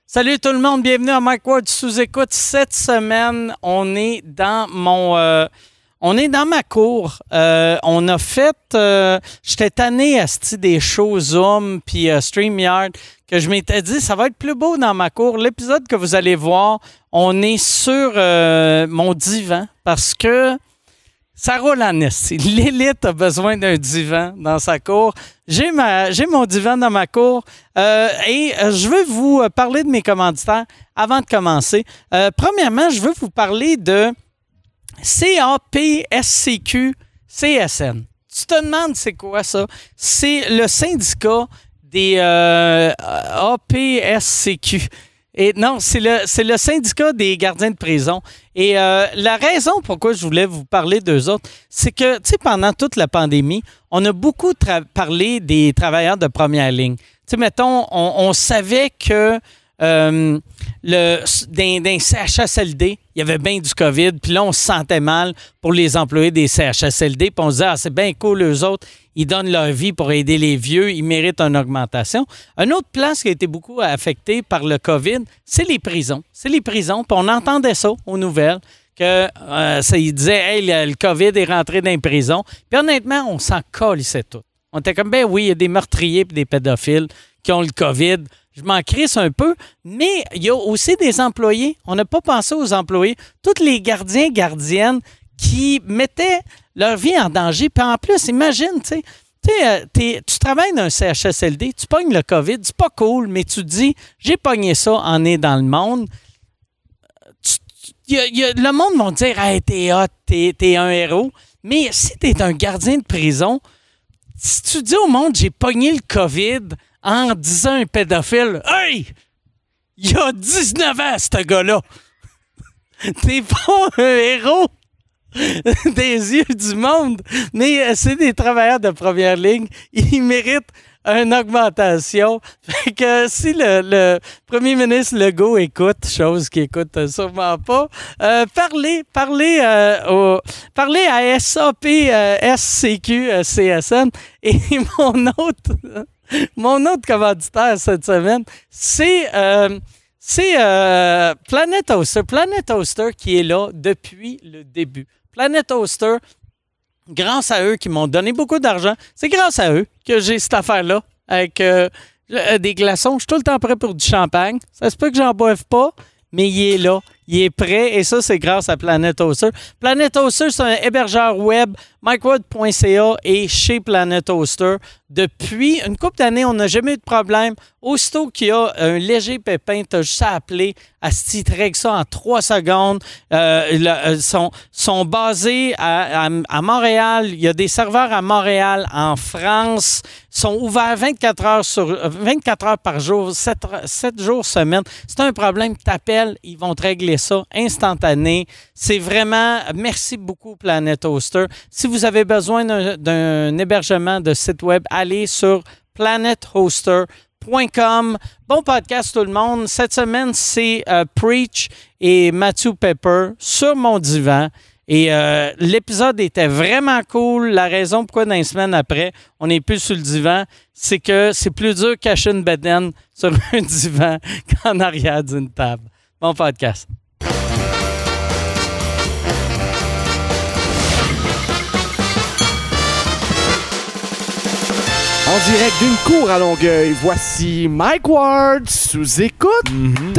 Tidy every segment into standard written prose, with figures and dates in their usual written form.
Salut tout le monde, bienvenue à Mike Ward sous-écoute. Cette semaine, on est dans ma cour. On a fait, j'étais tanné des shows Zoom puis StreamYard que je m'étais dit, ça va être plus beau dans ma cour. L'épisode que vous allez voir, on est sur mon divan parce que ça roule en esti. L'élite a besoin d'un divan dans sa cour. J'ai mon divan dans ma cour et je veux vous parler de mes commanditaires avant de commencer. Premièrement, je veux vous parler de CAPSCQ-CSN. Tu te demandes c'est quoi ça? C'est le syndicat des APSCQ. Et non, c'est le syndicat des gardiens de prison. Et la raison pourquoi je voulais vous parler d'eux autres, c'est que, tu sais, pendant toute la pandémie, on a beaucoup parlé des travailleurs de première ligne. Tu sais, mettons, on savait que dans CHSLD, il y avait bien du COVID, puis là, on se sentait mal pour les employés des CHSLD, puis on se disait, c'est bien cool, eux autres, ils donnent leur vie pour aider les vieux, ils méritent une augmentation. Une autre place qui a été beaucoup affectée par le COVID, c'est les prisons. C'est les prisons, puis on entendait ça aux nouvelles, que ils disaient, hey, le COVID est rentré dans les prisons. Puis honnêtement, on s'en calissait tout. On était comme, ben oui, il y a des meurtriers et des pédophiles qui ont le COVID. Je m'en crisse un peu, mais il y a aussi des employés. On n'a pas pensé aux employés. Tous les gardiens, gardiennes qui mettaient leur vie en danger. Puis en plus, imagine, tu travailles dans un CHSLD, tu pognes le COVID, c'est pas cool, mais tu te dis, j'ai pogné ça en est dans le monde. Le monde va te dire, hey, t'es hot, t'es un héros. Mais si t'es un gardien de prison, si tu dis au monde, j'ai pogné le COVID en disant un pédophile, hey, il a 19 ans, ce gars-là. T'es pas un héros des yeux du monde, mais c'est des travailleurs de première ligne. Ils méritent une augmentation. Fait que si le premier ministre Legault écoute, chose qu'il écoute sûrement pas, parlez à SAP, SCQ, CSN. Et mon autre commanditaire cette semaine, c'est Planet Hoster. Planet Hoster qui est là depuis le début. Planet Hoster, grâce à eux qui m'ont donné beaucoup d'argent, c'est grâce à eux que j'ai cette affaire-là avec des glaçons. Je suis tout le temps prêt pour du champagne. Ça se peut que j'en boive pas, mais il est là. Il est prêt et ça, c'est grâce à Planet Hoster. Planet Hoster, c'est un hébergeur web, MikeWard.ca et chez Planet Hoster. Depuis une couple d'années, on n'a jamais eu de problème. Aussitôt qu'il y a un léger pépin, tu as juste à appeler, à se titrer ça en 3 secondes. Sont basés à Montréal. Il y a des serveurs à Montréal, en France. Sont ouverts 24 heures par jour, 7 jours semaine. C'est un problème, t'appelles, ils vont te régler ça instantané. C'est vraiment, merci beaucoup Planet Hoster. Si vous avez besoin d'un hébergement de site web, allez sur planethoster.com. Bon podcast tout le monde. Cette semaine, c'est Preach et Matthew Pepper sur mon divan. Et l'épisode était vraiment cool. La raison pourquoi dans les semaines après, on n'est plus sur le divan, c'est que c'est plus dur de cacher une bedaine sur un divan qu'en arrière d'une table. Bon podcast. En direct d'une cour à Longueuil, voici Mike Ward sous écoute.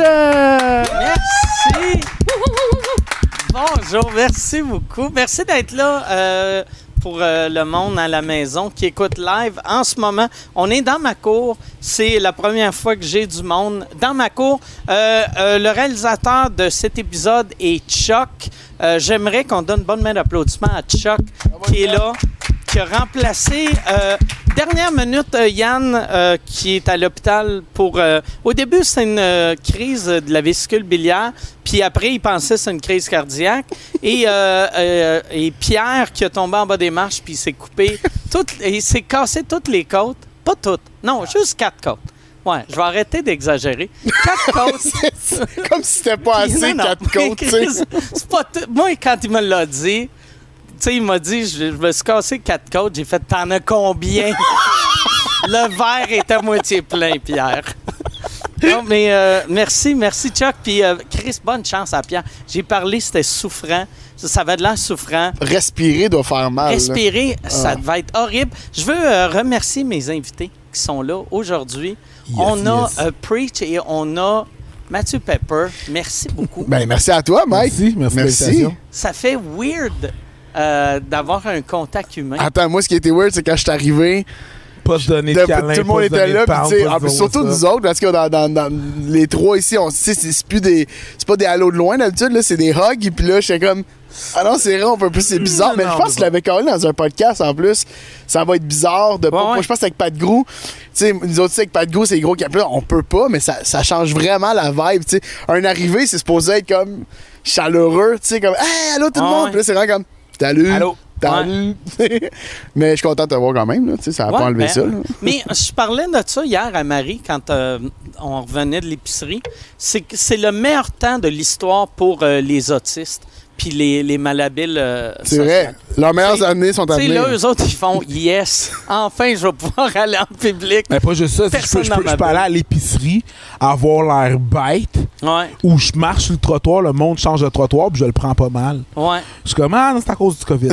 Merci. Bonjour, merci beaucoup. Merci d'être là pour le monde à la maison qui écoute live. En ce moment, on est dans ma cour. C'est la première fois que j'ai du monde dans ma cour. Le réalisateur de cet épisode est Chuck. J'aimerais qu'on donne une bonne main d'applaudissement à Chuck qui est là, qui a remplacé... dernière minute, Yann, qui est à l'hôpital pour... au début, c'est une crise de la vésicule biliaire, puis après, il pensait que c'est une crise cardiaque. Et Pierre, qui a tombé en bas des marches, puis il s'est coupé... il s'est cassé toutes les côtes. Pas toutes. Non, juste 4 côtes. Ouais, je vais arrêter d'exagérer. 4 côtes. C'est comme si c'était pas assez, 4 côtes, tu sais. C'est pas tout. Moi, quand il me l'a dit... Tu sais, il m'a dit, je me suis cassé 4 côtes. J'ai fait, t'en as combien? Le verre est à moitié plein, Pierre. Non, mais merci Chuck. Puis Chris, bonne chance à Pierre. J'ai parlé, c'était souffrant. Ça avait de l'air souffrant. Respirer doit faire mal. Respirer, ça devait être horrible. Je veux remercier mes invités qui sont là aujourd'hui. On a Preach et on a Mathieu Pepper. Merci beaucoup. Ben, merci à toi, Mike. Merci. Ça fait weird d'avoir un contact humain. Attends, moi, ce qui était weird, c'est quand je suis arrivé... Pas se donner de câlin, tout le monde était là, puis surtout nous autres, parce que dans les trois ici, c'est plus des... C'est pas des halos de loin, d'habitude, là, c'est des hugs, et puis là, j'étais comme... Ah non, c'est vrai, un peu plus, c'est bizarre, mais je pense qu'il l'avait collé dans un podcast, en plus. Ça va être bizarre de pas... Moi, je pense que avec Pat Grou, tu sais, nous autres, avec Pat Grou, c'est gros qui appellent, on peut pas, mais ça change vraiment la vibe, tu sais. Un arrivé, c'est supposé être comme chaleureux, tu sais, comme « Hey, allô, tout le monde! » Puis là, c'est vraiment comme « Salut! » Allô? Ouais. Mais je suis content de te voir quand même. Là. Ça n'a pas enlevé ça. Là. Mais je parlais de ça hier à Marie quand on revenait de l'épicerie. C'est le meilleur temps de l'histoire pour les autistes puis les malhabiles. C'est vrai. Leurs meilleures années sont à venir. Là, eux autres, ils font « Yes! Enfin, je vais pouvoir aller en public. » Mais pas juste ça. Je peux aller à l'épicerie, avoir l'air bête, ou je marche sur le trottoir, le monde change de trottoir, puis je le prends pas mal. Ouais. Je suis comme, ah non, c'est à cause du COVID.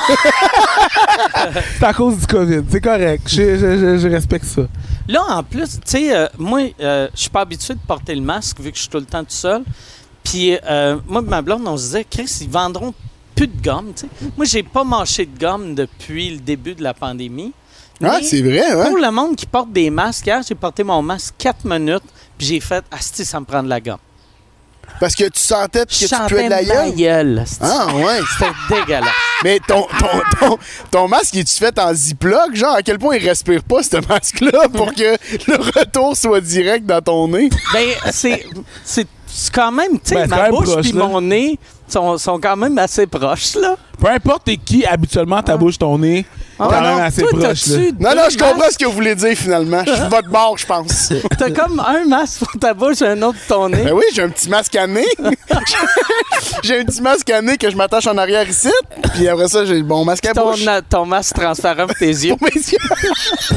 C'est à cause du COVID. C'est correct. Je respecte ça. Là, en plus, tu sais, moi, je suis pas habitué de porter le masque vu que je suis tout le temps tout seul. Puis, moi et ma blonde, on se disait, Chris, ils vendront plus de gomme, tu sais. Moi, j'ai pas mâché de gomme depuis le début de la pandémie. Ah, c'est vrai, ouais. Pour le monde qui porte des masques, hier, j'ai porté mon masque 4 minutes, puis j'ai fait, asti, ça me prend de la gomme. Parce que tu sentais que tu puais de la gueule? Ah, ouais. C'était dégueulasse. Mais ton masque, est-tu fait en Ziploc? Genre, à quel point il respire pas, ce masque-là, pour que le retour soit direct dans ton nez? Ben, c'est quand même, tu sais, ma bouche et mon nez sont quand même assez proches, là. Peu importe t'es qui, habituellement, ta bouche, ton nez, quand même assez proche. Non, je comprends ce que vous voulez dire, finalement. Je suis de votre bord, je pense. T'as comme un masque pour ta bouche et un autre pour ton nez. Ben oui, j'ai un petit masque à nez. J'ai un petit masque à nez que je m'attache en arrière ici. Puis après ça, j'ai mon masque à bouche. Ton masque transparent pour tes yeux. Pour mes yeux.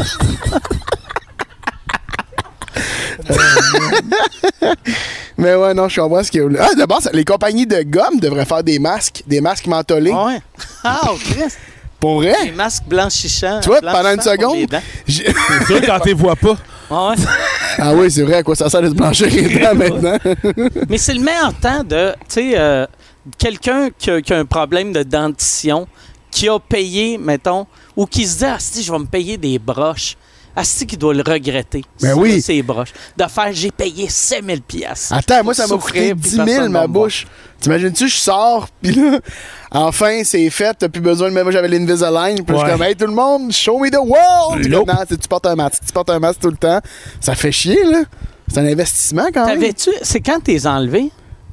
Mais ouais, non, je comprends ce qu'il y a. Ah, d'abord, les compagnies de gomme devraient faire des masques mentholés. Ah ouais. Ah, Christ. Pour vrai? Des masques blanchissants. Tu vois, pendant une seconde. C'est sûr quand tu les vois pas. Ah ouais. Ah oui, c'est vrai, à quoi ça sert de se blanchir les dents maintenant? Mais c'est le meilleur temps de, tu sais, quelqu'un qui a un problème de dentition, qui a payé, mettons, ou qui se dit, ah, si, je vais me payer des broches. Asti qui doit le regretter. Ben oui. Ses broches. De faire, j'ai payé 5 000 $. Attends, moi, ça m'a coûté 10 000 ma bouche. T'imagines-tu, je sors, puis là, enfin, c'est fait, t'as plus besoin de... Moi, j'avais l'Invisalign, puis je suis comme, hey, tout le monde, show me the world! Non, tu portes un masque tout le temps. Ça fait chier, là. C'est un investissement, quand même. C'est quand t'es enlevé?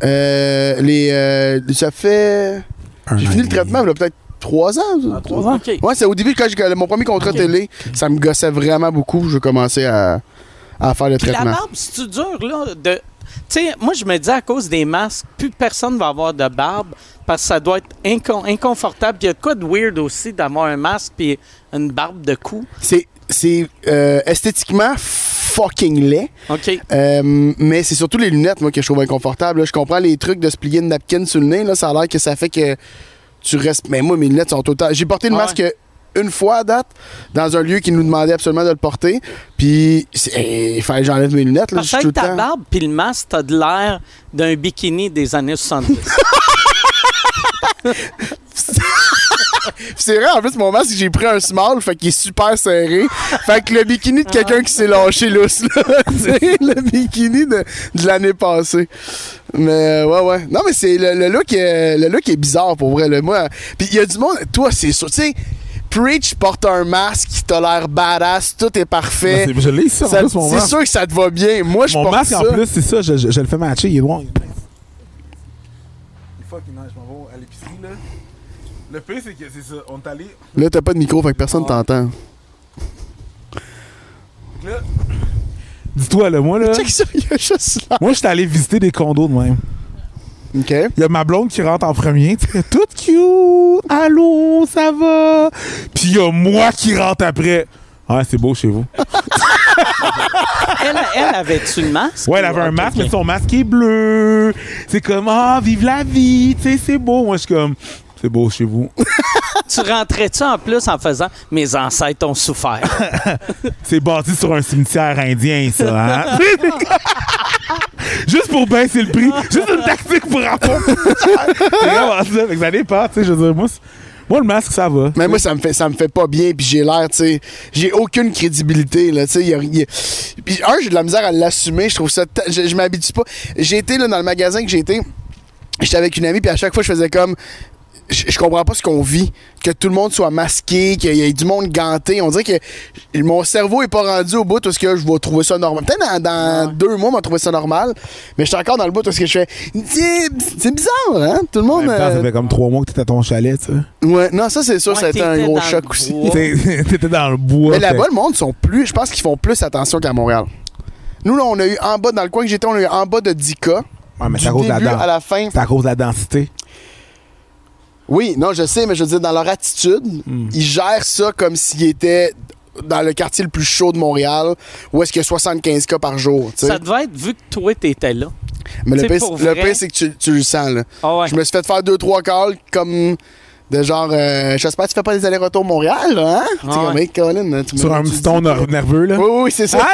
Ça fait... J'ai fini le traitement, il y a peut-être 3 ans. 3 ans? OK. Ouais, c'est au début, quand j'ai mon premier contrat télé, ça me gossait vraiment beaucoup. Je commençais à faire le traitement. La barbe, c'est-tu dur, là? Tu sais, moi, je me dis, à cause des masques, plus personne va avoir de barbe parce que ça doit être inconfortable. Puis il y a de quoi de weird aussi d'avoir un masque puis une barbe de cou. C'est esthétiquement fucking laid. OK. Mais c'est surtout les lunettes, moi, que je trouve inconfortable. Là, je comprends les trucs de se plier une napkin sur le nez. Là, ça a l'air que ça fait que tu restes. Mais moi, mes lunettes sont totalement. J'ai porté le masque une fois à date dans un lieu qui nous demandait absolument de le porter. Puis il fallait que j'enlève mes lunettes. Là, parce que ta barbe puis le masque, t'as de l'air d'un bikini des années 70. C'est vrai, en plus, mon masque, j'ai pris un small, fait qu'il est super serré. Fait que le bikini de quelqu'un qui s'est lâché lousse, là. Le bikini de l'année passée. Mais, ouais. Non, mais c'est le look est bizarre, pour vrai, là. Moi, puis il y a du monde, toi, c'est sûr, tu sais, Preach porte un masque, t'as l'air badass, tout est parfait. Ben, je l'ai ça, en plus, mon masque. C'est sûr que ça te va bien. Moi, je porte ça. Mon masque, en plus, c'est ça, je le fais matcher, il est loin. Fucking nice, je m'en vais à l'épicerie, là. Le pire, c'est que c'est ça, on est allé... Là, t'as pas de micro, fait que personne t'entend. Là, dis-toi, là, moi, là... Check ça, il y a juste là. Moi, j'étais allé visiter des condos de même. OK. Il y a ma blonde qui rentre en premier, tu sais, toute cute, allô, ça va? Puis il y a moi qui rentre après. Ouais, c'est beau chez vous. Elle avait-tu le masque? Ouais, elle avait un masque, mais son masque est bleu. C'est comme, vive la vie, tu sais, c'est beau. Moi, je suis comme, c'est beau chez vous. Tu rentrais-tu en plus en faisant « Mes ancêtres ont souffert ». C'est bâti sur un cimetière indien, ça, hein? Juste pour baisser le prix. Juste une tactique pour rapport. C'est vraiment ça. Fait que ça dépend, tu sais, je veux dire, moi, le masque, ça va. Mais moi, ça me fait pas bien, puis j'ai l'air, tu sais, j'ai aucune crédibilité, là, tu sais. Puis j'ai de la misère à l'assumer, je trouve ça. Je m'habitue pas. J'ai été, là, dans le magasin que j'étais avec une amie, puis à chaque fois, je faisais comme. Je comprends pas ce qu'on vit. Que tout le monde soit masqué, qu'il y ait du monde ganté. On dirait que mon cerveau est pas rendu au bout parce que je vais trouver ça normal. Peut-être dans 2 mois, on va trouver ça normal. Mais je suis encore dans le bout parce que je fais. C'est bizarre, hein? Tout le monde. Ça fait comme 3 mois que t'étais à ton chalet, tu sais. Ouais, non, ça, c'est sûr, ça a été un gros choc aussi. T'étais dans le bois. Mais là-bas, le monde sont plus. Je pense qu'ils font plus attention qu'à Montréal. Nous, là, on a eu en bas, dans le coin que j'étais, on a eu en bas de 10 cas. Ouais, mais c'est à cause de la fin. C'est à cause de la densité. Oui, non, je sais, mais je veux dire, dans leur attitude, ils gèrent ça comme s'ils étaient dans le quartier le plus chaud de Montréal, où est-ce qu'il y a 75 cas par jour. T'sais. Ça devait être, vu que toi, t'étais là. Mais le pire, c'est que tu le sens, là. Ah ouais. Je me suis fait faire 2-3 calls comme de genre, j'espère que tu fais pas des allers-retours Montréal, là, hein? Ah ouais. Colin, sur un petit ton nerveux, là. Oui, c'est ça.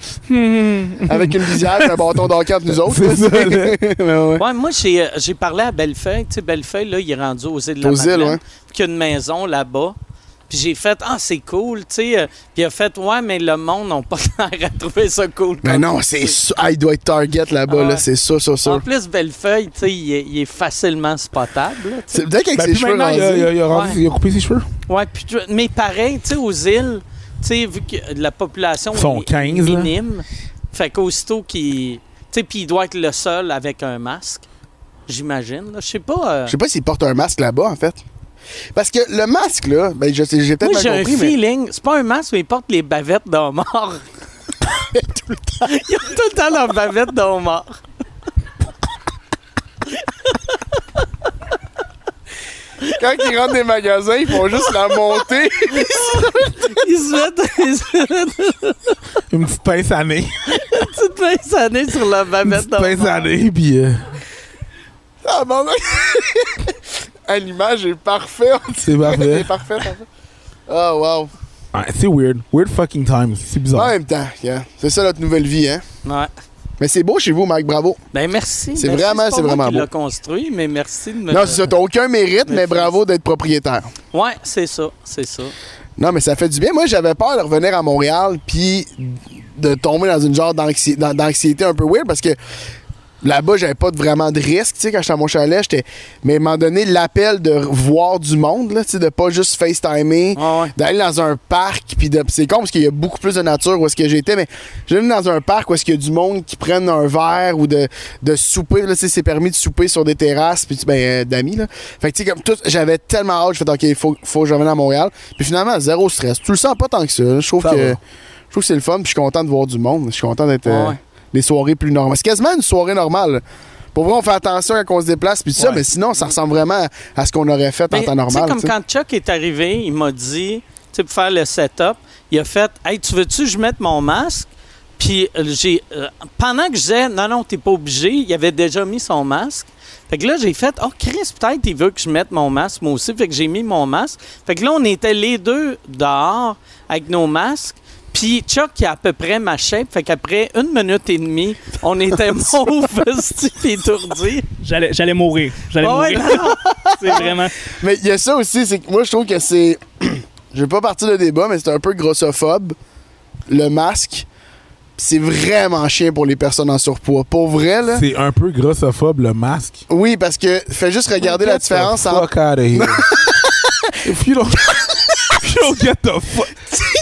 Avec une visière et un bâton d'hockey entre nous autres. C'est ça, ouais, moi, j'ai parlé à Bellefeuille. Tu sais, Bellefeuille, là, il est rendu aux îles de la Madeleine. Ouais. Puis qu'il y a une maison là-bas. Puis j'ai fait, c'est cool, tu sais. Puis il a fait, ouais, mais le monde n'a pas l'air à trouver ça cool. Mais non, c'est sûr. Il doit être Target là-bas, là, c'est sûr. En plus, Bellefeuille, tu sais, il est facilement spotable. C'est peut-être qu'avec ses cheveux rasés. Il a coupé ses cheveux. Ouais, puis, mais pareil, tu sais, aux îles, tu sais, vu que la population est minime, là. Fait qu'aussitôt qu'il. Tu sais, puis il doit être le seul avec un masque, j'imagine. Je sais pas. Je sais pas s'il porte un masque là-bas, en fait. Parce que le masque, là, ben, j'ai peut-être pas compris. Moi, j'ai un feeling. Mais... C'est pas un masque, mais ils portent les bavettes d'un mort. tout le temps. Ils ont tout le temps leurs bavettes d'un mort. Quand ils rentrent des magasins, ils font juste la monter. Ils se mettent... Une petite pince à nez. Une petite pince à nez sur la bavette d'un mort. Une petite pince à nez, puis... Ah, bon, l'image est parfaite. C'est parfait. C'est parfait, en fait. Oh, wow. Ouais, c'est weird. Weird fucking times. C'est bizarre. En même temps, yeah. C'est ça notre nouvelle vie, hein? Ouais. Mais c'est beau chez vous, Mike, bravo. Ben merci. C'est vraiment beau. Tu l'as construit, mais merci de me... Non, c'est ça. T'as aucun mérite, mais bravo d'être propriétaire. Ouais, c'est ça. Non, mais ça fait du bien. Moi, j'avais peur de revenir à Montréal puis de tomber dans une genre d'anxiété un peu weird parce que là-bas, j'avais pas vraiment de risque, tu sais, quand j'étais à mon chalet, mais à un moment donné, l'appel de voir du monde, là, tu sais, de pas juste FaceTimer, d'aller dans un parc, puis c'est con parce qu'il y a beaucoup plus de nature où est-ce que j'étais, mais j'allais dans un parc où est-ce qu'il y a du monde qui prennent un verre ou de souper, là, tu sais, c'est permis de souper sur des terrasses, puis d'amis, là. Fait que, tu sais, comme tout, j'avais tellement hâte, je fais, OK, faut que je revienne à Montréal. Puis finalement, zéro stress. Tu le sens pas tant que ça. Je trouve que c'est le fun, puis je suis content de voir du monde. Je suis content d'être... les soirées plus normales. C'est quasiment une soirée normale. Pour vrai, on fait attention quand on se déplace, puis ça, mais sinon, ça ressemble vraiment à ce qu'on aurait fait en temps normal. Comme quand Chuck est arrivé, il m'a dit, tu sais, pour faire le setup, il a fait, « Hey, tu veux-tu que je mette mon masque? » Puis pendant que je disais, « Non, t'es pas obligé », il avait déjà mis son masque. Fait que là, j'ai fait, « Oh, Chris, peut-être il veut que je mette mon masque, moi aussi. » Fait que j'ai mis mon masque. Fait que là, on était les deux dehors avec nos masques. Puis Chuck, il a à peu près ma shape. Fait qu'après 1 minute et demie, on était mauve, étourdi. J'allais mourir. Mourir. C'est vraiment... Mais il y a ça aussi, c'est que moi, je trouve que c'est... Je vais pas partir de débat, mais c'est un peu grossophobe, le masque. C'est vraiment chiant pour les personnes en surpoids. Pour vrai, là... C'est un peu grossophobe, le masque. Oui, parce que fais juste regarder la différence entre... Fuck out of here. If you don't get the fuck...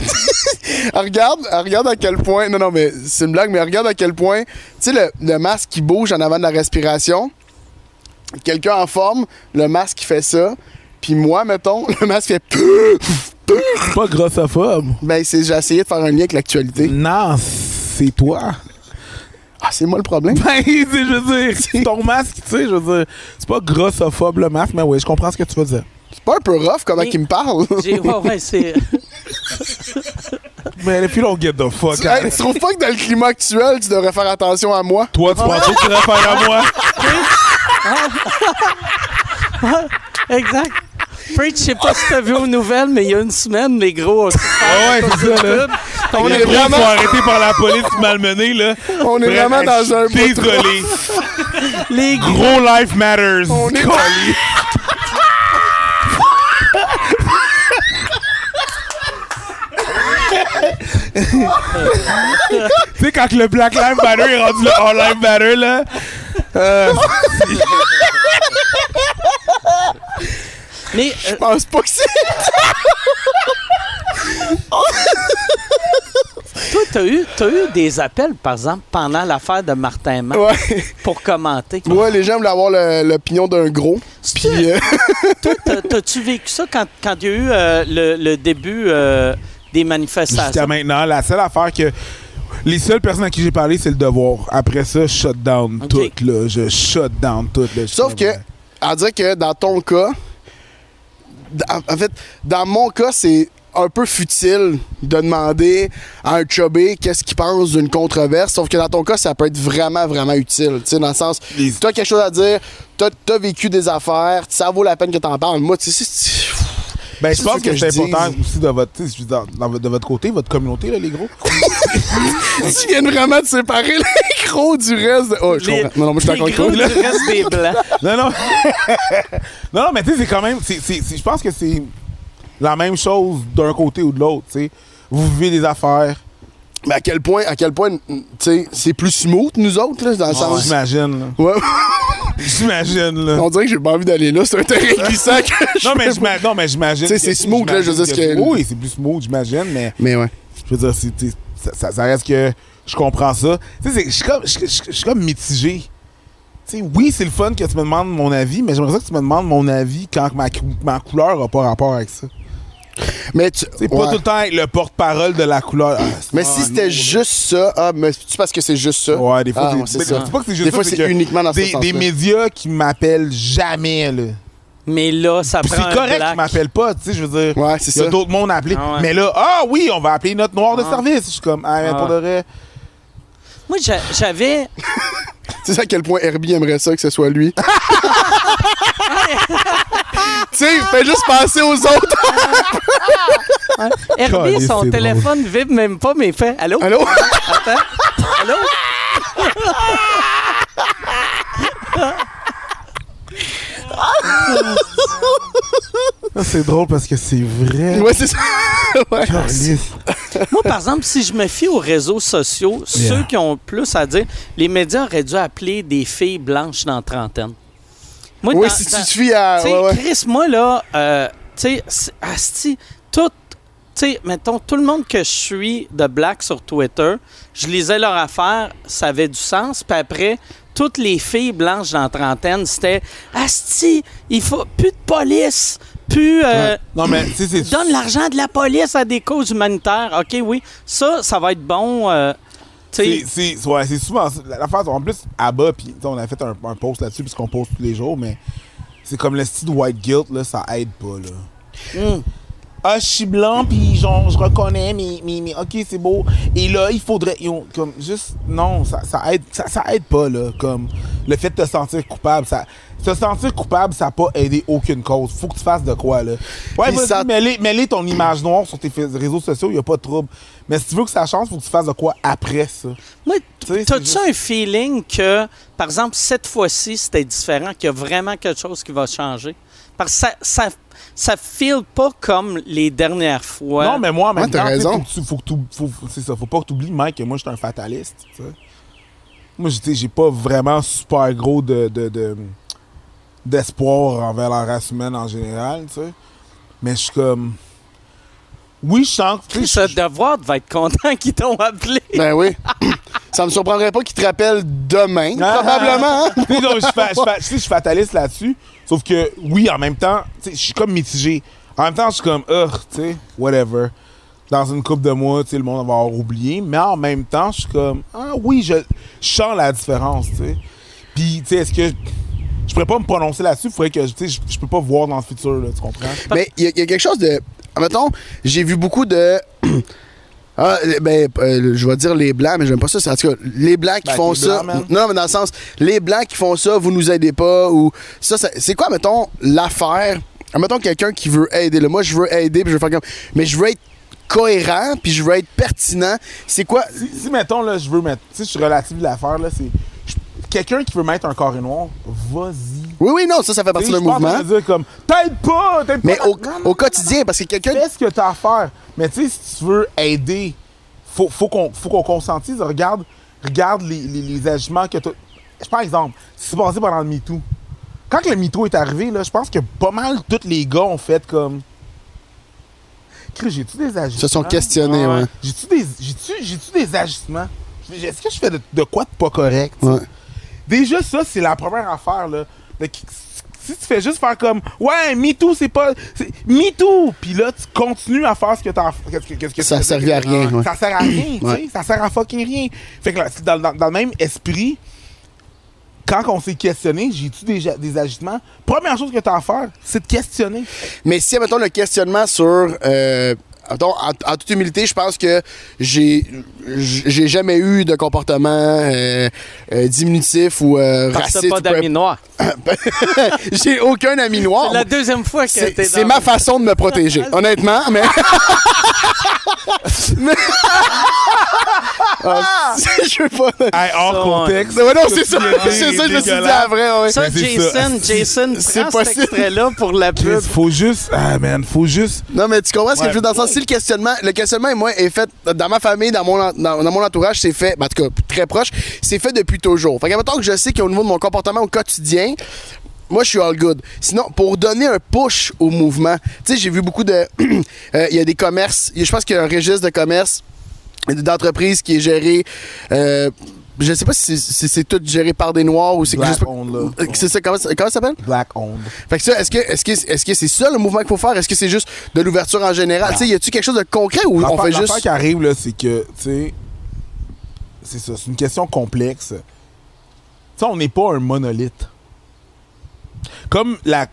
regarde à quel point... Non, mais c'est une blague, mais regarde à quel point... Tu sais, le masque qui bouge en avant de la respiration, quelqu'un en forme, le masque qui fait ça, puis moi, mettons, le masque fait... C'est pas grossophobe. Ben, j'ai essayé de faire un lien avec l'actualité. Non, c'est toi. Ah, c'est moi le problème? Ben, je veux dire, ton masque, tu sais, je veux dire, c'est pas grossophobe le masque, mais oui, je comprends ce que tu veux dire. C'est pas un peu rough comment il me parle? Ouais, c'est... Man, if you don't get the fuck out. Hey, tu trouves pas que dans le climat actuel, tu devrais faire attention à moi? Toi, tu pensais que tu devrais faire à moi? Exact. Preach, je sais pas si t'as vu aux nouvelles, mais il y a une semaine, les gros... Ah ouais, c'est ça, là. On est Les gros vraiment... sont arrêtés par la police malmenée, là. On est vraiment dans un bout de Désolé. Les gros... Gros life matters. On est Tu sais, quand le Black Lives Matter est rendu le All Lives Matter, là. Mais Je pense pas que c'est... toi, t'as eu des appels, par exemple, pendant l'affaire de Martin Matt Ouais. pour commenter. Ouais, les gens voulaient avoir l'opinion d'un gros. Puis... Toi, t'as-tu vécu ça quand il y a eu le début des manifestations? Jusqu'à maintenant, la seule affaire que... Les seules personnes à qui j'ai parlé, c'est le Devoir. Après ça, je shut down tout, là. Je shut down tout, là. Sauf que, à dire que dans ton cas... En fait, dans mon cas, c'est un peu futile de demander à un chubby qu'est-ce qu'il pense d'une controverse. Sauf que dans ton cas, ça peut être vraiment, vraiment utile. Tu sais, dans le sens, t'as quelque chose à dire, t'as vécu des affaires, ça vaut la peine que t'en parles. Moi, tu sais, ben, je pense que c'est je important dis. aussi de votre, de votre côté, votre communauté, là, les gros. Tu viens vraiment de séparer les gros du reste. Oh, je comprends. Non, moi, je suis d'accord avec toi. Du reste des blancs. Non. non, mais tu sais, c'est quand même... je pense que c'est la même chose d'un côté ou de l'autre, tu sais. Vous vivez des affaires. Mais à quel point, tu sais, c'est plus smooth, nous autres, là, dans le sens... J'imagine, là. Ouais. J'imagine, là. On dirait que j'ai pas envie d'aller là. C'est un terrain glissant que Non, mais j'imagine. Tu sais, c'est smooth, là, je veux dire que... Oui, c'est plus smooth, j'imagine, mais ouais. je veux dire, ça reste que je comprends ça. Tu sais, je suis comme mitigé. Tu sais, oui, c'est le fun que tu me demandes mon avis, mais j'aimerais ça que tu me demandes mon avis quand ma couleur n'a pas rapport avec ça. Mais tu C'est pas tout le temps être le porte-parole de la couleur. Mais si c'était juste ça, mais c'est parce que c'est juste ça. Ouais, des fois, c'est ça. C'est pas que c'est juste Des fois, ça, c'est que uniquement dans ce sens-là. des médias qui m'appellent jamais, là. Mais là, ça Puis prend c'est correct un black. qu'ils m'appellent pas, tu sais, je veux dire. Ouais, c'est Il y a ça. d'autres mondes à appeler. Ah ouais. Mais là, oui, on va appeler notre noir de service. Je suis comme, mais pour de vrai. Moi, j'avais... Tu sais à quel point Herbie aimerait ça que ce soit lui? Tu sais, fais juste penser aux autres. Herbie, Caliste, son c'est téléphone vibre même pas, mais il fait « Allô? Allô? Attends. Allô? » C'est drôle parce que c'est vrai. Ouais, c'est ça. Ouais. Caliste. Moi, par exemple, si je me fie aux réseaux sociaux, ceux qui ont plus à dire, les médias auraient dû appeler des filles blanches dans la trentaine. Moi, Oui, si tu te fies à... Tu sais, Ouais, ouais. Chris, moi, là, tu sais, asti, tout, tu sais, mettons, tout le monde que je suis de black sur Twitter, je lisais leur affaire, ça avait du sens, puis après, toutes les filles blanches dans la trentaine, c'était « Asti, il faut plus de police, plus... Non, mais, tu sais, c'est. Donne l'argent de la police à des causes humanitaires. » OK, oui, ça va être bon, tu sais. C'est souvent ça. L'affaire, en plus, à bas, puis on a fait un post là-dessus, puisqu'on poste tous les jours, mais c'est comme le style white guilt, là, ça aide pas, là. Je suis blanc, puis genre, je reconnais, mais OK, c'est beau. Et là, il faudrait... comme, juste, non, ça aide pas, là. Comme, le fait de te sentir coupable, se sentir coupable, ça n'a pas aidé aucune cause. Faut que tu fasses de quoi, là. Ouais, vas-y, ça... mêler ton image noire sur tes réseaux sociaux, il n'y a pas de trouble. Mais si tu veux que ça change, faut que tu fasses de quoi après ça. Moi, sais, t'as-tu juste... un feeling que, par exemple, cette fois-ci, c'était différent, qu'il y a vraiment quelque chose qui va changer? Parce que ça file pas comme les dernières fois. Non, mais moi, en même t'as temps, raison. c'est ça, faut pas que tu oublies, Mike, que moi, je suis un fataliste. T'sais. Moi, j'ai pas vraiment super gros d'espoir envers la race humaine en général, tu sais. Mais je suis comme... Oui, je sens... Ce devoir va être content qu'ils t'ont appelé. Ben oui. Ça me surprendrait pas qu'il te rappelle demain, probablement. Hein? Non, je suis fataliste là-dessus. Sauf que, oui, en même temps, je suis comme mitigé. En même temps, je suis comme, tu sais, whatever. Dans une couple de mois, le monde va avoir oublié. Mais en même temps, je suis comme, oui, je sens la différence, tu sais. Puis, tu sais, est-ce que... Je pourrais pas me prononcer là-dessus. Il faudrait que, tu sais, je peux pas voir dans le futur, là, tu comprends? Mais il y a quelque chose de... Mettons, j'ai vu beaucoup de... Je vais dire les Blancs, mais j'aime pas ça. En tout cas, les Blancs qui font ça... Non, mais dans le sens, les Blancs qui font ça, vous nous aidez pas, ou... Ça, c'est quoi, mettons, l'affaire... Mettons quelqu'un qui veut aider. Là, moi, je veux aider, puis je veux faire comme... Mais je veux être cohérent, puis je veux être pertinent. C'est quoi... Si mettons, là, je veux mettre... Tu sais, je suis relatif de l'affaire, là, c'est... Quelqu'un qui veut mettre un carré noir, vas-y. Oui, non, ça fait partie d'un mouvement. Je dire comme, t'aides pas! Mais au quotidien, parce que quelqu'un... Fais ce que t'as à faire. Mais tu sais, si tu veux aider, faut qu'on conscientise. Regarde les agissements que t'as... Par exemple, ce qui s'est passé pendant le MeToo. Quand le MeToo est arrivé, là, je pense que pas mal tous les gars ont fait comme... J'ai-tu des agissements? Se sont questionnés, ouais. J'ai-tu des agissements? Est-ce que je fais de quoi de pas correct? Ouais. Déjà, ça, c'est la première affaire, là. Si tu fais juste faire comme, ouais, MeToo, c'est pas... MeToo! Puis là, tu continues à faire ce que t'as... Ça servait à rien, ouais. Ça sert à rien, tu sais. Ça sert à fucking rien. Fait que là, dans le même esprit, quand on s'est questionné, j'ai-tu des agissements? Première chose que t'as à faire, c'est de questionner. Mais si, mettons, le questionnement sur... En toute humilité, je pense que j'ai jamais eu de comportement diminutif ou raciste. T'as pas d'amis noirs. J'ai aucun ami noir. C'est la deuxième fois que t'es dans... C'est ma façon de me protéger, honnêtement, mais... je veux pas... Hey, hors contexte. Ouais, non, c'est ça. C'est ça, je me suis dit à vrai. Ouais. Ça, Jason, prends cet extrait-là pour la pub. Faut juste... Ah, man, faut juste... Non, mais tu comprends ce que je veux dans le sens, si le questionnement est fait dans ma famille, dans mon entourage, c'est fait, en tout cas, très proche, c'est fait depuis toujours. Fait que, mettons que je sais qu'au niveau de mon comportement au quotidien, moi, je suis all good. Sinon, pour donner un push au mouvement, tu sais, j'ai vu beaucoup de... Il y a des commerces, je pense qu'il y a un registre de commerce, d'entreprise qui est géré... je sais pas si c'est tout géré par des Noirs ou c'est Black owned, là. C'est ça, comment ça s'appelle? Black owned. Fait que ça, est-ce que c'est ça le mouvement qu'il faut faire? Est-ce que c'est juste de l'ouverture en général? Tu sais, y a-tu quelque chose de concret ou on fait juste... L'affaire qui arrive, là, c'est que, tu sais, c'est ça, c'est une question complexe. Tu sais, on n'est pas un monolithe. Comme la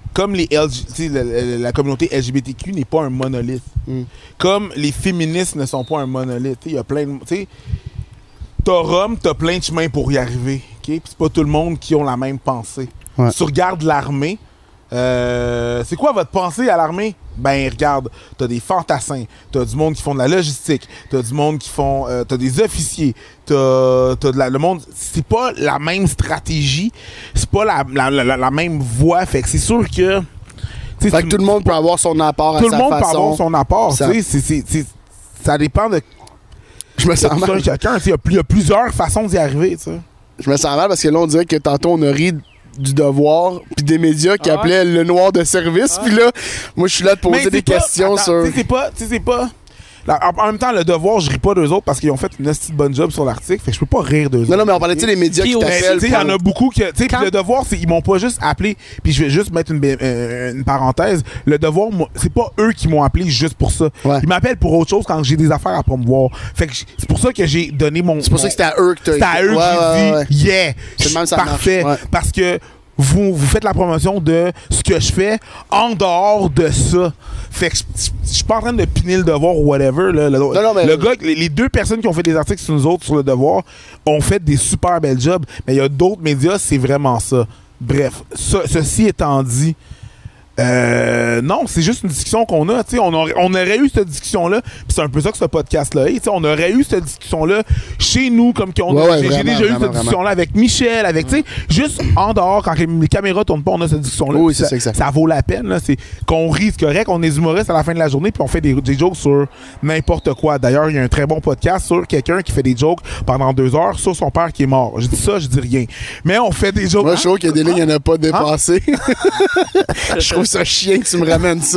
communauté LGBTQ n'est pas un monolithe. Comme les féministes ne sont pas un monolithe. Il y a plein de... T'sais, t'as Rome, t'as plein de chemins pour y arriver. Okay? Puis c'est pas tout le monde qui ont la même pensée. Ouais. Si tu regardes l'armée, c'est quoi votre pensée à l'armée? Ben regarde, t'as des fantassins, t'as du monde qui font de la logistique, t'as du monde qui font... t'as des officiers, le monde... C'est pas la même stratégie, c'est pas la même voie, fait que c'est sûr que... Fait que tout le monde peut avoir son apport à sa façon. Tout le monde peut avoir son apport, tu sais, ça dépend de... Je me sens mal. Il y a plusieurs façons d'y arriver, tu sais. Je me sens mal parce que là, on dirait que tantôt, on a ri du Devoir puis des médias qui appelaient le noir de service. Puis là, moi, je suis là de poser des questions sur... Tu sais, c'est pas... Là, en même temps, le Devoir, je ris pas d'eux autres parce qu'ils ont fait une hostie de bonne job sur l'article. Fait que je peux pas rire d'eux autres. Non, mais on parlait, tu sais, les médias qui t'appellent. Il y en a beaucoup qui... Tu sais, le Devoir, ils m'ont pas juste appelé. Puis je vais juste mettre une parenthèse. Le Devoir, c'est pas eux qui m'ont appelé juste pour ça. Ouais. Ils m'appellent pour autre chose quand j'ai des affaires à promouvoir. Fait que c'est pour ça que j'ai donné mon... C'est pour ça que c'était à eux que t'as... C'était à eux que j'ai dit, yeah, c'est même ça parfait. Marche. Ouais. Parce que vous faites la promotion de ce que je fais en dehors de ça. Fait que je suis pas en train de piner le Devoir ou whatever. Là. Le gars, les deux personnes qui ont fait des articles sur nous autres sur le Devoir ont fait des super belles jobs. Mais il y a d'autres médias, c'est vraiment ça. Bref, ceci étant dit, non, c'est juste une discussion qu'on a. On aurait eu cette discussion-là, puis c'est un peu ça que ce podcast-là est. On aurait eu cette discussion-là chez nous, comme j'ai déjà eu cette discussion-là avec Michel, avec, juste en dehors, quand les caméras tournent pas, on a cette discussion-là. Oui, c'est ça. Ça vaut la peine. Là, c'est qu'on rit, c'est correct, on est humoriste à la fin de la journée, puis on fait des jokes sur n'importe quoi. D'ailleurs, il y a un très bon podcast sur quelqu'un qui fait des jokes pendant 2 heures sur son père qui est mort. Je dis ça, je dis rien. Mais on fait des jokes... Moi, je trouve qu'il y a des lignes qu'il n'y en a pas dépassé. Je trouve ça chien que tu me ramènes ça.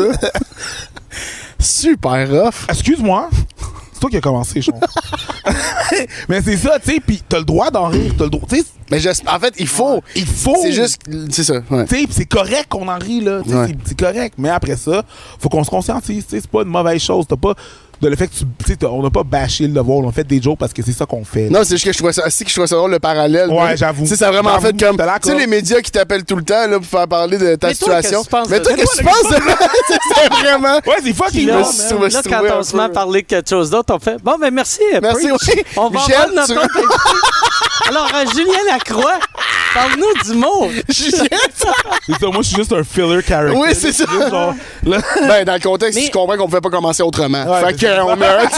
Super rough. Excuse-moi. C'est toi qui as commencé, Sean. Mais c'est ça, tu sais, pis t'as le droit d'en rire, t'as le droit, tu sais. Mais en fait, il faut. C'est juste, c'est ça. Ouais. Tu sais, c'est correct qu'on en rit, là. Ouais. C'est correct. Mais après ça, faut qu'on se conscientise, tu sais, c'est pas une mauvaise chose. T'as pas... de le fait que on n'a pas bâché le devoir, on a fait des jokes parce que c'est ça qu'on fait. Non, c'est juste que je trouvais ça drôle le parallèle. Ouais, j'avoue. Tu sais, ça a vraiment fait comme. Tu sais, les médias qui t'appellent tout le temps là, pour faire parler de ta situation. Mais toi, qu'est-ce que tu penses de c'est vraiment. Ouais, c'est fucking là, drôle. Là, quand on se met à parler de quelque chose d'autre, on fait bon, ben merci. Merci, oui. On va Michel, avoir notre autre invité. Alors, Julien Lacroix, parle-nous d'humour. C'est ça, moi, je suis juste un filler character. Oui, c'est ça. Ben, dans le contexte, tu comprends qu'on ne pouvait pas commencer autrement. Ouais, fait qu'on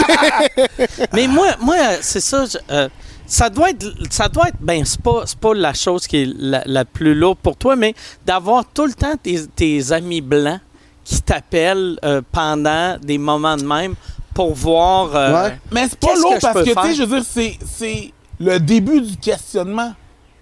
a. Mais moi, c'est ça. Ça doit être. Ben, c'est pas la chose qui est la plus lourde pour toi, mais d'avoir tout le temps tes amis blancs qui t'appellent pendant des moments de même pour voir. Ouais. Mais c'est pas lourd parce que, tu sais, je veux dire, c'est le début du questionnement.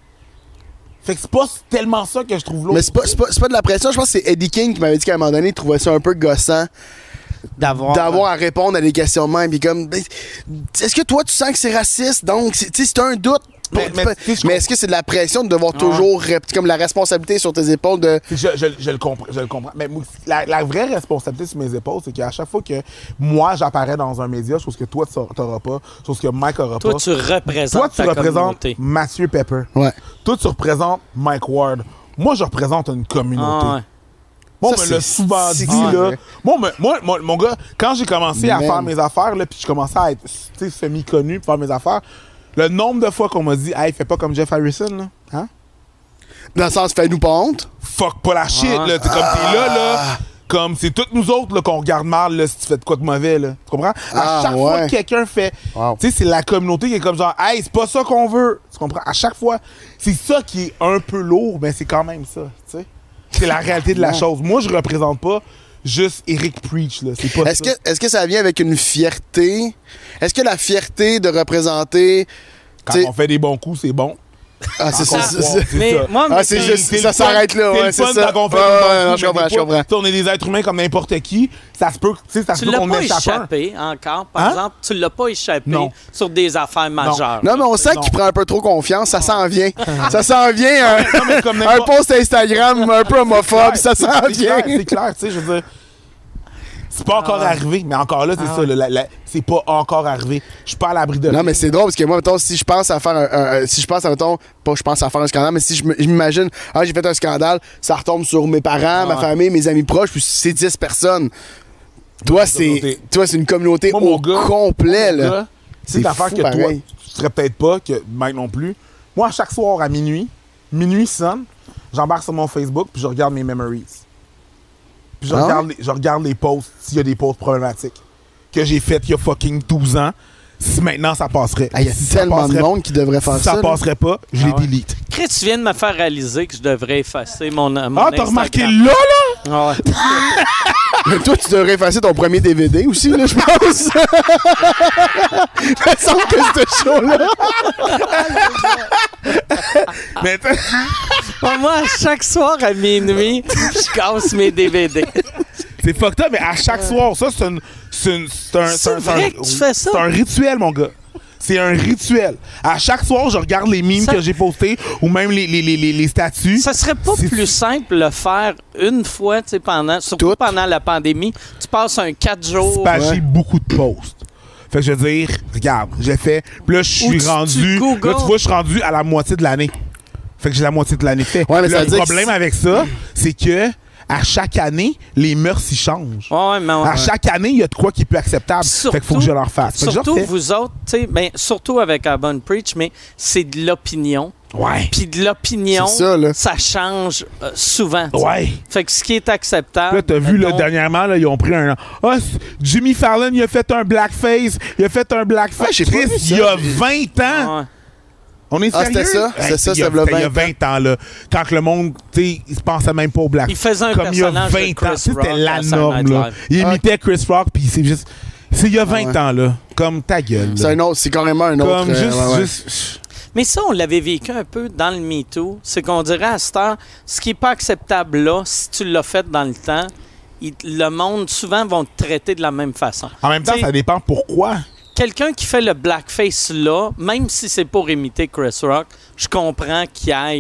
Fait que c'est pas tellement ça que je trouve lourd. Mais c'est pas de la pression. Je pense que c'est Eddie King qui m'avait dit qu'à un moment donné, il trouvait ça un peu gossant. D'avoir à répondre à des questions de même. Puis comme, est-ce que toi, tu sens que c'est raciste? Donc, c'est un doute. Mais est-ce que c'est de la pression de devoir toujours, comme la responsabilité sur tes épaules de... Je le comprends. Mais la vraie responsabilité sur mes épaules, c'est qu'à chaque fois que moi, j'apparais dans un média, chose que toi, tu n'auras pas, chose que Mike n'aura pas. Toi, tu représentes Mathieu Pepper. Ouais. Toi, tu représentes Mike Ward. Moi, je représente une communauté. Ouais. Moi, on me l'a souvent dit, là. Moi, mon gars, quand j'ai commencé à faire mes affaires, là, puis je commençais à être semi-connu pour faire mes affaires, le nombre de fois qu'on m'a dit « Hey, fais pas comme Jeff Harrison, là. » Hein? Dans le sens, fais-nous pas honte. Fuck pas la shit, là. T'es comme t'es là. Comme c'est toutes nous autres là, qu'on regarde mal là, si tu fais de quoi de mauvais, là. Tu comprends? À chaque fois que quelqu'un fait... Tu sais, c'est la communauté qui est comme genre « Hey, c'est pas ça qu'on veut. » Tu comprends? À chaque fois, c'est ça qui est un peu lourd, mais c'est quand même ça, tu sais. C'est la réalité de la chose. Moi, je représente pas juste Eric Preach, là. C'est pas ça. Est-ce que ça vient avec une fierté? Est-ce que la fierté de représenter... Quand on fait des bons coups, c'est bon. Ah, c'est ça. C'est juste, ça s'arrête là. Ouais, c'est ça. Je comprends. On est des êtres humains comme n'importe qui. Ça se peut, qu'on l'as pas échappé encore, par exemple. Tu l'as pas échappé sur des affaires majeures. Non, mais on sent qu'il prend un peu trop confiance. Ça s'en vient. Ça s'en vient. Un post Instagram un peu homophobe. Ça s'en vient. C'est clair, tu sais, je veux dire. C'est pas encore arrivé, mais encore là, c'est ça. C'est pas encore arrivé. Je suis pas à l'abri de... Non, mais c'est drôle, parce que moi, mettons, si je pense à faire un scandale, mais si je m'imagine, j'ai fait un scandale, ça retombe sur mes parents, ma famille, mes amis proches, puis c'est 10 personnes. Toi, c'est une communauté au complet, là. C'est une affaire que toi, tu serais peut-être pas, que Mike non plus. Moi, chaque soir à minuit sonne, j'embarque sur mon Facebook, puis je regarde mes memories. Puis je regarde les posts, s'il y a des posts problématiques que j'ai fait il y a fucking 12 ans. Si maintenant ça passerait. Il y a tellement de monde qui devrait faire ça. Si ça passerait pas, je les delete. Chris, tu viens de me faire réaliser que je devrais effacer mon T'as Instagram. remarqué là? Ah ouais. Mais toi, tu devrais effacer ton premier DVD aussi, là, je pense. Il me semble que ce show-là. Mais moi, chaque soir à minuit, je casse mes DVD. C'est fucked up, mais à chaque soir, ça, C'est vrai que tu fais ça? C'est un rituel, mon gars. C'est un rituel. À chaque soir, je regarde les memes que j'ai postés ou même les statuts. Ça serait pas plus simple de le faire une fois, tu sais, surtout pendant la pandémie. Tu passes un 4 jours. J'ai beaucoup de posts. Fait que je veux dire, regarde, j'ai fait. Puis là, je suis rendu. Là, tu vois, je suis rendu à la moitié de l'année. Fait que j'ai la moitié de l'année fait. Ouais, mais le problème avec ça, c'est que à chaque année, les mœurs y changent. À chaque année, il y a de quoi qui est plus acceptable. Surtout, fait qu'il faut que je leur fasse. Surtout vous autres, tu sais, surtout avec Urban Preach, mais c'est de l'opinion. Ouais. Puis de l'opinion, ça change souvent. Ouais. Fait que ce qui est acceptable. Là, t'as vu, là, dernièrement, là, ils ont pris un. Jimmy Fallon, il a fait un blackface. Il y a 20 ans. Ouais. On est sérieux? C'était ça, il y a 20 ans, là. Quand que le monde, tu sais, il se pensait même pas au black. Il faisait un comme personnage il y a 20 de Chris ans. C'était Rock la norme, là. Il imitait Chris Rock, puis c'est juste... C'est il y a 20 ans, là. Comme ta gueule. C'est carrément un autre... Comme juste... Mais ça, on l'avait vécu un peu dans le MeToo. C'est qu'on dirait à cette heure, ce qui n'est pas acceptable là, si tu l'as fait dans le temps, le monde, souvent, vont te traiter de la même façon. En même temps, ça dépend pourquoi. Quelqu'un qui fait le blackface là, même si c'est pour imiter Chris Rock, je comprends qu'il aille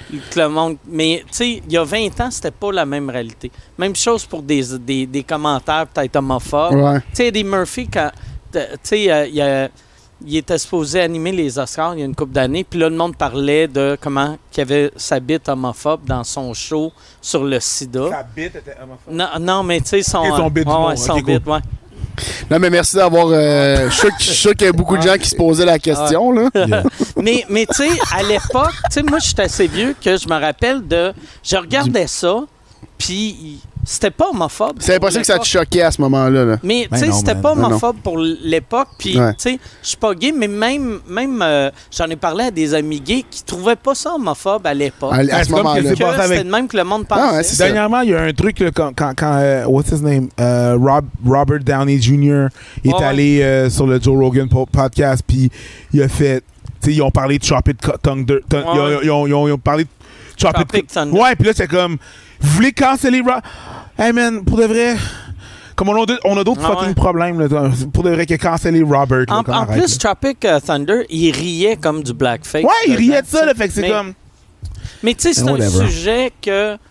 que le monde... Mais, tu sais, il y a 20 ans, c'était pas la même réalité. Même chose pour des commentaires peut-être homophobes. Ouais. Tu sais, Eddie Murphy, quand... Tu sais, il était supposé animer les Oscars il y a une couple d'années, puis là, le monde parlait de comment qu'il y avait sa bite homophobe dans son show sur le sida. Sa bite était homophobe. Non, mais tu sais, son bite du ouais, monde. son Ok, bite, cool. ouais. Non, mais merci d'avoir. Je suis sûr qu'il y a beaucoup de gens qui se posaient la question, là. Yeah. Mais tu sais, à l'époque, tu sais, moi, j'étais assez vieux que je me rappelle de... Je regardais ça, puis c'était pas homophobe. C'est impossible que ça te choquait à ce moment-là, là. Mais tu Ben sais, non, c'était man. pas Ben non. homophobe pour l'époque. Puis, Ouais. tu sais, je suis pas gay, mais même j'en ai parlé à des amis gays qui trouvaient pas ça homophobe à l'époque. À c'est ce comme moment-là. que c'est Que passé avec- c'était de même que le monde Ah, ouais, pensait. c'est ça. Dernièrement, il y a un truc là, quand what's his name? Robert Downey Jr. est Ouais. allé sur le Joe Rogan podcast, puis il a fait. Tu sais, ils ont parlé de Tropic Thunder. Ouais. Ils ont parlé de Tropic Thunder. Ouais, puis là, c'est comme. Vous voulez canceller Hey man, pour de vrai. Comme on a d'autres Ah, fucking ouais. problèmes, là, pour de vrai, que canceller Robert. là, En comme arrête, plus, là. Tropic Thunder, il riait comme du blackface. Ouais, il dedans, riait de ça, là, tu sais. fait que c'est Mais- comme. Mais tu sais, c'est un Whatever. sujet que, tu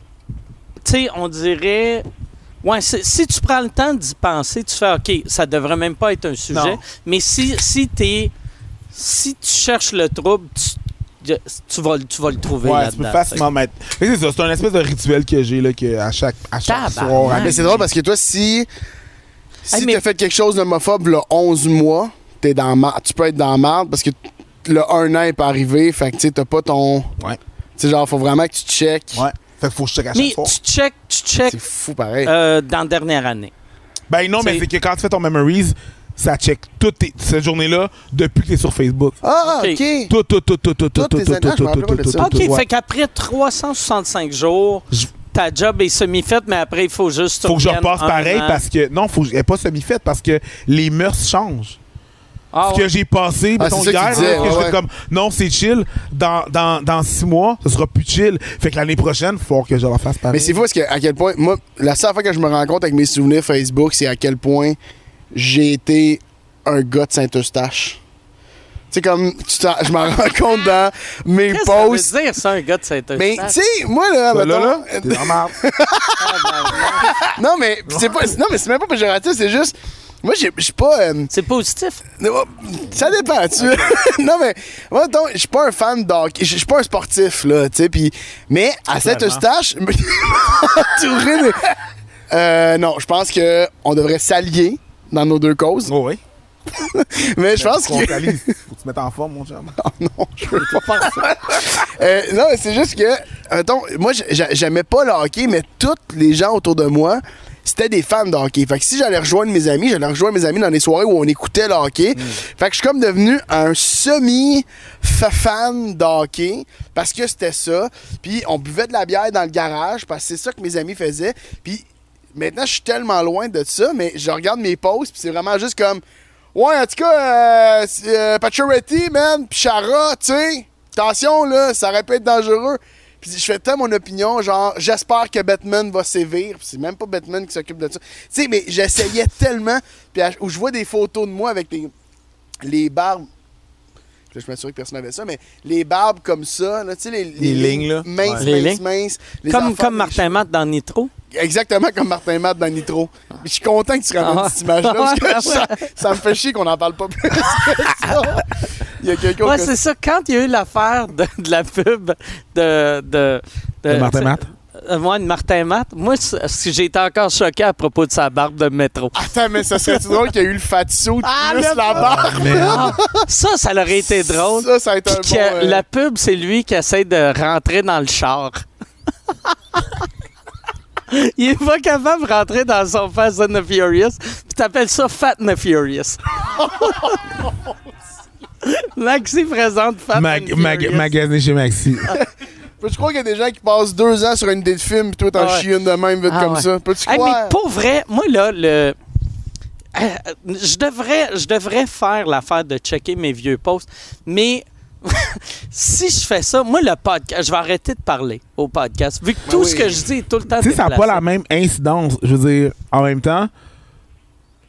sais, on dirait... Ouais, si tu prends le temps d'y penser, tu fais, OK, ça devrait même pas être un sujet. Non. Mais si tu cherches le trouble, tu vas le trouver Ouais, tu peux là-dedans. facilement mettre. Mais c'est ça, c'est un espèce de rituel que j'ai, là, que à chaque Tabarnak. soir. Mais c'est drôle parce que toi, si Hey, mais- t'as fait quelque chose d'homophobe le 11 mois, tu peux être dans la marde parce que le 1 an est pas arrivé. Fait que tu sais, t'as pas ton. Ouais. Tu sais, genre, faut vraiment que tu checkes. Ouais. Fait qu'il faut que je check à chaque Mais fois. tu check C'est fou pareil. dans la dernière année. Ben non, mais C'est- c'est que quand tu fais ton Memories, ça check toute cette journée-là depuis que t'es sur Facebook. Ah, Ok. OK. Tout. Toutes tes années, je me rappelle pas de ça. OK, ouais. fait qu'après 365 jours, ta job est semi-faite, mais après, il faut juste... Faut que je reviennes repasse un pareil an. parce que. Non, elle n'est pas semi-faite parce que les mœurs changent. Ah, Ce que ouais. j'ai passé, Ah, mettons, c'est ça que hier, tu disais, là, que je ouais, fais comme non, c'est chill. Dans 6 mois, ce sera plus chill. Fait que l'année prochaine, il faut falloir que je le fasse pareil. Mais c'est fou parce que à quel point. Moi, la seule fois que je me rends compte avec mes souvenirs Facebook, c'est à quel point j'ai été un gars de Saint-Eustache. Tu sais, comme. Je m'en rends compte dans mes Qu'est-ce que ça posts. veut dire, ça, un gars de Saint-Eustache? Mais, tu sais, moi, là, Ça, mettons, là, t'es dans la merde. non, mais c'est même pas péjoratif, c'est juste. Moi, je suis pas. C'est positif. Ça dépend, tu Non, mais, moi, donc, je suis pas un fan de hockey. Je suis pas un sportif, là, tu sais. Mais à Saint-Eustache, entouré de. Non, je pense qu'on devrait s'allier dans nos deux causes. Oh, oui. Mais je pense que. Faut que tu te mettes en forme, mon chum. Non, je veux pas faire ça. Non, mais c'est juste que, mettons, moi, j'aimais pas le hockey, mais tous les gens autour de moi, c'était des fans de hockey. Fait que si j'allais rejoindre mes amis dans des soirées où on écoutait le hockey. Fait que je suis comme devenu un semi-fan de hockey parce que c'était ça. Puis on buvait de la bière dans le garage parce que c'est ça que mes amis faisaient. Puis maintenant, je suis tellement loin de ça, mais je regarde mes posts, puis c'est vraiment juste comme... Ouais, en tout cas, Pacioretty, man, pis Chara, tu sais, attention, là, ça aurait pu être dangereux. Puis je fais tant mon opinion, genre, j'espère que Batman va sévir. Puis c'est même pas Batman qui s'occupe de ça. Tu sais, mais j'essayais tellement, puis où je vois des photos de moi avec les barbes. Là, je m'assure que personne n'avait ça, mais les barbes comme ça, là, tu sais, les lignes, là. minces, Ouais. Les minces, lignes. minces. Les Comme enfants, les Martin Matt dans Nitro. Exactement comme Martin Matt dans Nitro. Puis je suis content que tu ramènes Ah. cette image-là parce que ça me fait chier qu'on n'en parle pas plus que ça. Il y a quelqu'un Ouais, qui c'est ça. Quand il y a eu l'affaire de la pub de Martin Matt? Moi, de Martin Matt, moi, j'ai été encore choqué à propos de sa barbe de métro. Attends, mais ça serait drôle qu'il y ait eu le fatso Ah, plus le la barbe. Ah, ça aurait été drôle. Ça a été un Puis bon... que la pub, c'est lui qui essaie de rentrer dans le char. Il est pas capable de rentrer dans son Fast and the Furious. Puis t'appelles ça Fat and the Furious. Maxi présente Fat and the Furious. Magasiné chez Maxi. Peux-tu croire qu'il y a des gens qui passent 2 ans sur une idée de film puis toi t'en Ah ouais. chies une de même vite Ah comme ouais. ça? Peux-tu Hey, croire? mais pour vrai, moi là, je devrais faire l'affaire de checker mes vieux posts, mais si je fais ça, moi le podcast, je vais arrêter de parler au podcast, vu que tout oui. ce que je dis est tout le temps Tu sais, ça n'a pas déplacé. la même incidence. Je veux dire, en même temps,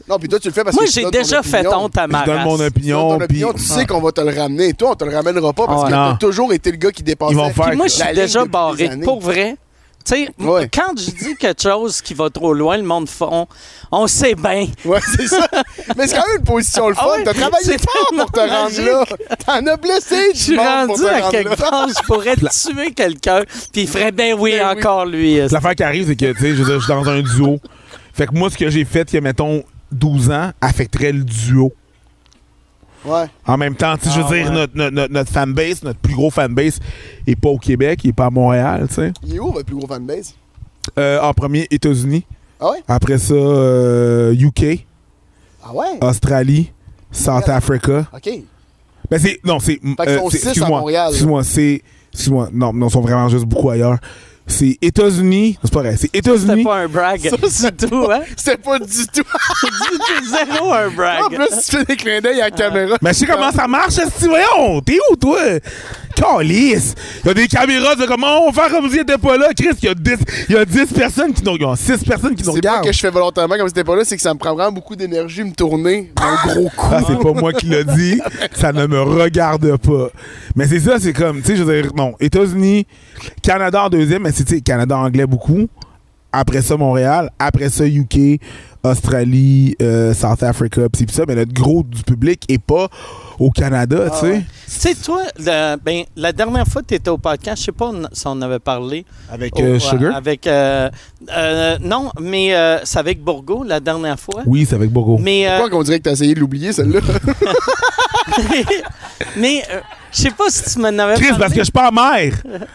Non, puis toi, tu le fais parce Moi, que tu j'ai donnes déjà ton fait opinion. honte à ma Je donne race. mon Tu donnes opinion. ton opinion, tu sais qu'on va te le ramener. Toi, on te le ramènera pas parce que Non. t'as toujours été le gars qui dépassait. Ils vont faire Puis moi, je suis la ligne déjà depuis des barré. années. Pour vrai, tu sais, Ouais. quand je dis quelque chose qui va trop loin, le monde fond, on sait bien. Ouais, c'est ça. Mais c'est quand même une position le fun. Ah ouais, T'as travaillé c'est fort pour te tellement rendre là. T'en as blessé Je suis du monde pour rendu te à rendre quelque là. part, je pourrais tuer quelqu'un, puis il ferait ben oui, Ben oui. encore lui. L'affaire qui arrive, c'est que, tu sais, je veux dire, je suis dans un duo. Fait que moi, ce que j'ai fait, il y a, mettons, 12 ans, affecterait le duo. Ouais. En même temps, tu sais, je veux dire, notre fanbase, notre plus gros fanbase, est pas au Québec, il est pas à Montréal, tu sais. Il est où votre plus gros fanbase? En premier, États-Unis. Ah ouais? Après ça, UK, Ah ouais? Australie, South Montréal. Africa. OK. Ben c'est non, c'est Fait qu'ils sont 6 à excuse-moi. Montréal. Excuse-moi, non, ils sont vraiment juste beaucoup ailleurs. C'est États-Unis, c'est pas vrai, c'est C'était États-Unis. pas un brag Ça, c'est du tout, hein? C'était pas du tout. Zéro un En brag. plus, tu fais des clins d'œil à la caméra. Mais je sais comment ça marche, esti, voyons, t'es où toi? Calice! Il y a des caméras, c'est comment on va faire comme s'il était pas là. Chris, il y a 10 personnes qui nous regardent, 6 personnes qui nous C'est pas regardent. que je fais volontairement comme si t'étais pas là, c'est que ça me prend vraiment beaucoup d'énergie me tourner d'un gros coup. Ah, c'est pas moi qui l'a dit. Ça ne me regarde pas. Mais c'est ça, c'est comme, tu sais, je veux dire, non, États-Unis, Canada en deuxième, mais c'est, tu sais, Canada anglais beaucoup. Après ça, Montréal. Après ça, UK, Australie, South Africa, pis ça. Mais notre gros du public est pas au Canada, tu sais. ouais. Tu sais, toi, la dernière fois que tu étais au podcast, je sais pas si on avait parlé. Avec Oh, Sugar? Avec, non, mais c'est avec Bourgo la dernière fois. Oui, c'est avec Bogo. Mais, Pourquoi qu'on dirait que t'as essayé de l'oublier, celle-là? mais je sais pas si tu m'en avais Chris, parlé. parce que je suis pas mère.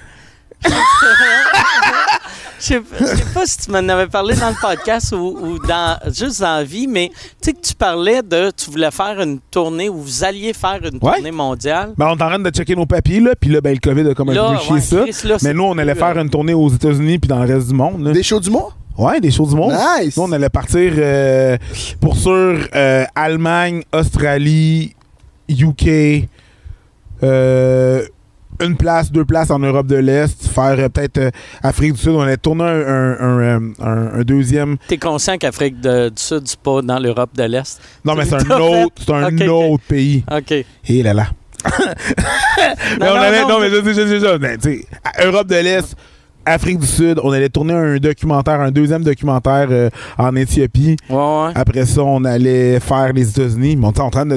Je sais pas si tu m'en avais parlé dans le podcast ou juste dans la vie, mais tu sais que tu parlais tu voulais faire une tournée ou vous alliez faire une Ouais. tournée mondiale. Ben, on est en train de checker nos papiers, là. Puis là, ben, le COVID a comme un Là, peu chié ouais, ça. Chris, là, c'est Mais nous, on allait plus, faire une tournée aux États-Unis puis dans le reste du monde, là. Des shows du mois? Ouais, des choses du monde. Nice! Nous, on allait partir pour sûr Allemagne, Australie, UK, une place, 2 places en Europe de l'Est, faire peut-être Afrique du Sud. On allait tourner un deuxième. T'es conscient qu'Afrique du Sud, c'est pas dans l'Europe de l'Est? Non, mais c'est T'as un fait? Ok, ok. autre pays. OK. Et là là. Mais on allait, non, mais je sais, mais tu sais, Europe de l'Est, Afrique du Sud, on allait tourner un deuxième documentaire en Éthiopie. Ouais. Après ça, on allait faire les États-Unis. Mais on est en train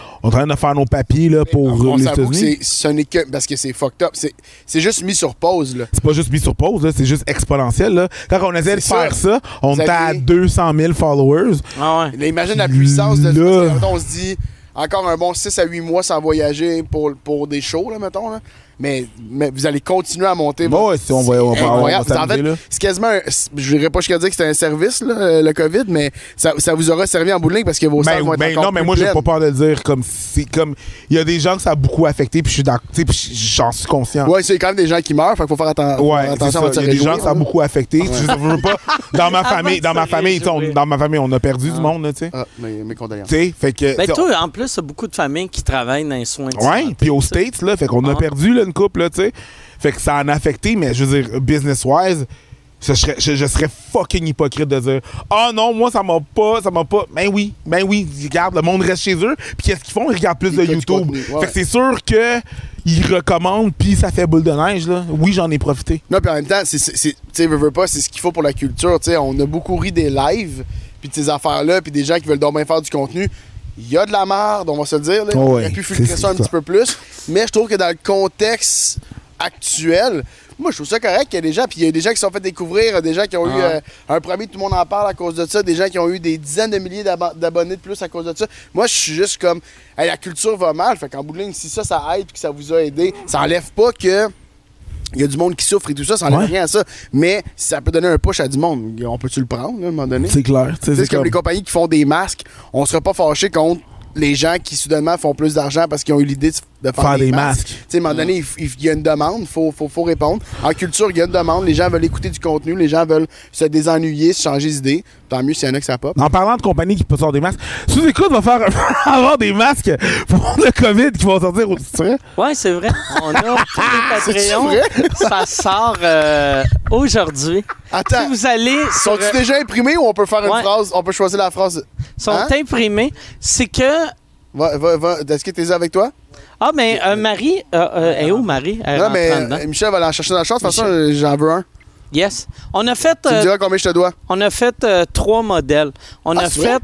de faire nos papiers là, pour On les s'avoue que États-Unis. ce n'est que parce que c'est fucked up. C'est juste mis sur pause, là. C'est pas juste mis sur pause, là, c'est juste exponentiel. Là. Quand on essayait de C'est faire ça, on Vous était à aviez- 200 000 followers. Ah ouais. Là, imagine la puissance de Là. parce que, mettons, on se dit encore un bon 6 à 8 mois sans voyager pour des shows, là, mettons. Là. Mais vous allez continuer à monter. Bon, ouais, si on va incroyable. s'amuser, En fait, là. c'est quasiment je dirais pas jusqu'à dire que c'était un service, là, le COVID, mais ça vous aura servi en bout de ligne parce que vos salles vont être encore non, mais plus moi, j'ai pleines. pas peur de le dire. Comme c'est comme il y a des gens que ça a beaucoup affecté, puis je suis d'accord, tu sais, puis j'en suis conscient. Ouais, c'est quand même des gens qui meurent, fait qu'il faut faire Ouais, c'est attention ça. à Il y a des gens que ça a beaucoup. beaucoup affecté. Je veux pas. Dans ma famille, tu sais, dans ma famille, on a perdu du monde, là, tu sais. Ah, mes condoléances. Tu sais, fait que. Ben t'sais, toi, en plus, t'as beaucoup de familles qui travaillent dans les soins de ouais, santé, puis aux ça. States, là, fait qu'on a Ah. perdu là, une couple, là, tu sais. Fait que ça en a affecté, mais je veux dire, business-wise, je serais fucking hypocrite de dire ah non, moi, ça m'a pas. Ben oui, regarde, le monde reste chez eux, puis qu'est-ce qu'ils font? Ils regardent plus Ils de écoutent du YouTube. contenu, ouais. Fait que c'est sûr qu'ils recommandent, puis ça fait boule de neige, là. Oui, j'en ai profité. Non, puis en même temps, tu sais, veux pas, c'est ce qu'il faut pour la culture. Tu sais, on a beaucoup ri des lives, puis de ces affaires-là, puis des gens qui veulent donc bien faire du contenu. Il y a de la merde, on va se le dire. Là. Oh On ouais, aurait pu filtrer c'est ça un ça. petit peu plus. Mais je trouve que dans le contexte actuel, moi, je trouve ça correct qu'il y a des gens, puis il y a des gens qui se sont fait découvrir, des gens qui ont eu un premier, tout le monde en parle à cause de ça, des gens qui ont eu des dizaines de milliers d'abonnés de plus à cause de ça. Moi, je suis juste comme, hey, la culture va mal, fait qu'en bout de ligne, si ça aide et que ça vous a aidé, ça enlève pas que il y a du monde qui souffre et tout ça, ça enlève Ouais. rien à ça. Mais si ça peut donner un push à du monde, on peut-tu le prendre, là, à un moment donné? C'est clair. Tu sais, c'est comme les compagnies qui font des masques, on serait pas fâché contre les gens qui soudainement font plus d'argent parce qu'ils ont eu l'idée de faire des masques. Tu sais, à un moment donné, il y a une demande, faut répondre. En culture, il y a une demande, les gens veulent écouter du contenu, les gens veulent se désennuyer, se changer d'idée. Tant mieux s'il y en a que ça pop. En parlant de compagnies qui peuvent sortir des masques, Sous-Écoute va faire avoir des masques pour le COVID qui vont sortir au titre. Ouais, c'est vrai. On a tous les C'est-tu Patreons. vrai? Ça sort aujourd'hui. Attends. Si vous allez sur... Sont-ils déjà imprimés ou on peut faire une phrase? On peut choisir la phrase. Sont imprimés. C'est que... Va. Est-ce que t'es avec toi? Ah, mais Marie... est où, Marie? Non, mais Michel va aller en chercher dans le champ. De toute façon, j'en veux un. Yes. On a fait... Tu me diras combien je te dois. On a fait 3 modèles. On a fait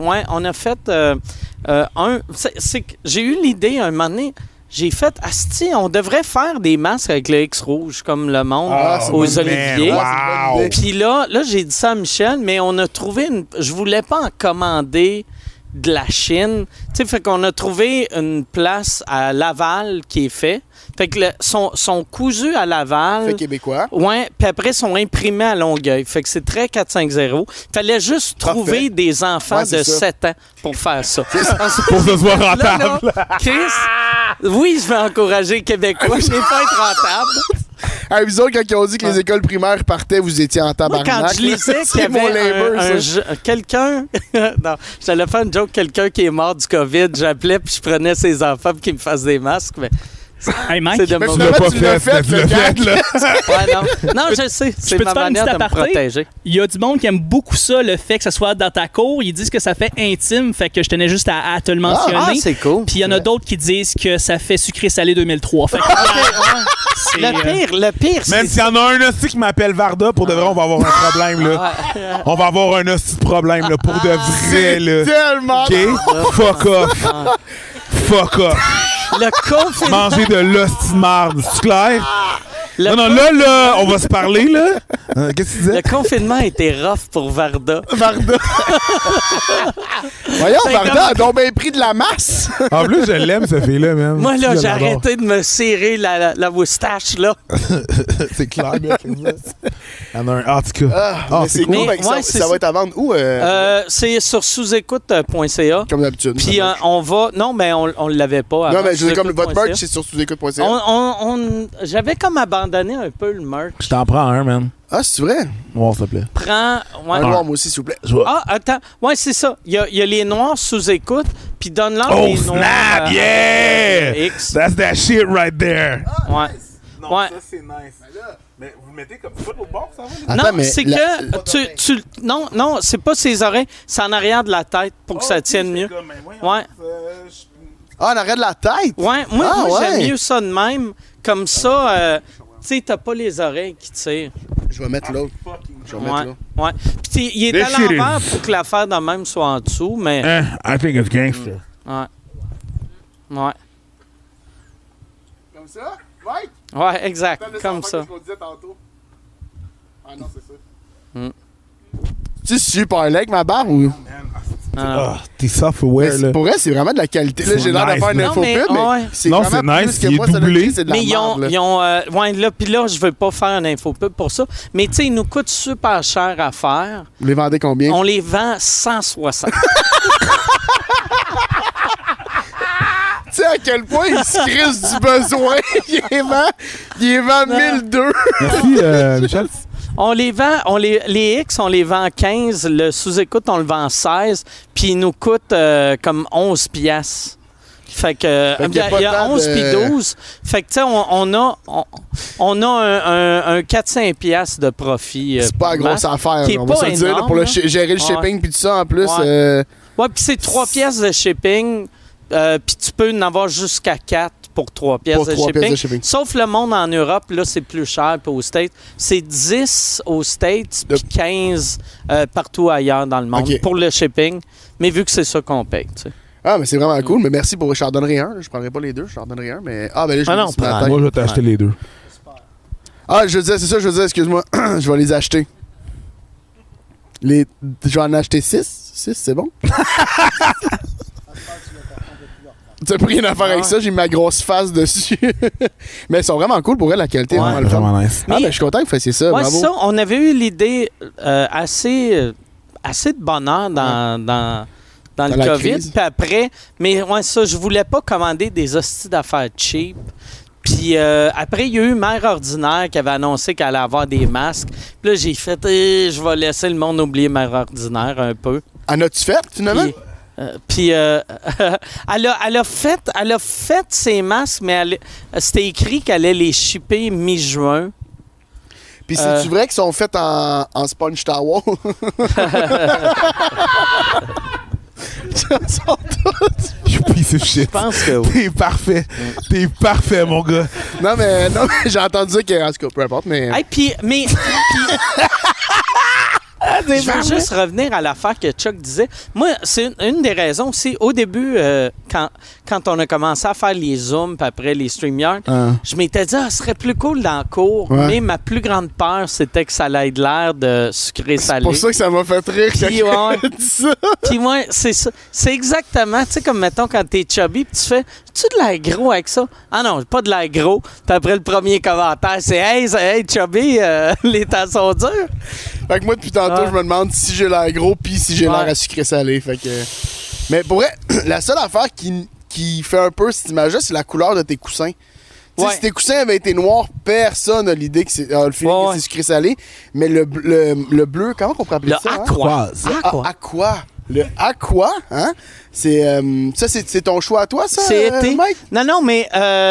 un... C'est que j'ai eu l'idée un moment donné... J'ai fait, asti, on devrait faire des masques avec le X rouge, comme le monde aux Oliviers. Wow. Puis là, j'ai dit ça à Michel, mais on a trouvé je voulais pas en commander de la Chine. Tu sais, fait qu'on a trouvé une place à Laval qui est fait. Fait que sont cousus à Laval. Fait québécois. Ouais, puis après, sont imprimés à Longueuil. Fait que c'est très 450. Fallait juste trouver des enfants de 7 ans pour faire ça. Pour que ce soit rentable. Là, Chris, oui, je vais encourager les Québécois, je vais pas être rentable. Vous autres, quand ils ont dit que les écoles primaires partaient, vous étiez en tabarnak. Moi, quand je lisais qu'il y avait quelqu'un... non, j'allais faire une joke, quelqu'un qui est mort du COVID, j'appelais puis je prenais ses enfants pour qu'ils me fassent des masques, mais... Hey Mike, c'est de mais mon... tu l'as pas fait, le gag, là. Ouais, non, je sais, c'est ma manière de me protéger. Il y a du monde qui aime beaucoup ça, le fait que ça soit dans ta cour. Ils disent que ça fait intime, fait que je tenais juste à te le mentionner. Ah, c'est cool. Puis il y en a d'autres qui disent que ça fait sucré-salé 2003. Fait que, le pire, c'est... Même s'il y en a un hostie qui m'appelle Varda, pour de vrai, on va avoir un problème, là. On va avoir un hostie de problème, là, pour de vrai, là. Tellement. OK? Fuck off. Fuck off. Le confinement... Manger de l'hostie de marde, c'est clair? Non, là, on va se parler, là. Qu'est-ce que tu disais? Le confinement a été rough pour Varda. Voyons, Varda a donc bien pris de la masse. En plus, je l'aime, cette fille-là, même. Moi, là, j'ai arrêté de me serrer la moustache, là. C'est clair, bien. En tout cas. C'est cool. Ça va être à vendre où? C'est sur sous-écoute.ca. Comme d'habitude. Puis on va... Non, mais on l'avait pas avant. Non, mais je veux comme votre merch, c'est sur sous-écoute.ca. J'avais comme abandonné un peu le merch. Je t'en prends un, man. Ah, c'est vrai? Ouais, s'il te plaît. Prends... Ouais. Un noir, moi aussi, s'il vous plaît. Ah, attends. Ouais, c'est ça. Il y a les noirs sous-écoute, puis donne-leur les noirs... Snap, yeah! X. That's that shit right there. Ouais. Non, ouais. ça, c'est nice. Mais vous le mettez comme ça au bord, ça va? Non, c'est que non, c'est pas ses oreilles, c'est en arrière de la tête pour que ça tienne mieux. Ouais. Ah, en arrière de la tête? Ouais, moi j'aime mieux ça de même. Comme ça, tu sais, t'as pas les oreilles qui tirent. Je vais mettre l'autre. Ouais. Puis il est à l'envers pour que l'affaire de même soit en dessous, mais... I think it's gangster. Ouais. Comme ça? Right? Ouais, exact. Comme ça. Ah non, c'est ça. Tu es super laid, ma barre ou? T'es software, là. Pour vrai, c'est vraiment de la qualité. Là, j'ai l'air de faire une info pub, mais c'est non, vraiment c'est plus nice, que il est moi, ça doublé. c'est de la mais merde, ils ont ouais, là, puis là, je veux pas faire une info pub pour ça. Mais tu sais, ils nous coûtent super cher à faire. Vous les vendez combien? On les vend 160. Tu sais à quel point ils se crissent du besoin. Il vend 1002. Merci, Michel. On les vend, les X, on les vend 15. Le sous-écoute, on le vend 16. Puis il nous coûte comme 11 piastres. Fait que il y a 11 puis 12. Fait que tu sais, on a un 4-5 piastres de profit. C'est pas la grosse affaire, qui est on va pas se le dire, énorme, pour là. gérer le shipping puis tout ça en plus. Ouais, puis c'est 3 piastres de shipping. Puis tu peux en avoir jusqu'à 4 pour 3 pièces de shipping. Sauf le monde en Europe, là, c'est plus cher. Puis aux States, c'est 10 aux States, puis 15 partout ailleurs dans le monde pour le shipping. Mais vu que c'est ça qu'on paye, tu sais. Ah, mais c'est vraiment cool. Mais merci pour... Je t'en donnerai un. Je prendrai pas les deux. Je t'en donnerai un. Mais... Ah, ben là, je moi, je vais t'acheter les deux. Ah, je disais, c'est ça, je veux dire, excuse-moi. Je vais les acheter. Je vais en acheter 6. 6, c'est bon? Tu n'as pris une affaire avec ça, j'ai mis ma grosse face dessus. Mais ils sont vraiment cool pour elle, la qualité. Ouais, vraiment nice. Ah, ben, je suis content que vous fassiez ça. Ouais, bravo. ça, on avait eu l'idée assez de bonheur dans le COVID. Puis après, mais ouais, ça, je voulais pas commander des hosties d'affaires cheap. Puis après, il y a eu Mère Ordinaire qui avait annoncé qu'elle allait avoir des masques. Puis là, j'ai fait, je vais laisser le monde oublier Mère Ordinaire un peu. En as-tu fait, finalement? Puis elle a fait ses masques, mais c'était écrit qu'elle allait les shipper mi-juin. Puis c'est-tu vrai qu'ils sont faits en sponge towel? Piece of shit. Je pense que oui. T'es parfait. T'es parfait, mon gars. Non, mais j'ai entendu dire que, en tout cas, peu importe, mais... Hey, je veux juste revenir à l'affaire que Chuck disait. Moi, c'est une des raisons aussi. Au début, quand on a commencé à faire les Zooms puis après les StreamYard, je m'étais dit, ce serait plus cool dans le cours. Ouais. Mais ma plus grande peur, c'était que ça allait de l'air de sucré-salé. C'est pour ça que ça m'a fait rire quand Puis, il dit ça. Puis moi, c'est ça. C'est exactement, tu sais, comme mettons quand t'es chubby, puis tu fais, tu de l'air gros avec ça? Ah non, pas de l'air gros. Puis après le premier commentaire, c'est hey chubby, les temps sont durs. Fait que moi, depuis tantôt, je me demande si j'ai l'air gros puis si j'ai l'air à sucré salé. Fait que... Mais pour vrai, la seule affaire qui fait un peu cette image-là, c'est la couleur de tes coussins. Tu sais, si tes coussins avaient été noirs, personne n'a l'idée que c'est le feeling que c'est sucré salé. Mais le bleu, comment on pourrait appeler ça? Aqua. Le aqua, hein? C'est ça, c'est ton choix à toi, ça? C'est été. Mike? Non, mais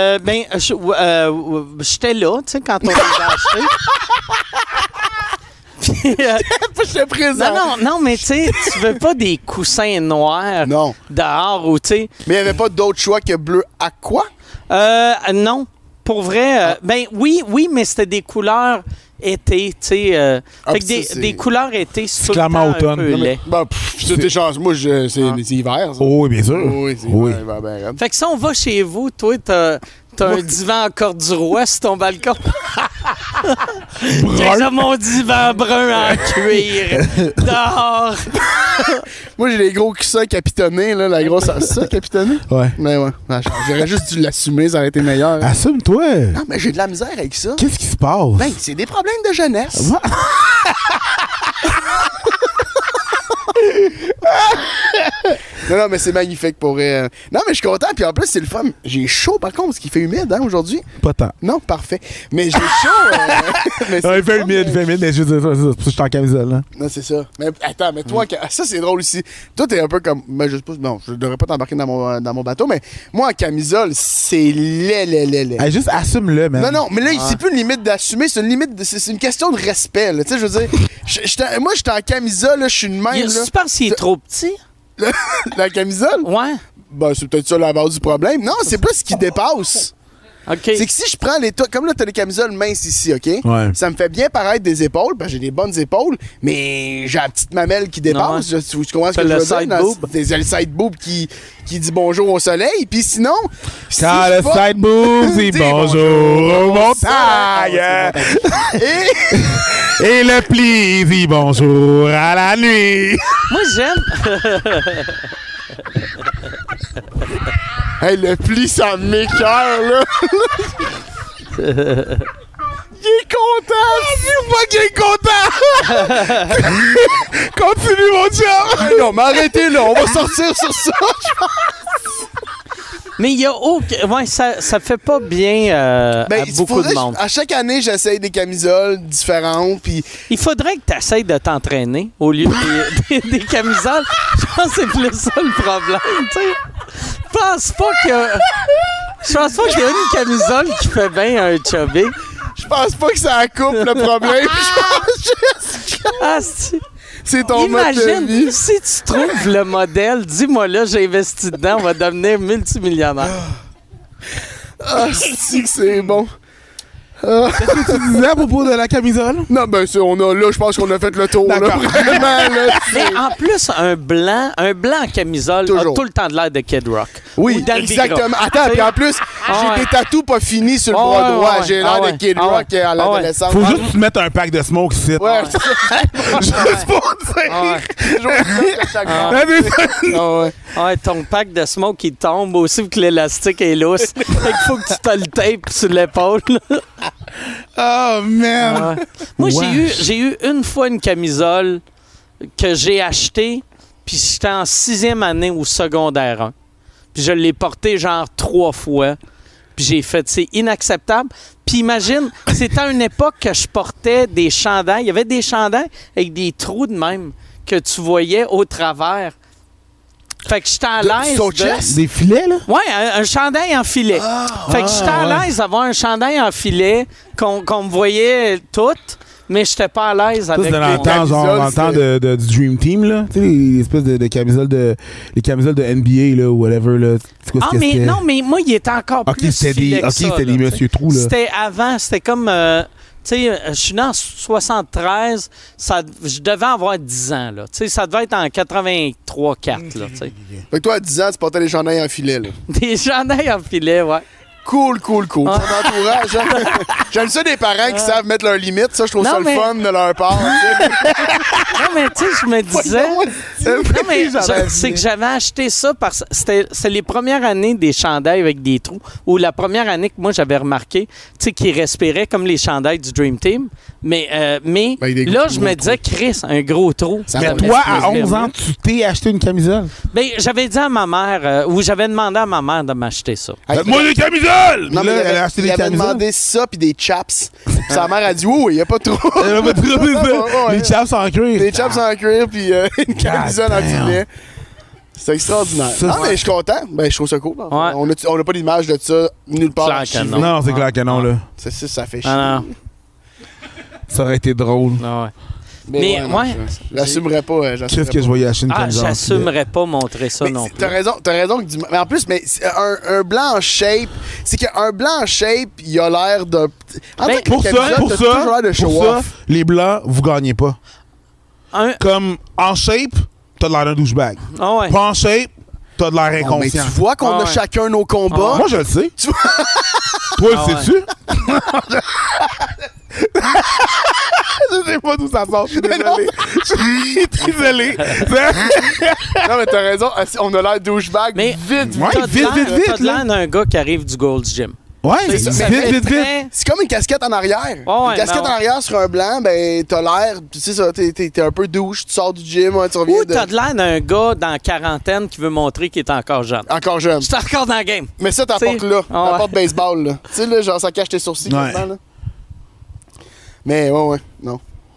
j'étais là, tu sais, quand on l'a acheté. Puis, J'étais présent. non, mais tu sais, tu veux pas des coussins noirs dehors ou tu sais. Mais il n'y avait pas d'autre choix que bleu aqua? Non. Pour vrai, oui, mais c'était des couleurs été, tu sais. Fait que des couleurs été, c'est clairement automne. Un peu laid. C'est des chances. Moi, c'est hiver. Ça. Oh, oui, bien sûr. Oui, c'est hiver, ben, fait que si on va chez vous, toi, t'as un divan en corduroy sur ton balcon. J'ai mon divan brun en cuir. Dehors. Moi, j'ai les gros coussins capitonnés, là, la grosse... C'est ça, capitonné? Ouais. Mais ouais. J'aurais juste dû l'assumer, ça aurait été meilleur. Hein. Assume-toi. Non, mais j'ai de la misère avec ça. Qu'est-ce qui se passe? Ben, c'est des problèmes de jeunesse. Non, mais c'est magnifique pour... Non, mais je suis content. Puis en plus, c'est le fun. J'ai chaud, par contre, parce qu'il fait humide, hein, aujourd'hui. Pas tant. Non, parfait. Mais j'ai chaud. Mais il fait humide, mais je veux dire, c'est pour ça que je suis en camisole. Hein. Non, c'est ça. Mais attends, mais toi, ça, c'est drôle aussi. Toi, t'es un peu comme... Ben, je sais pas... Non, je devrais pas t'embarquer dans mon bateau, mais moi, en camisole, c'est laid. Hey, juste assume-le, man. Non, mais là, c'est plus une limite d'assumer, c'est une limite... C'est une question de respect, là. Tu sais, je veux dire... moi, j'étais en camisole, là, je suis une même, là. Tu penses qu'il est trop petit? La camisole? Ouais. Ben, c'est peut-être ça la base du problème. Non, c'est plus ce qui dépasse. OK. C'est que si je prends les... Comme là, t'as les camisoles minces ici, OK? Ouais. Ça me fait bien paraître des épaules, parce que j'ai des bonnes épaules, mais j'ai la petite mamelle qui dépasse. Tu comprends ce que je veux dire? C'est le side boob qui dit bonjour au soleil, puis sinon... Quand le side boob dit bonjour aux montagnes. Et le pli dit bonjour à la nuit. Moi, j'aime... Hey, le pli, ça m'écoeure, là! Il est content! C'est pas qu'il est content! Continue, mon chum! Non, mais arrêtez là, on va sortir sur ça! Mais il y a aucun... Ouais, ça fait pas bien à beaucoup de monde. À chaque année, j'essaye des camisoles différentes, puis... Il faudrait que tu essayes de t'entraîner au lieu des camisoles. Je pense que c'est plus ça le problème, tu sais. Je pense pas qu'il y a une camisole qui fait bien un chubby. Je pense pas que ça coupe le problème. C'est ton mode de vie. Imagine, si tu trouves le modèle, dis-moi là, j'ai investi dedans, on va devenir multimillionnaire. Ah, c'est bon. Qu'est-ce que tu disais à propos de la camisole? Non, ben, je pense qu'on a fait le tour. Là, vraiment, là, mais en plus, un blanc en camisole a tout le temps de l'air de Kid Rock. Oui, exactement. Attends, puis en plus, j'ai des tatous pas finis sur le bras droit. J'ai l'air de Kid Rock à l'adolescence. Faut juste te mettre un pack de smoke ici. Ouais, juste pour dire. Ouais, ton pack de smoke, il tombe aussi vu que l'élastique est lousse. Fait qu'il faut que tu te le tapes sur l'épaule. Oh, man! Moi, j'ai eu une fois une camisole que j'ai achetée, puis j'étais en 6e année au secondaire 1. Puis je l'ai portée genre 3 fois. Puis j'ai fait, c'est inacceptable. Puis imagine, c'était à une époque que je portais des chandails. Il y avait des chandails avec des trous de même que tu voyais au travers. Fait que j'étais à l'aise. Des filets, là? Ouais, un chandail en filet. Fait que j'étais à l'aise d'avoir un chandail en filet qu'on me voyait tout. mais j'étais pas à l'aise Ça, avec c'était dans le mon- temps, genre, dans le temps du Dream Team, là. Tu sais, les espèces de camisoles les camisoles de NBA, là, ou whatever, là. C'est quoi ce Ah, que mais c'était? non, mais moi, il était encore Ok, plus c'était filet des, que ok, ça, c'était là, des tu sais. Monsieur Trou, là. C'était avant, c'était comme... tu sais, je suis né en 73, je devais avoir 10 ans, là. Tu sais, ça devait être en 83-4, là, tu sais. Fait que toi, à 10 ans, tu portais les chandails en filet, là. Des chandails en filet, ouais. Cool. Ah. Ton entourage, hein? J'aime ça des parents qui savent mettre leurs limites. Ça, je trouve Non, ça mais- le fun de leur part. tu sais. Non, mais tu sais, je me disais... Non, mais J'avais c'est que j'avais acheté ça parce que c'est les premières années des chandails avec des trous, ou la première année que moi j'avais remarqué, tu sais, qu'ils respiraient comme les chandails du Dream Team. Mais Ben, des là, gros je me disais, Chris, un gros trou. Ça Mais va toi, me à ferait 11 ans, mieux. tu t'es acheté une camisole? Ben, j'avais dit à ma mère, ou j'avais demandé à ma mère de m'acheter ça. Donne-moi des camisoles! Non, Puis mais là, elle a acheté il des avait camisoles. demandé ça puis des chaps. Puis sa mère a dit oui, il n'y a pas trop. Elle a pas trouvé ça. Ouais. Les chaps en cuir. Des chaps en cuir puis une camisole en damn. filet. C'est extraordinaire. Ça, Non, c'est- mais je suis content. Ben, je trouve ça cool. Ouais. On n'a pas d'image de ça nulle part. Clair que archivé. non. Non, c'est clair que non, là. Ça fait chier. Ah non. Ça aurait été drôle. Ah ouais. Mais, non, ouais. J'assumerais pas. Qu'est-ce que je voyais acheter une Ah, camisole? en filet? j'assumerais pas montrer ça Mais non plus. t'as raison que mais en plus, mais c'est un blanc en shape, c'est qu'un blanc en shape, il a l'air d'un. En Ben, tant que Pour ça, camisole, t'as toujours l'air de show pour ça, off. les blancs, vous gagnez pas. Comme en shape, t'as de l'air d'un douchebag. Ah ouais. Pas en shape, t'as de l'air Bon, mais tu inconscient. vois qu'on Ah a ouais. chacun nos combats. Moi, je le sais. Tu Toi, Ah le sais-tu? Je sais pas d'où ça sort. Je suis désolé. Je suis désolé. Non, mais t'as raison, on a l'air douchebag Mais vite. Ouais, T'as de vite, l'air- vite, vite, T'as de là. l'air d'un gars qui arrive du Gold's Gym. Ouais, C'est vite, ça, vite, fait vite, vite. très- C'est comme une casquette en arrière. Ouais, une casquette ben en arrière sur un blanc, ben t'as l'air, tu sais ça, t'es un peu douche, tu sors du gym, hein, tu reviens Ou t'as de l'air d'un gars dans la quarantaine qui veut montrer qu'il est encore jeune. encore jeune. Je suis encore dans le game. Mais ça, t'apportes T'sais, là. ah ouais. T'apportes baseball, là. Tu sais, là, genre, ça cache tes sourcils Ouais. maintenant, là. Mais, ouais, non.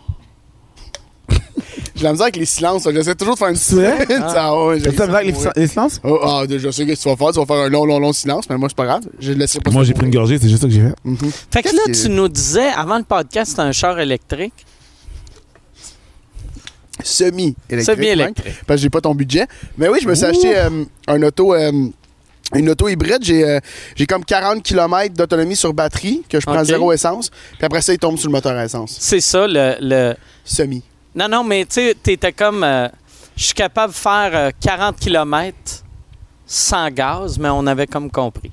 J'ai la misère avec les silences, là. J'essaie toujours de faire une vrai? Ah ouais, j'ai T'as avec les silences? Oh, ah, je sais ce que tu vas faire. Tu vas faire un long silence, mais moi, c'est pas grave. Je le laisserai pas. Moi, j'ai pris une gorgée, c'est juste ça que j'ai fait. Fait que Qu'est-ce là, que- tu nous disais, avant le podcast, c'était un char électrique. Semi-électrique. Semi-électrique. Mike, Parce que j'ai pas ton budget. Mais oui, je me suis acheté une auto hybride. J'ai comme 40 km d'autonomie sur batterie, que je prends Ok. 0 essence. Puis après ça, il tombe sur le moteur à essence. C'est ça, le... Semi. Non, mais tu sais, t'étais comme... je suis capable de faire 40 km sans gaz, mais on avait comme compris.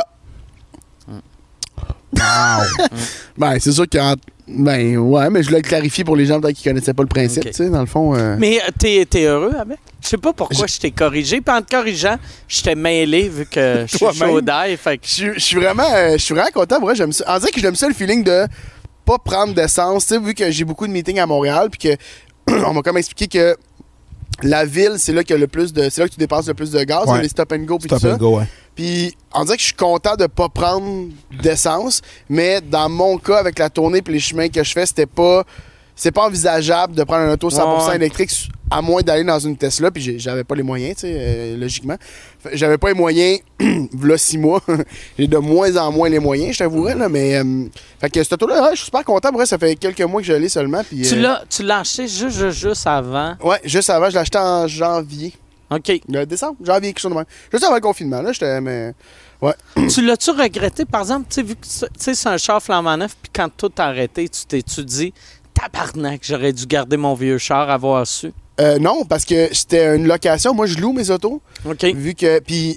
Ben, c'est sûr que. Ben, ouais, mais je voulais le clarifier pour les gens peut-être qui connaissaient pas le principe, Ok. tu sais, dans le fond. Mais t'es heureux avec? Je sais pas pourquoi je t'ai corrigé. Puis en te corrigeant, je t'ai mêlé vu que je suis Toi-même. chaud d'ail. Fait que Je suis vraiment content. Moi, j'aime ça. On dirait que j'aime ça le feeling de pas prendre d'essence. Tu sais, vu que j'ai beaucoup de meetings à Montréal, puis que on m'a comme expliqué que la ville, c'est là qu'il y a le plus de. C'est là que tu dépenses le plus de gaz, Ouais. les stop and go, puis tout Stop ça. and go, ouais. Puis on dirait que je suis content de pas prendre d'essence, mais dans mon cas, avec la tournée et les chemins que je fais, c'est pas envisageable de prendre un auto 100% Ouais. électrique à moins d'aller dans une Tesla, puis j'avais pas les moyens, tu sais, logiquement. J'avais pas les moyens, v'là 6 mois. J'ai de moins en moins les moyens, je t'avouerais, là, mais... fait que cette auto-là, ouais, je suis super content. Vrai, ça fait quelques mois que je l'ai seulement, puis... tu l'as acheté juste avant. Ouais, juste avant, je l'ai acheté en janvier. OK. Décembre, janvier, quelque chose de même. Juste avant le confinement, là, j'étais... Mais... Ouais. Tu l'as-tu regretté, par exemple, tu sais, vu que c'est un char flambant neuf, puis quand tout a arrêté, tu dis, tabarnak, j'aurais dû garder mon vieux char, avoir su. Non, parce que c'était une location. Moi, je loue mes autos. OK. Vu que. Puis,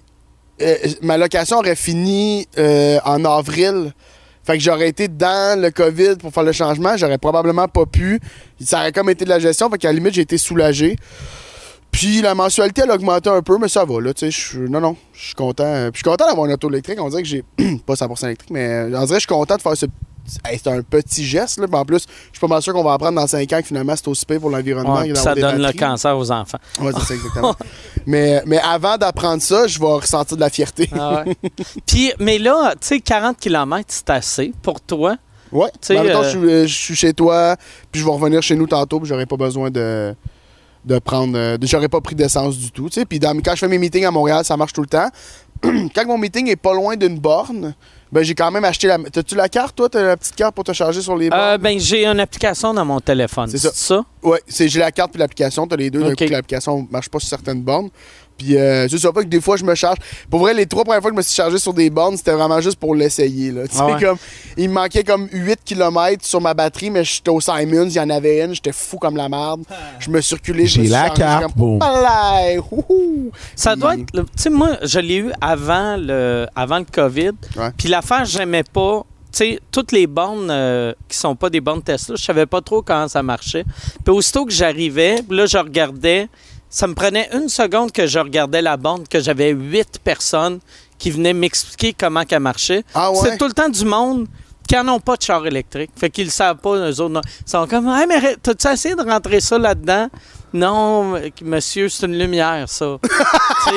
ma location aurait fini en avril. Fait que j'aurais été dans le COVID pour faire le changement. J'aurais probablement pas pu. Ça aurait comme été de la gestion. Fait qu'à la limite, j'ai été soulagé. Puis, la mensualité, elle a augmenté un peu, mais ça va, là. Tu sais, non, je suis content. Puis, je suis content d'avoir une auto électrique. On dirait que j'ai. Pas 100% électrique, mais on dirait que je suis content de faire ce. Hey, c'est un petit geste, là. Puis en plus, je suis pas mal sûr qu'on va apprendre dans 5 ans que finalement, c'est aussi pire pour l'environnement. Ouais, que puis d'avoir ça des donne le batteries. cancer aux enfants. Ouais, c'est ça, exactement. mais avant d'apprendre ça, je vais ressentir de la fierté. Ah ouais. Puis, mais là, tu sais, 40 km, c'est assez pour toi. Ouais. Tu sais, Ben, mettons, je suis chez toi, puis je vais revenir chez nous tantôt, puis j'aurai pas besoin de prendre. J'aurais pas pris d'essence du tout. Tu sais. Puis quand je fais mes meetings à Montréal, ça marche tout le temps. Quand mon meeting est pas loin d'une borne, Ben, j'ai quand même acheté la... T'as-tu la carte, toi? T'as la petite carte pour te charger sur les bornes? Ben, j'ai une application dans mon téléphone. C'est C'est ça? Ouais, j'ai la carte puis l'application. T'as les deux. D'un Ok. coup, l'application marche pas sur certaines bornes. Puis c'est ça, pas que des fois, je me charge. Pour vrai, les 3 premières fois que je me suis chargé sur des bornes, c'était vraiment juste pour l'essayer. Là. Tu sais, ouais. comme, il me manquait comme 8 km sur ma batterie, mais j'étais au Simons, il y en avait une, j'étais fou comme la merde. Je me circulais, je J'ai me suis la chargé, carte, j'étais comme, boum. Palais, houhou. Ça Puis- doit être. Tu sais, moi, je l'ai eu avant le COVID. Ouais. Puis l'affaire, j'aimais pas. Tu sais, toutes les bornes qui sont pas des bornes Tesla, je savais pas trop comment ça marchait. Puis aussitôt que j'arrivais, là, je regardais. Ça me prenait 1 seconde que je regardais la borne, que j'avais 8 personnes qui venaient m'expliquer comment qu'elle marchait. Ah ouais? C'est tout le temps du monde qui n'en ont pas de char électrique. Fait qu'ils le savent pas, eux autres. Non. Ils sont comme, hey, mais t'as-tu essayé de rentrer ça là-dedans? Non, monsieur, c'est une lumière, ça. Tu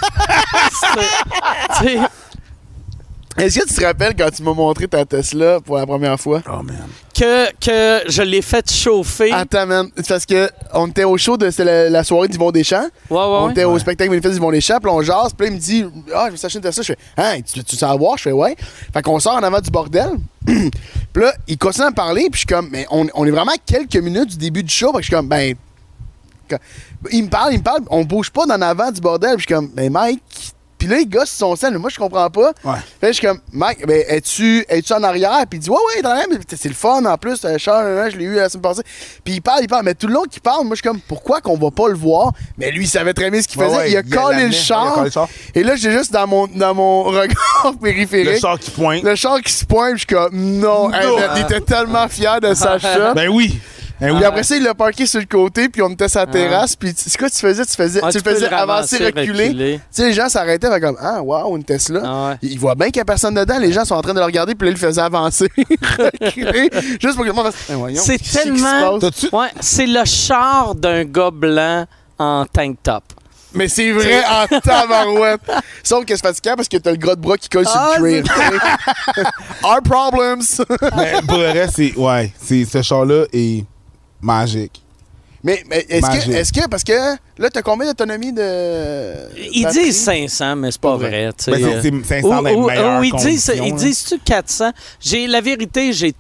sais, Est-ce que tu te rappelles quand tu m'as montré ta Tesla pour la première fois? Oh, man. que je l'ai fait chauffer. Attends, man. C'est parce que on était au show de c'était la soirée d'Yvon Deschamps. On était au spectacle manifeste d'Yvon Deschamps, puis on jase, puis là, il me dit ah, je vais s'acheter une Tesla. Je fais hein, tu sais avoir? Je fais ouais. Fait qu'on sort en avant du bordel. Puis là, il continue à me parler, puis je suis comme mais on est vraiment à quelques minutes du début du show, fait que je suis comme ben. Il me parle, on bouge pas d'en avant du bordel, puis je suis comme ben Mike. Puis là, il gosse son scène, mais moi, je comprends pas. Ouais. Fait que je suis comme, Mike, ben, es-tu en arrière? Puis il dit, ouais, dans l'arrière, mais c'est le fun en plus. Charles, je l'ai eu la semaine passée. Puis il parle. Mais tout le long qu'il parle, moi, je suis comme, pourquoi qu'on va pas le voir? Mais lui, il savait très bien ce qu'il faisait. Ouais, il a il collé l'amenait. le char. Il a collé le char. Et là, j'ai juste dans mon regard périphérique. Le char qui pointe. Le char qui se pointe, puis je suis comme, non. Hey, man, il était tellement fier de sa shot. Ben oui. Ben oui. Puis après ça, il l'a parqué sur le côté, puis on était sur la terrasse. Puis c'est quoi tu faisais? Tu le faisais avancer, reculer. Tu sais, les gens s'arrêtaient, fait comme, ah, wow, une Tesla. Ah ouais. Il voit bien qu'il n'y a personne dedans. Les gens sont en train de le regarder, puis là, il le faisait avancer, reculer, juste pour que le monde fasse, voyons, C'est qu'est-ce qui se tellement- passe? T'as-tu? Ouais, c'est le char d'un gars blanc en tank top. Mais c'est vrai en tabarouette. Sauf que c'est fatigant parce que t'as le gras de bras qui colle sur Ah, le cuir. Our problems. Mais pour le reste, ce char-là est magique. mais est-ce que, parce que là, t'as combien d'autonomie de. Ils batterie? disent 500, mais c'est pas vrai. tu sais. Ben, c'est 500 dans les meilleures ils disent, conditions, ils là. disent-tu 400? La vérité, j'ai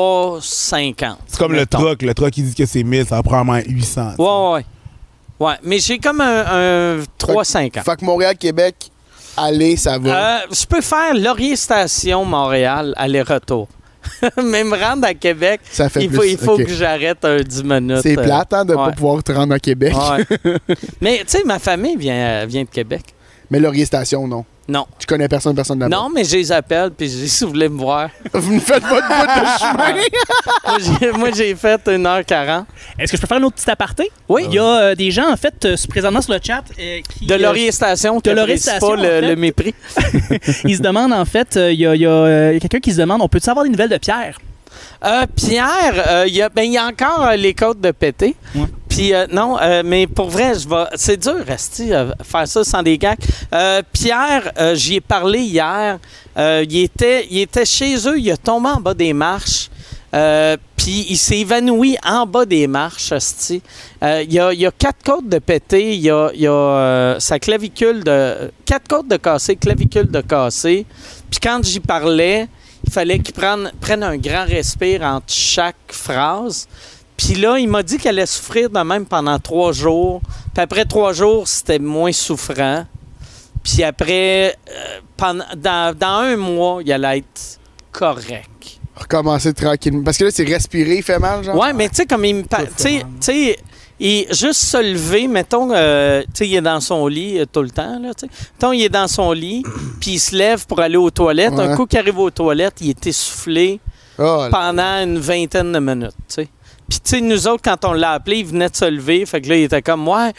350. C'est comme mettons. le truck, il dit que c'est 1000, ça va probablement 800. tu sais. Ouais. Ouais, mais j'ai comme un 350. Fait que Montréal-Québec, allez, ça va. Je peux faire Laurier-Station, Montréal, aller-retour. Mais me rendre à Québec, Ça fait il plus. faut Ok. que j'arrête un 10 minutes. C'est plate, hein, de ouais. pas pouvoir te rendre à Québec. Ouais. Mais tu sais, ma famille vient de Québec. Mais Laurier Station, non. Non. Tu connais personne là-bas. Non, mais je les appelle, puis je dis si vous voulez me voir. Vous me faites pas de bout de chemin. Moi, j'ai fait 1h40. Est-ce que je peux faire un autre petit aparté? Oui. Il y a des gens, en fait, présentement sur le chat qui... De Laurier Station, qui de Laurier apprécie Station, pas en fait. le mépris. ils se demandent, en fait, il y a quelqu'un qui se demande, on peut-tu avoir des nouvelles de Pierre? Pierre, il y a encore les côtes de pété. Ouais. Puis non, mais pour vrai, c'est dur rester faire ça sans des gags. Pierre, j'y ai parlé hier. Il était chez eux, il a tombé en bas des marches. Puis il s'est évanoui en bas des marches, hostie. Il y a 4 côtes de pété, il y a sa clavicule de... 4 côtes de cassé, clavicule de cassé. Puis quand j'y parlais, il fallait qu'il prenne un grand respire entre chaque phrase. Puis là, il m'a dit qu'elle allait souffrir de même pendant 3 jours. Puis après 3 jours, c'était moins souffrant. Puis après, dans 1 mois, il allait être correct. Recommencer tranquillement. Parce que là, c'est respirer, il fait mal, genre. Ouais, mais tu sais, comme il me parle. Tu sais, juste se lever, mettons, tu sais, il est dans son lit tout le temps, là, tu sais. Mettons, il est dans son lit, puis il se lève pour aller aux toilettes. Ouais. Un coup qu'il arrive aux toilettes, il est essoufflé Oh, là. pendant une vingtaine de minutes, tu sais. Puis, tu sais, nous autres, quand on l'a appelé, il venait de se lever. Fait que là, il était comme, ouais.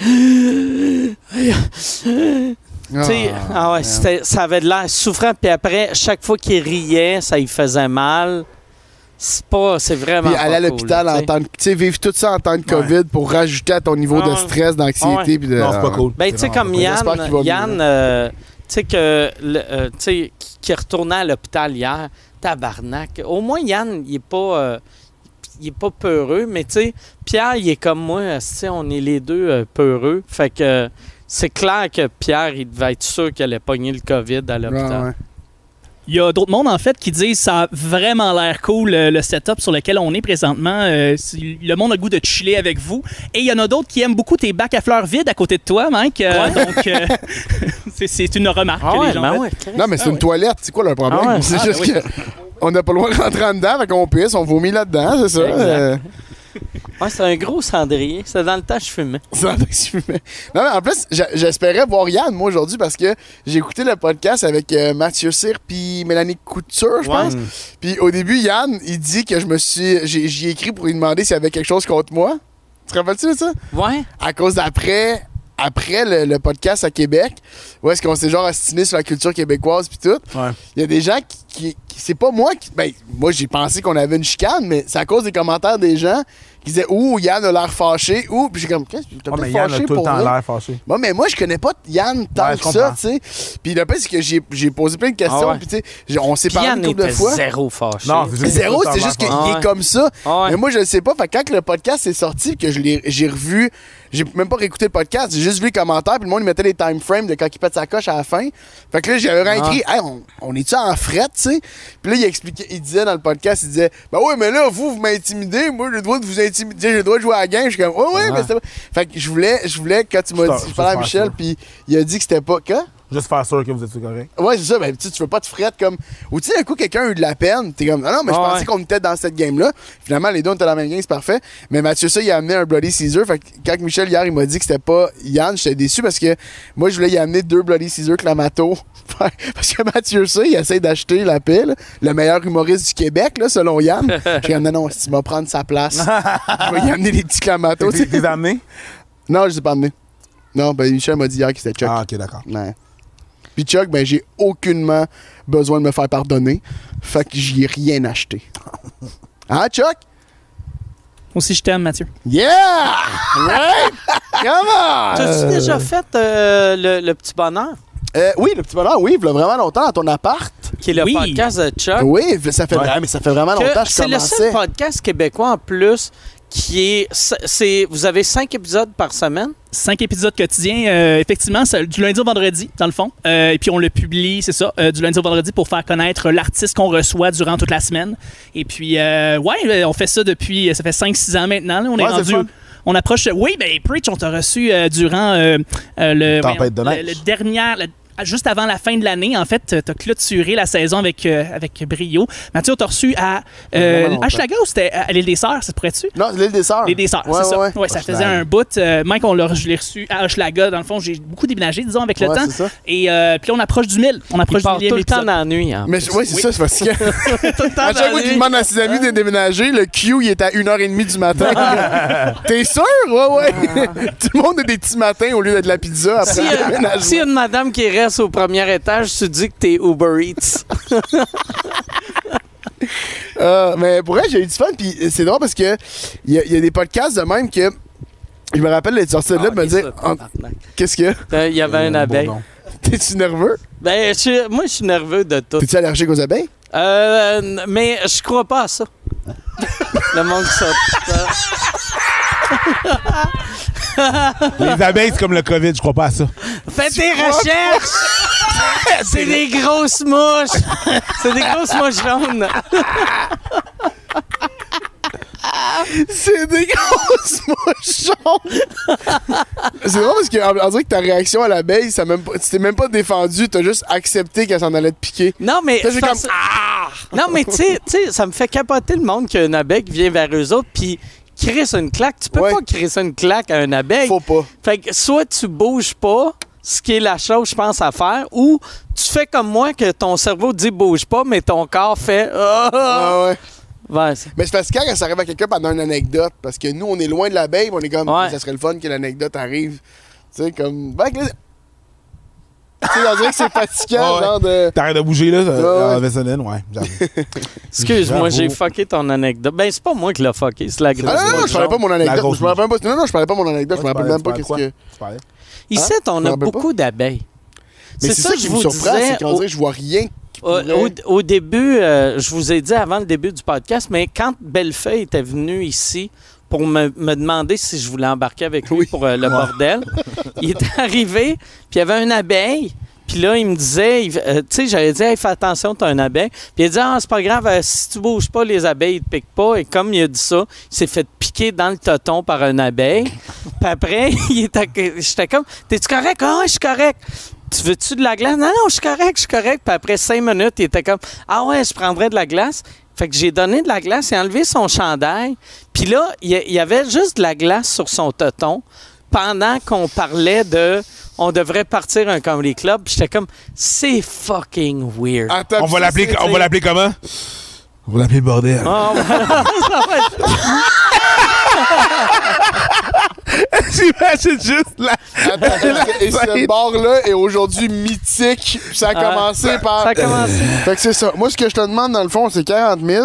Tu sais, Ah, ça avait de l'air souffrant. Puis après, chaque fois qu'il riait, ça lui faisait mal. C'est vraiment Puis aller à pas l'hôpital cool, en tu sais. tant que. Tu sais, vivre tout ça en tant que COVID pour rajouter à ton niveau de Ouais. stress, d'anxiété. Ouais. Puis de. Non, c'est pas cool. Ben, tu sais, comme J'espère qu'il va Yann, mieux, tu sais, que, tu sais, qui retournait à l'hôpital hier, tabarnak. Au moins, Yann, il est pas peureux, mais tu sais, Pierre, il est comme moi, tu sais, on est les deux peureux. Fait que c'est clair que Pierre, il devait être sûr qu'il allait pogner le COVID à l'hôpital. Ouais. Il y a d'autres mondes, en fait, qui disent ça a vraiment l'air cool, le setup sur lequel on est présentement. Le monde a le goût de chiller avec vous. Et il y en a d'autres qui aiment beaucoup tes bacs à fleurs vides à côté de toi, Mike. Donc, c'est une remarque que les gens font. Non, mais c'est une toilette. C'est quoi le problème? C'est juste que on n'a pas le droit de rentrer en dedans, fait qu'on pisse, on vomit là-dedans, c'est ça? Ouais, c'est un gros cendrier. C'est dans le temps que je fumais. C'est dans le temps que je fumais. Non, mais en plus, j'espérais voir Yann, moi, aujourd'hui, parce que j'ai écouté le podcast avec Mathieu Cyr puis Mélanie Couture, je pense. Puis au début, Yann, il dit que j'y ai écrit pour lui demander s'il y avait quelque chose contre moi. Tu te rappelles-tu de ça? Ouais. À cause d'après le podcast à Québec, où est-ce qu'on s'est genre astiné sur la culture québécoise puis tout. Ouais. Il y a des gens qui c'est pas moi qui... Ben, moi, j'ai pensé qu'on avait une chicane, mais c'est à cause des commentaires des gens qui disaient « Ouh, Yann a l'air fâché. » Ouh, puis j'ai comme « Qu'est-ce que t'as pas Yann fâché a tout le pour temps vrai? l'air fâché. Bon, mais moi, je connais pas Yann tant que ça, tu sais. Puis le pire, c'est que j'ai posé plein de questions, puis tu sais, on s'est parlé Yann une couple de était fois. zéro fâché. Non, Zéro, c'est juste qu'il est comme ça. Ouais. Mais moi, je le sais pas. Fait que quand le podcast est sorti, que j'ai revu, j'ai même pas réécouté le podcast, j'ai juste vu les commentaires, puis le monde il mettait les time frames de quand il pète sa coche à la fin. Fait que là, j'avais écrit, hey, on est-tu en fret, tu sais? Puis là, il expliquait, il disait dans le podcast, il disait, ben ouais, mais là, vous m'intimidez, moi, j'ai le droit de vous intimider, j'ai le droit de jouer à la game. Je suis comme, ouais, mais c'était pas. Fait que je voulais, quand tu m'as dit, je parlais à Michel, puis il a dit que c'était pas. Quoi? Juste faire sûr que vous êtes correct. Ouais, c'est ça. Ben, tu veux pas te fretter comme. Ou tu sais, un coup, quelqu'un a eu de la peine. T'es comme, non, mais je pensais qu'on était dans cette game-là. Finalement, les deux, on était dans la même game, c'est parfait. Mais Mathieu, ça, il a amené un Bloody Caesar. Fait que quand Michel, hier, il m'a dit que c'était pas Yann, j'étais déçu parce que moi, je voulais y amener 2 Bloody Caesar Clamato. Parce que Mathieu, ça, il essaie d'acheter la paix, là, le meilleur humoriste du Québec, là, selon Yann. J'ai dit, non, si tu vas prendre sa place, je vais y amener des petits Clamato. Tu les as amenés? Non, je les ai pas amenés. Non, ben, Michel m'a dit hier que c'était Chuck. Ah, ok, d'accord. Ouais. Puis Chuck, ben j'ai aucunement besoin de me faire pardonner. Fait que j'y ai rien acheté. Hein, Chuck? Moi aussi, je t'aime, Mathieu. Yeah! Right? Come on! T'as-tu déjà fait le petit bonheur? Oui, le petit bonheur, oui, il y a vraiment longtemps dans ton appart. Qui est le podcast de Chuck. Oui, ça fait, mais ça fait vraiment longtemps que je C'est le commençais. seul podcast québécois en plus qui est... Vous avez 5 épisodes par semaine? 5 épisodes quotidiens, effectivement, du lundi au vendredi, dans le fond. Et puis on le publie, c'est ça, du lundi au vendredi pour faire connaître l'artiste qu'on reçoit durant toute la semaine. Et puis, ouais, on fait ça depuis, ça fait 5-6 ans maintenant. Là. On est rendu... On approche... Oui, bien, Preach, on t'a reçu durant le dernier... Juste avant la fin de l'année, en fait, tu as clôturé la saison avec brio. Mathieu, t'as reçu à Hochelaga ou c'était à l'île des Sœurs, ça se pourrait-tu? Non, l'île des Sœurs. L'île des Sœurs, c'est ça. Ouais, ça faisait un bout. Mike, je l'ai reçu à Hochelaga. Dans le fond, j'ai beaucoup déménagé, disons, avec le temps. C'est ça. Et puis là, on approche du 1000. On approche du 1000e tout le temps dans la nuit. Hein. Mais oui, c'est ça, c'est parce que à chaque fois qu'il demande à ses amis de déménager, le Q, il est à 1h30 du matin. T'es sûr? Ouais. Tout le monde a des petits matins au lieu de la pizza après le déménagement. S'il y a une madame qui reste au premier étage, tu dis que t'es Uber Eats. Mais pour vrai, j'ai eu du fun. Puis c'est drôle parce que il y a des podcasts de même que je me rappelle d'être sorti de là de me dire qu'est-ce qu'il y a? Il y avait un abeille. T'es-tu nerveux? Ben, moi, je suis nerveux de tout. T'es-tu allergique aux abeilles? Mais je crois pas à ça. Le monde sort. Les abeilles, c'est comme le COVID, je crois pas à ça. Faites des recherches! C'est des grosses mouches! C'est des grosses mouches jaunes! C'est des grosses mouches jaunes! C'est drôle parce qu'on dirait que ta réaction à l'abeille, tu t'es même pas défendu, t'as juste accepté qu'elle s'en allait te piquer. Non, mais... comme... Non, mais tu sais, ça me fait capoter le monde qu'un abeille qui vient vers eux autres, puis crisse une claque. Tu peux pas crisser une claque à un abeille. Faut pas. Fait que soit tu bouges pas, ce qui est la chose, je pense, à faire, ou tu fais comme moi que ton cerveau dit bouge pas, mais ton corps fait... Ah ouais. Ouais, mais c'est parce que quand ça arrive à quelqu'un pendant une anecdote, parce que nous, on est loin de l'abeille, on est comme, ça serait le fun que l'anecdote arrive. Tu sais, comme... Tu sais, on dirait que c'est fatigant, genre de... T'arrêtes de bouger, là, en vaisselle, j'avoue. Excuse-moi, j'ai fucké ton anecdote. Ben, c'est pas moi qui l'ai fucké, c'est la grosse mouche. Non, je parlais pas mon anecdote. Je parlais pas mon anecdote, je me rappelle même pas qu'est-ce que... Ici, on a beaucoup d'abeilles. Mais c'est ça qui me surprend, c'est qu'on dirait que je vois rien. Au début, je vous ai dit avant le début du podcast, mais quand Bellefeuille était venu ici pour me demander si je voulais embarquer avec lui pour le bordel, il est arrivé, puis il y avait une abeille, Puis là, il me disait, tu sais, j'avais dit, hey, fais attention, t'as un abeille. Puis il a dit, ah, c'est pas grave, si tu bouges pas, les abeilles, ils te piquent pas. Et comme il a dit ça, il s'est fait piquer dans le toton par une abeille. Puis après, j'étais comme, t'es-tu correct? Ah, je suis correct. Tu veux-tu de la glace? Non, je suis correct. Puis après 5 minutes, il était comme, ah ouais, je prendrais de la glace. Fait que j'ai donné de la glace, il a enlevé son chandail. Puis là, il y avait juste de la glace sur son toton pendant qu'on parlait de on devrait partir un comedy club. Puis j'étais comme, c'est fucking weird. Attends, On va l'appeler comment? On va l'appeler le bordel. Oh, J'imagine juste là. Et ce bar-là est aujourd'hui mythique. Ça a commencé par. Ça a commencé. Fait que c'est ça. Moi, ce que je te demande, dans le fond, c'est 40 000.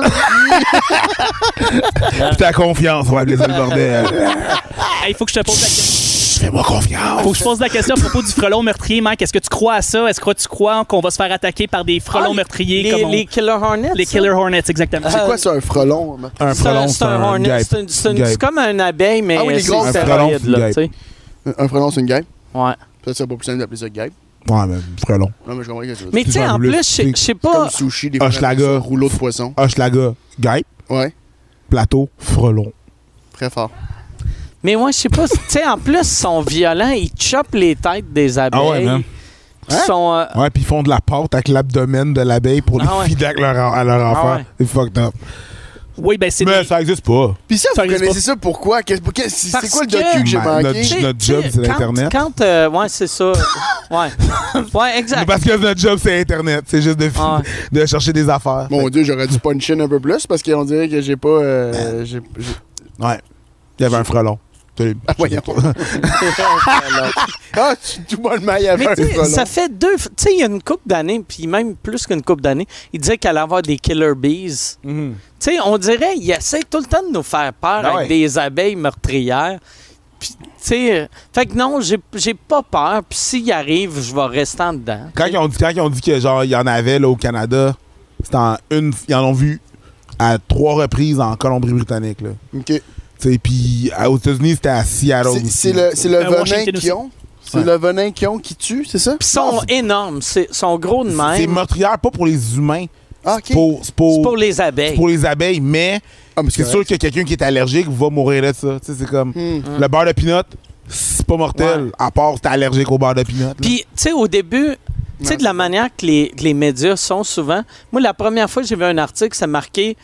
T'as confiance, on va appeler ça le bordel. Il faut que je te pose la question. Fais-moi confiance. Faut que je pose la question à propos du frelon meurtrier, Mike. Est-ce que tu crois à ça? Est-ce que tu crois qu'on va se faire attaquer par des frelons meurtriers? Les Killer Hornets? Les Killer Hornets, exactement. C'est quoi ça, un frelon? Un frelon, c'est un hornet. guêpe. C'est comme un abeille, mais Ah oui, les c'est grosses. stéroïde, Un frelon, là, c'est tu sais. Un frelon, c'est une guêpe? Ouais. Peut-être c'est pas plus simple d'appeler ça guêpe. Ouais, mais frelon. Non, mais je comprends ce que tu veux dire. Mais tu sais, en plus, je sais pas. Comme sushi, des fois, Hochelaga. on appelle ça rouleau de poisson. Hochelaga, guêpe. Ouais, Plateau, frelon. très fort. Mais moi, je sais pas. Tu sais, en plus, ils sont violents. Ils chopent les têtes des abeilles. Ah ouais, man. Qui sont. Ouais, puis ils font de la pâte avec l'abdomen de l'abeille pour les ouais. filer à leur enfant. ouais. C'est fucked up. Oui, ben c'est. Mais ça existe pas. Puis ça, Ça vous existe connaissez ça pourquoi? C'est quoi le que- docu que j'ai manqué? Notre job, c'est l'Internet. Ouais, c'est ça. Ouais. Ouais, exact. Mais parce que notre job, c'est Internet. C'est juste de chercher des affaires. Mon Dieu, j'aurais dû punch in un peu plus parce qu'on dirait que j'ai pas. Ouais. Il y avait un frelon. Salut. Ah, voyons. Ah, tout bonnement, il y avait Mais un tu sais, frelon. ça fait deux. Tu sais, il y a une couple d'années, puis même plus qu'une couple d'années, il disait qu'elle allait avoir des killer bees. Mhm. Tu sais, on dirait qu'il essaie tout le temps de nous faire peur Ah avec ouais. des abeilles meurtrières. Puis, tu sais, fait que non, j'ai pas peur. Puis s'il arrive, je vais rester en dedans. Quand ils ont dit que genre il y en avait là, au Canada, c'était ils en ont vu à 3 reprises en Colombie-Britannique. Là. OK. Puis aux États-Unis, c'était à Seattle. aussi. C'est le venin Washington qu'ils aussi. ont? C'est Ouais. le venin qu'ils ont qui tue, c'est ça? Puis ils sont énormes. Ils sont gros de même. C'est meurtrière, pas pour les humains. Ah, OK. C'est pour les abeilles. c'est pour les abeilles, mais Ah, mais c'est sûr que quelqu'un qui est allergique va mourir de ça. Tu sais, c'est comme le beurre de pinot, c'est pas mortel, Ouais. à part si t'es allergique au beurre de pinot. là. Puis, tu sais, au début, tu sais, de la manière que les médias sont souvent. Moi, la première fois que j'ai vu un article, ça marquait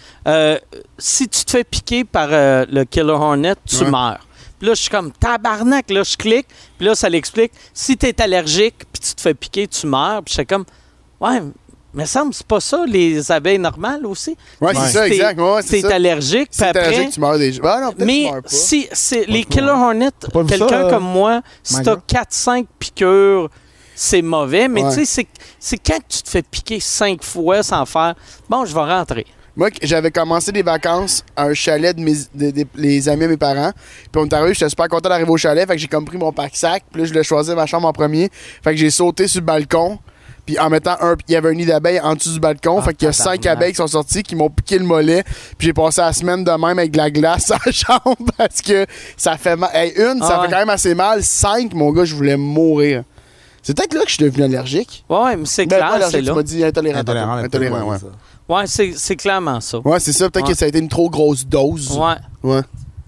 si tu te fais piquer par le Killer Hornet, tu Ouais. meurs. Puis là, je suis comme tabarnak. Là, je clique. Puis là, ça l'explique. Si tu es allergique puis tu te fais piquer, tu meurs. Puis je suis comme ouais, mais ça me semble c'est pas ça, les abeilles normales aussi. Ouais, c'est ça, Si t'es- exact. Ouais, Si c'est t'es ça. allergique, Si puis t'es après. allergique, tu meurs déjà. Ah non, peut-être que Mais tu meurs pas. si c'est les tu Killer Hornets, pas vu quelqu'un ça, comme moi, si my t'as girl? 4-5 piqûres, c'est mauvais. Mais Ouais. tu sais, c'est quand tu te fais piquer 5 fois sans faire bon, je vais rentrer. Moi, j'avais commencé des vacances à un chalet de les amis de mes parents. Puis on est arrivé, j'étais super content d'arriver au chalet. Fait que j'ai comme pris mon pack-sac. Puis là, je voulais choisir ma chambre en premier. Fait que j'ai sauté sur le balcon. Puis en mettant il y avait un nid d'abeilles en dessous du balcon. Fait qu'il y a 5 abeilles qui sont sorties, qui m'ont piqué le mollet. Puis j'ai passé la semaine de même avec de la glace à la chambre parce que ça fait mal. Hey, ça ouais. fait quand même assez mal. 5, mon gars, je voulais mourir. C'est peut-être là que je suis devenu allergique. Ouais, mais c'est Ben, pas clair, allergique, c'est tu là. m'as dit intolérant. Intolérant, ouais. ça. Ouais, c'est clairement ça. Ouais, c'est ça. Peut-être Ouais. que ça a été une trop grosse dose. Ouais. Ouais.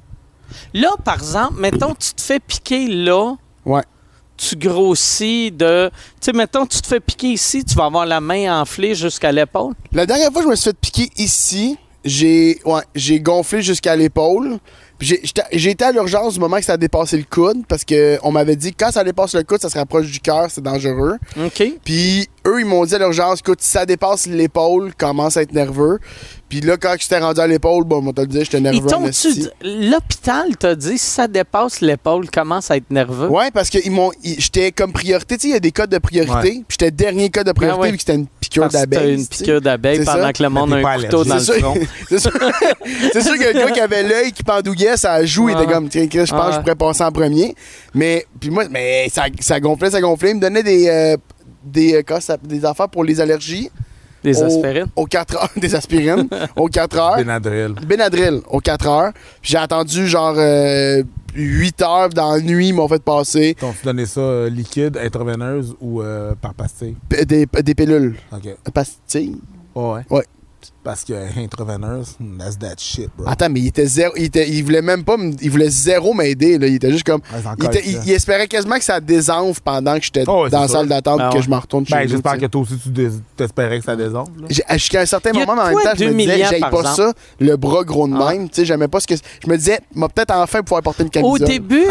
Là, par exemple, mettons, tu te fais piquer là. Ouais. Tu grossis de. Tu sais, mettons, tu te fais piquer ici, tu vas avoir la main enflée jusqu'à l'épaule. La dernière fois que je me suis fait piquer ici, j'ai gonflé jusqu'à l'épaule. Puis j'ai été à l'urgence du moment que ça a dépassé le coude parce qu'on m'avait dit que quand ça dépasse le coude, ça se rapproche du cœur, c'est dangereux. OK. Puis eux, ils m'ont dit à l'urgence, écoute, si ça dépasse l'épaule, commence à être nerveux. Puis là, quand j'étais rendu à l'épaule, bon, on t'a dit, j'étais Ils nerveux. en t'ont-tu esti. dit- L'hôpital t'a dit si ça dépasse l'épaule, commence à être nerveux. Ouais, parce que j'étais comme priorité. Tu sais, il y a des codes de priorité. Ouais. Puis j'étais dernier code de priorité Ah ouais. vu que c'était une piqûre Parce que t'as d'abeille. une tu sais. piqûre d'abeille C'est pendant ça. que le monde a Mais t'es un pas couteau dans le C'est sûr, front. c'est sûr, c'est sûr que le gars qui avait l'œil qui pendouillait, ça joue, il Ouais. était comme, tiens, Chris, je pense que je pourrais passer en premier. Mais, puis moi, ça gonflait. Il me donnait des affaires pour les allergies. Des aspirines? Aux 4 heures. Des aspirines. Aux 4 heures. Benadryl, aux 4 heures. Puis j'ai attendu genre 8 heures dans la nuit, ils m'ont fait passer. T'as-tu donné ça liquide, intraveineuse ou par pastille? Des pilules. OK. Pastilles? Ouais. Ouais. Parce que intraveineuse, that's that shit, bro. Attends, mais il était zéro. Il voulait même pas. Il voulait zéro m'aider. Là. Il était juste comme. Il espérait quasiment que ça désenfle pendant que j'étais dans la salle d'attente que je m'en retourne chez Ben, nous. j'espère que toi aussi, tu t'espérais que ça désenfle. Jusqu'à un certain moment, mais en même temps, je me disais, j'aille pas ça, le bras gros de même. Tu sais, j'aimais pas ce que. Je me disais, m'a peut-être enfin pouvoir porter une camisole.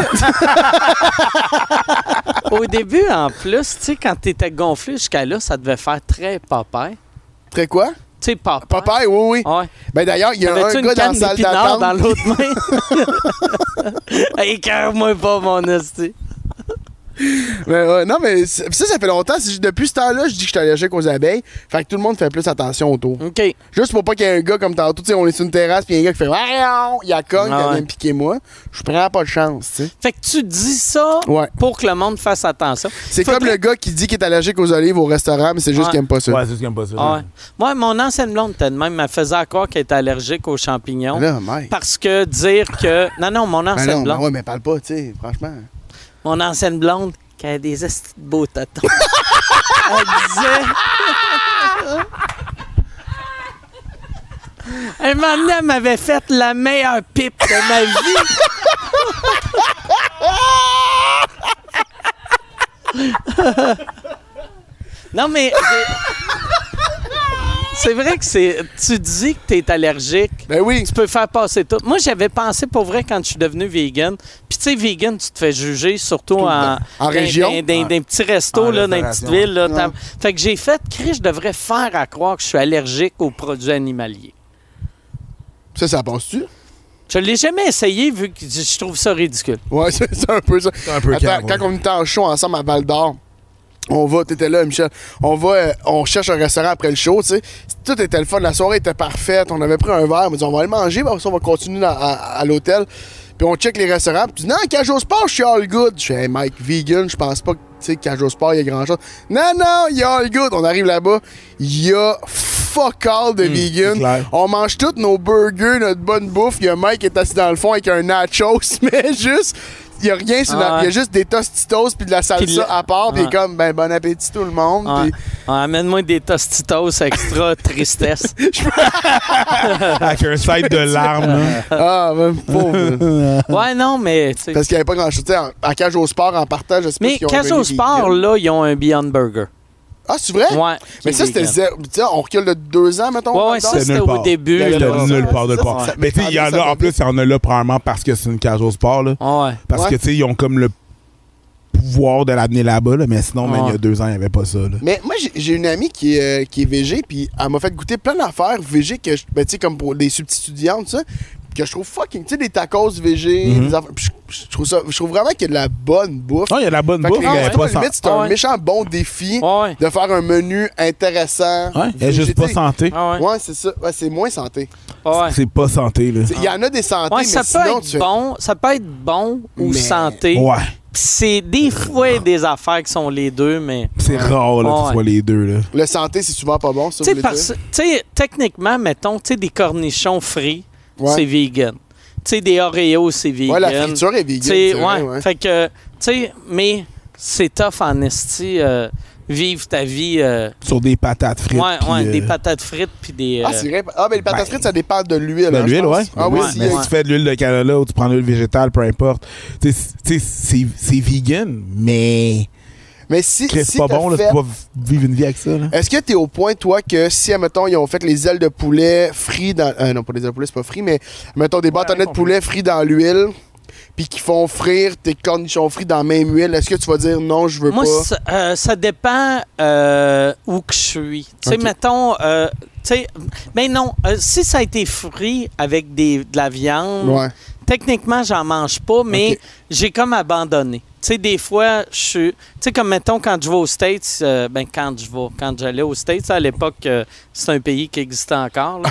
Au début, en plus, tu sais, quand t'étais gonflé jusqu'à là, ça devait faire très Popeye. Très quoi? Tu sais, Popeye. Popeye, oui. Ouais. Ben d'ailleurs, il y a un gars dans la salle d'attente. dans l'autre main. Écœure-moi pas, mon esti. Non, mais ça fait longtemps. Depuis ce temps-là, je dis que je suis allergique aux abeilles. Fait que tout le monde fait plus attention autour. OK. Juste pour pas qu'il y ait un gars comme tantôt. Tu sais, on est sur une terrasse, puis il y a un gars qui fait il a cogne, il vient me piquer moi. Je prends pas de chance, tu sais. Fait que tu dis ça pour que le monde fasse attention. C'est comme le gars qui dit qu'il est allergique aux olives au restaurant, mais c'est juste qu'il aime pas ça. Ouais, c'est juste qu'il aime pas ça. Ouais. Moi, mon ancienne blonde était de même. Elle faisait croire qu'elle était allergique aux champignons. Là, mec. Parce que dire que. Non, mon ancienne blonde. Ouais, mais parle pas, tu sais, franchement. Mon ancienne blonde, qui a des estis de beaux tatons. Elle disait. Un moment donné, elle m'avait fait la meilleure pipe de ma vie. Non, mais. C'est vrai que tu dis que tu es allergique. Ben oui. Tu peux faire passer tout. Moi, j'avais pensé pour vrai quand je suis devenu vegan. Puis tu sais, vegan, tu te fais juger surtout en région. Dans des petits restos, là, dans les petites villes. Là, fait que j'ai fait, Chris, je devrais faire à croire que je suis allergique aux produits animaliers. Ça passe-tu? Je l'ai jamais essayé vu que je trouve ça ridicule. Ouais, c'est un peu ça. C'est un peu Attends, quand on était en show ensemble à Val-d'Or, t'étais là, Michel. On cherche un restaurant après le show, tu sais. Tout était le fun. La soirée était parfaite. On avait pris un verre. On dit, on va aller manger, puis on va continuer à l'hôtel. Puis on check les restaurants. Puis tu dis, non, Cage au Sport, je suis all good. Je fais, hey, Mike, vegan, je pense pas que, tu sais, Cage au Sport, il y a grand chose. Non, il y a all good. On arrive là-bas, il y a fuck all de vegan. On mange tous nos burgers, notre bonne bouffe. Il y a Mike qui est assis dans le fond avec un nachos, mais juste. Il n'y a rien sur il y a juste des Tostitos puis de la salsa à part. Puis il est comme, ben, bon appétit tout le monde. Puis... amène-moi des Tostitos extra tristesse. Avec un side de larmes. Ben, pauvre. Ouais, non, mais... Parce qu'il n'y avait pas grand-chose. À Cage au Sport, en partage, je sais pas mais Cage au Sport, là, ils ont un Beyond Burger. Ah, c'est vrai? Ouais. Mais ça, c'était zéro. On recule de 2 ans, mettons. Ouais, ça, c'était au début. C'était nulle part. Mais tu sais, il y en a, en plus, il y en a là probablement parce que c'est une Cage au Sport. Là. Ouais. Parce que, tu sais, ils ont comme le pouvoir de l'amener là-bas, là, mais sinon, il y a 2 ans, il n'y avait pas ça. Là. Mais moi, j'ai une amie qui est végé, puis elle m'a fait goûter plein d'affaires végé, que, ben, tu sais, comme pour des substituantes, tout ça, que je trouve fucking, tu sais, des tacos végés, des affaires. Je trouve vraiment qu'il y a de la bonne bouffe. Non, il y a de la bonne bouffe, mais pas limite, c'est un méchant bon défi de faire un menu intéressant. Ouais, il juste pas santé. Ouais, c'est ça. Ouais, c'est moins santé. C'est pas santé, là. Il y en a des santé, mais ça sinon, ça peut être bon ou santé. Ouais. C'est des fois des affaires qui sont les deux, mais... C'est rare, là, que ce soit les deux, là. Le santé, c'est souvent pas bon, ça, tu sais, techniquement, mettons, tu sais, des cornichons frits, c'est vegan. Tu sais, des Oreos, c'est vegan. Ouais, la friture est vegan. Ouais. Fait que, tu sais, mais c'est tough en esti, vivre ta vie... sur des patates frites. Ouais, des patates frites puis des... c'est vrai. Ah, mais les patates frites, ça dépend de l'huile. De l'huile, ouais. Ah oui, si tu fais de l'huile de canola ou tu prends de l'huile végétale, peu importe. Tu sais, c'est vegan, mais... Mais si c'est pas bon, là, tu peux pas vivre une vie avec ça. Est-ce que t'es au point, toi, que si, admettons, ils ont fait les ailes de poulet frites dans... non, pas les ailes de poulet, c'est pas frit, mais, mettons, des bâtonnets de poulet frits dans l'huile, puis qui font frire tes cornichons frits dans la même huile, est-ce que tu vas dire non, je veux pas? Moi, ça dépend où que je suis. Tu sais, mettons... ben non, si ça a été frit avec de la viande, techniquement, j'en mange pas, mais j'ai comme abandonné. Tu sais, des fois, je suis... Tu sais, comme, mettons, quand je vais aux States, quand j'allais aux States, à l'époque, c'est un pays qui existait encore.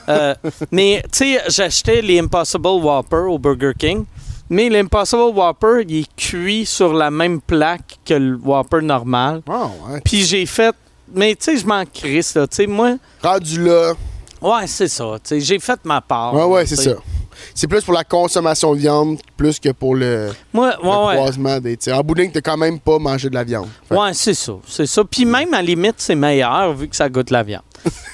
Mais, tu sais, j'achetais les Impossible Whopper au Burger King. Mais l'Impossible Whopper, il est cuit sur la même plaque que le Whopper normal. Oh, ouais. Puis j'ai fait... Mais tu sais, je m'en crisse, là. Tu sais, moi... Rendu là. Ouais, c'est ça. Tu sais, j'ai fait ma part. Ouais, c'est ça. C'est plus pour la consommation de viande plus que pour le croisement des... En bout de ligne, t'as quand même pas mangé de la viande. Ouais, c'est ça. C'est ça. Puis même, à la limite, c'est meilleur vu que ça goûte la viande.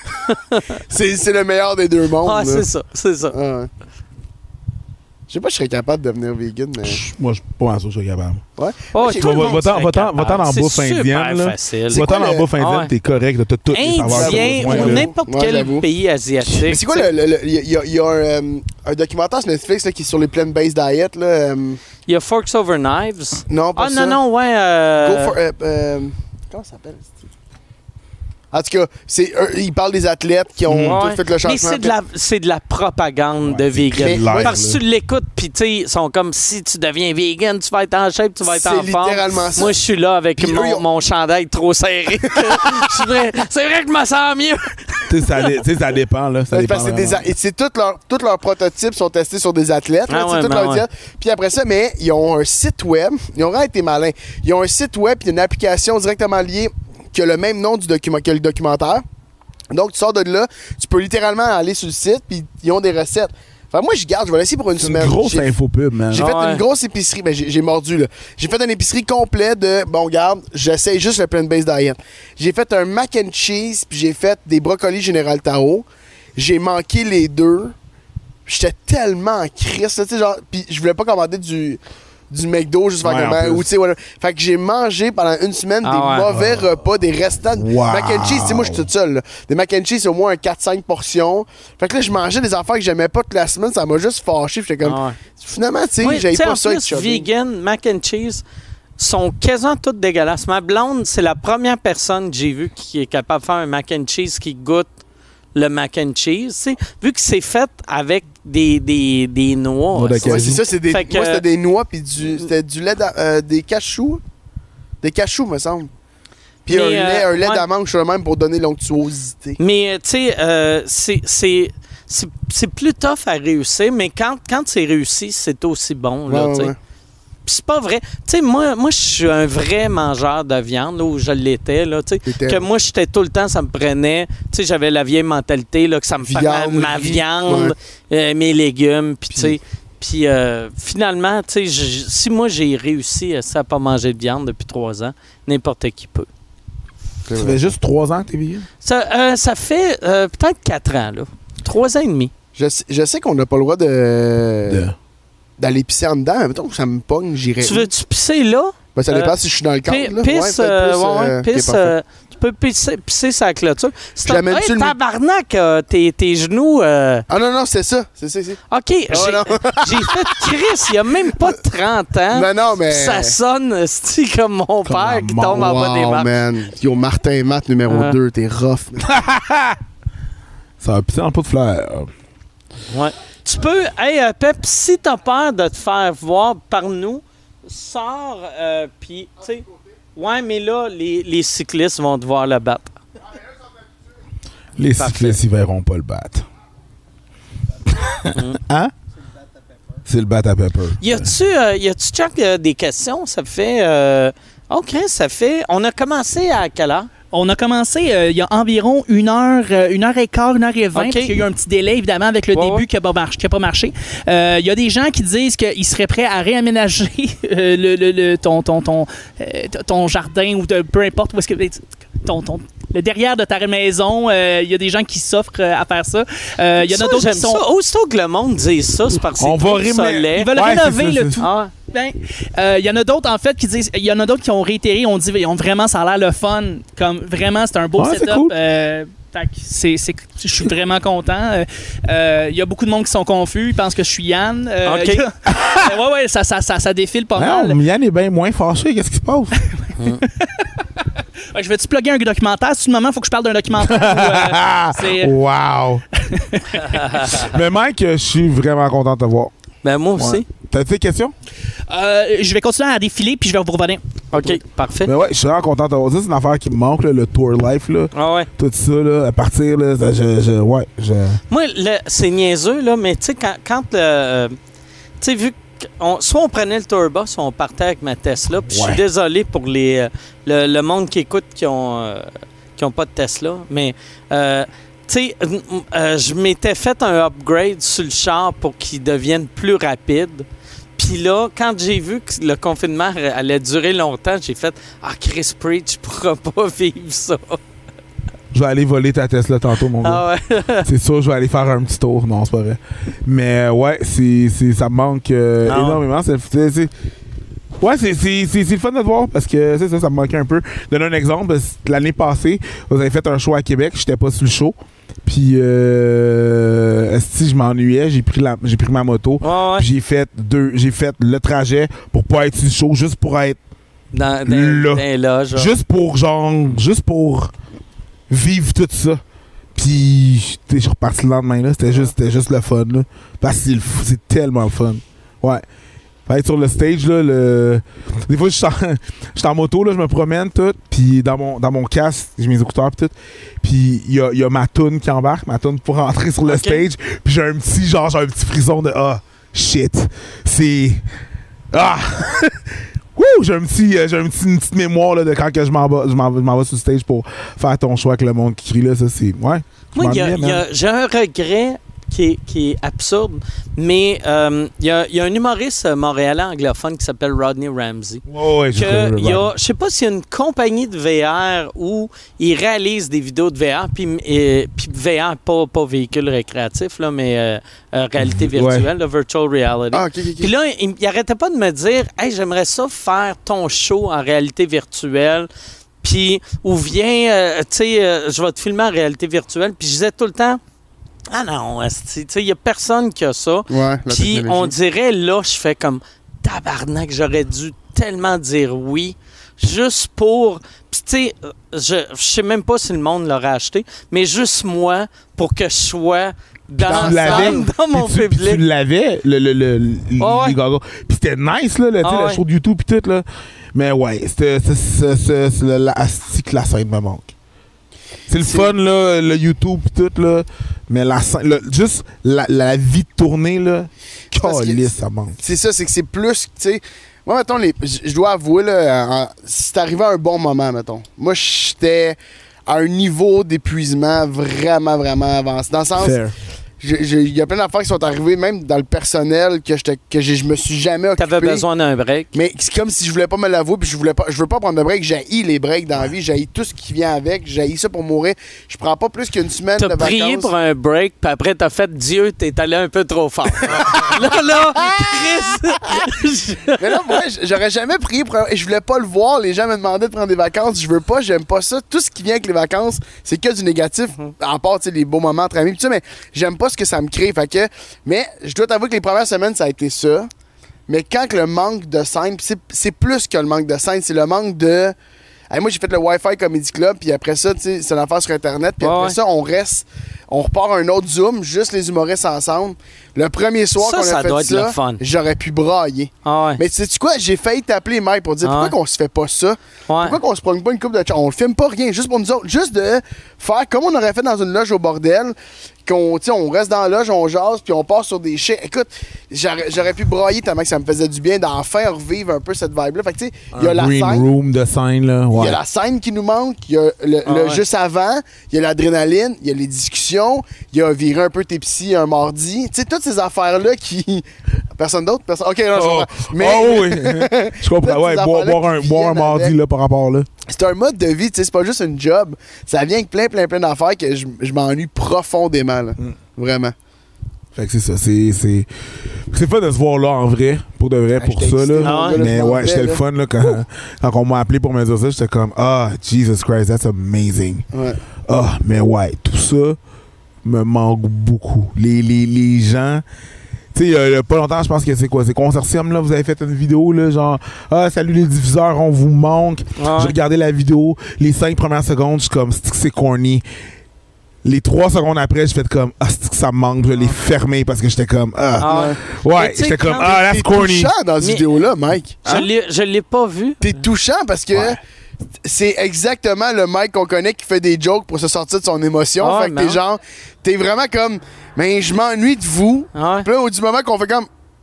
c'est le meilleur des deux mondes. Ouais, c'est ça. C'est ça. Ah, ouais. Je sais pas si je serais capable de devenir vegan, mais... Moi, je suis pas sûr que je suis capable. Ouais. Oh, Moi, tout le monde serait Va-t'en en capable. bouffe C'est indienne. super là. facile. Va-t'en en bouffe indienne, Ouais. t'es correct. T'as toutes les saveurs. que t'as Indien besoin, ou là. n'importe quel j'avoue. pays asiatique. Mais c'est quoi il y a un documentaire sur Netflix là, qui est sur les plant-based diet là. Il y a Forks Over Knives. Non, pas Ah ça. non, ouais. Go for, comment ça s'appelle? En tout cas, il parle des athlètes qui ont Ouais. tout fait le changement. Mais c'est de la propagande de vegan. c'est de l'air, Parce que là. tu l'écoutes, puis tu sais, ils sont comme si tu deviens vegan, tu vas être en shape, tu vas être en C'est forme. littéralement ça. Moi, je suis là avec Puis eux, ils ont- mon chandail trop serré. C'est vrai que je me sens mieux. Tu sais, ça dépend. Là. Ça Ouais, dépend parce que vraiment. c'est tous leurs prototypes sont testés sur des athlètes. Là, Ah ouais, toute ben leur ouais. diète. Puis après ça, mais ils ont un site web. Ils ont vraiment été malins. Ils ont un site web et une application directement liée qui a le même nom que le documentaire. Donc, tu sors de là, tu peux littéralement aller sur le site, puis ils ont des recettes. Enfin, moi, je garde, je vais laisser pour une C'est semaine. une grosse J'ai- infopub, man. J'ai fait Ouais. une grosse épicerie. Ben, j'ai mordu, là. J'ai fait une épicerie complète de, bon, regarde, j'essaye juste le plant-based diet. J'ai fait un mac and cheese, puis j'ai fait des brocolis Général Tao. J'ai manqué les deux. J'étais tellement en crise, là, tu sais, genre, puis je voulais pas commander du McDo juste faire Ouais, comme en plus. ou tu sais voilà. Fait que j'ai mangé pendant une semaine des mauvais repas, des restants de Wow. mac and cheese. Tu sais, moi je suis toute seule. Là. Des mac and cheese, c'est au moins un 4-5 portions. Fait que là, je mangeais des affaires que j'aimais pas toute la semaine, ça m'a juste fâché. J'étais comme Ah ouais. finalement, tu Oui, sais, j'avais tu sais, pas en ça avec plus, chubby. vegan, mac and cheese sont quasiment toutes dégueulasses. Ma blonde, c'est la première personne que j'ai vue qui est capable de faire un mac and cheese qui goûte le mac and cheese. Tu sais, vu que c'est fait avec des noix. Noix de ça. Ouais, c'est ça, c'est des Fait que- moi c'était des noix puis c'était du lait des cachous. Des cachous, me semble. Puis Mais, un lait ouais. d'amande sur le même pour donner l'onctuosité. Mais tu sais, c'est plus tough à réussir, mais quand c'est réussi, c'est aussi bon. Là, Ouais, tu sais. ouais. Puis c'est pas vrai. Tu sais, moi je suis un vrai mangeur de viande, là, où je l'étais. Là, tu sais, T'étais. que moi, j'étais tout le temps, ça me prenait. Tu sais, j'avais la vieille mentalité, là, que ça me Viande, prenait ma riz, viande, mes légumes. Puis, tu sais. Puis finalement, tu sais, si moi j'ai réussi à pas manger de viande depuis 3 ans, n'importe qui peut. Ça fait juste 3 ans que t'es vegan? Ça fait peut-être 4 ans, là. 3 ans et demi. Je sais qu'on n'a pas le droit d'aller pisser en dedans. Mettons que ça me pogne, j'irais. Tu veux-tu pisser là? Ben, ça dépend si je suis dans le cadre. là. Pisse, peut-être plus, pisse, ok, parfait. tu peux pisser sa clôture. C'est Je l'amène hey, sur le- tabarnak, tes genoux. Ah non, c'est ça. C'est. OK, Ah, non. j'ai fait Chris, il y a même pas 30 ans. Non, mais. Ça sonne c'est comme mon Comme père la qui mort. tombe en bas des Wow, marches. man. Yo, Martin Matt numéro Ah. 2, t'es rough. man. Ça va pisser dans le pot de fleurs. Ouais. Tu peux, hey, Pep, si t'as peur de te faire voir par nous, sors, puis, tu sais, ouais, mais là, les cyclistes vont devoir le battre. Les Parfait. cyclistes, ils verront pas le bat. Hein? C'est le bat à pepper. Y a-tu, Chuck, des questions? Ça fait, OK, ça fait, on a commencé à quelle heure? On a commencé il y a environ 1h15, 1h20. OK. Puis il y a eu un petit délai, évidemment, avec le Ouais, début ouais. qui n'a pas marché. Il y a des gens qui disent qu'ils seraient prêts à réaménager ton jardin ou peu importe où est-ce que... le derrière de ta maison, il y a des gens qui s'offrent à faire ça. Il y en a d'autres j'aime qui sont... ça. Aussitôt que le monde dit ça, c'est parce que On c'est va trop remettre- soleil. Ils veulent Ouais, rénover c'est ça, le c'est tout. Ah, Ben, il y en a d'autres, en fait, qui disent... Il y en a d'autres qui ont réitéré, on dit vraiment, ça a l'air le fun. Comme, vraiment, c'est un beau Ouais, c'est setup. cool. Fait que je suis vraiment content. Il y a beaucoup de monde qui sont confus. Ils pensent que je suis Yann. OK. il y a- ouais, ça défile pas mal. Non, Yann est bien moins fâché. Qu'est-ce qui se passe? Ouais, je vais-tu plugger un documentaire? Si le moment, il faut que je parle d'un documentaire. Ou, c'est- Wow! Mais Mike, je suis vraiment content de te voir. ben moi aussi. Ouais. T'as des questions? je vais continuer à défiler, puis je vais vous revenir. OK, parfait. Mais ouais, je suis vraiment content de te voir. Ça, c'est une affaire qui me manque, là, le tour life, là. Ah ouais. Tout ça, là, à partir, là, ouais. Moi, c'est niaiseux, là, mais tu sais, quand le. tu sais, vu soit on prenait le tour bus, soit on partait avec ma Tesla. Puis je Ouais. suis désolé pour le monde qui écoute qui ont qui n'ont pas de Tesla, mais tu sais, je m'étais fait un upgrade sur le char pour qu'il devienne plus rapide. Puis là, quand j'ai vu que le confinement allait durer longtemps, j'ai fait « Ah, Chris Preach, je pourrais pas vivre ça. » Je vais aller voler ta Tesla tantôt, mon gars. Ah ouais. C'est sûr, je vais aller faire un petit tour. Non, c'est pas vrai. Mais ouais, ça me manque énormément. Ouais, c'est le fun de te voir parce que ça me manquait un peu. Donner un exemple, l'année passée, vous avez fait un show à Québec, j'étais pas sur le show. Puis, si je m'ennuyais, j'ai pris ma moto. Ouais. J'ai fait le trajet pour pas être sur le show, juste pour être là. Juste pour vivre tout ça. Puis, je suis reparti le lendemain, là. C'était juste le fun, là. Parce que c'est tellement le fun. Ouais. Être sur le stage, là, des fois, je suis en moto, là, je me promène, tout, puis dans mon casque, j'ai mes écouteurs, puis tout, puis il y a ma toune qui embarque, ma toune pour rentrer sur le stage, puis j'ai un petit frisson de « Ah, shit! » C'est... Ah! Wouh! J'ai une petite mémoire là, de quand que je m'en vais sur le stage pour faire ton choix avec le monde qui crie, là, ça, c'est... Ouais. Moi, j'ai un regret qui est absurde, mais il y a un humoriste montréalais anglophone qui s'appelle Rodney Ramsey. Je sais pas s'il y a une compagnie de VR où il réalise des vidéos de VR, puis VR, pas véhicule récréatif, là, mais réalité virtuelle, là, virtual reality. Ah, okay. Puis là, il arrêtait pas de me dire « Hey, j'aimerais ça faire ton show en réalité virtuelle. » Puis, ou viens, tu sais, je vais te filmer en réalité virtuelle. Puis je disais tout le temps, ah non, il n'y a personne qui a ça. Ouais, puis on dirait, là, je fais comme tabarnak, j'aurais dû tellement dire oui, juste pour... Puis tu sais, je sais même pas si le monde l'aurait acheté, mais juste moi, pour que je sois dans mon public. Tu l'avais, les goggles. Puis c'était nice, là, le show de YouTube et tout, là. Mais ouais, c'est la scène me manque. C'est le fun, là, le YouTube et tout, là. Mais juste la vie de tournée, là, calisse, ça manque. C'est ça, c'est que c'est plus, tu sais... Moi, mettons, je dois avouer, là, c'est arrivé à un bon moment, mettons. Moi, j'étais à un niveau d'épuisement vraiment, vraiment avancé. Dans le sens... Il y a plein d'affaires qui sont arrivées, même dans le personnel, que je me suis jamais occupé. T'avais besoin d'un break. Mais c'est comme si je voulais pas me l'avouer, puis je veux pas prendre de break. J'haïs les breaks dans la vie, j'haïs tout ce qui vient avec, j'haïs ça pour mourir. Je prends pas plus qu'une semaine de vacances. T'as prié pour un break, puis après t'as fait Dieu, t'es allé un peu trop fort. là, Chris! Mais là, moi, j'aurais jamais prié pour et je voulais pas le voir. Les gens me demandaient de prendre des vacances. Je veux pas, j'aime pas ça. Tout ce qui vient avec les vacances, c'est que du négatif. À part, tu sais, les beaux moments entre amis, tout ça, mais j'aime pas ce que ça me crée. Fait que, mais je dois t'avouer que les premières semaines, ça a été ça. Mais quand le manque de scène, c'est plus que le manque de scène, c'est le manque de... Hey, moi, j'ai fait le Wi-Fi Comedy Club, puis après ça, tu sais, c'est une affaire sur Internet, puis après ça, on repart un autre Zoom, juste les humoristes ensemble. Le premier soir qu'on a fait ça, j'aurais pu brailler. Mais sais-tu quoi? J'ai failli t'appeler, Mike, pour dire pourquoi qu'on se fait pas ça? Pourquoi qu'on se prend pas une coupe de... On le filme pas rien, juste pour nous autres. Juste de faire comme on aurait fait dans une loge au bordel, on reste dans la loge, on jase, puis on part sur des chais. Écoute, j'aurais pu brailler tellement que ça me faisait du bien d'enfin revivre un peu cette vibe-là. Fait que tu sais, il y a la scène. Room de scène, là. Il y a la scène qui nous manque, il y a le juste avant, il y a l'adrénaline, il y a les discussions, il y a virer un peu tes psys un mardi. Tu sais, toutes ces affaires-là qui... Personne d'autre? Ok, non, je comprends. Mais... oui. Je comprends. Ouais, boire un mardi, là, par rapport, là. C'est un mode de vie, tu sais, c'est pas juste une job. Ça vient avec plein d'affaires que je m'ennuie profondément, là. Vraiment. Fait que c'est ça, c'est fun de se voir là en vrai, pour de vrai, pour ça, là. Mais ouais, j'étais le fun, là, quand on m'a appelé pour me dire ça, j'étais comme, Jesus Christ, that's amazing. Ouais. Mais ouais, tout ça me manque beaucoup. Les gens... Tu sais, il y a pas longtemps, je pense que c'est quoi? C'est Consortium, là, vous avez fait une vidéo, là, genre, salut les diffuseurs, on vous manque. J'ai regardé la vidéo, les 5 premières secondes, je suis comme, c'est corny. Les 3 secondes après, j'ai fait comme, c'est que ça me manque, je l'ai fermé parce que j'étais comme, ouais, j'étais comme, that's corny. T'es touchant dans cette vidéo-là, Mike. Je l'ai pas vu. T'es touchant parce que c'est exactement le Mike qu'on connaît qui fait des jokes pour se sortir de son émotion. Fait que t'es vraiment comme, mais je m'ennuie de vous. Puis là, au du moment qu'on fait comme,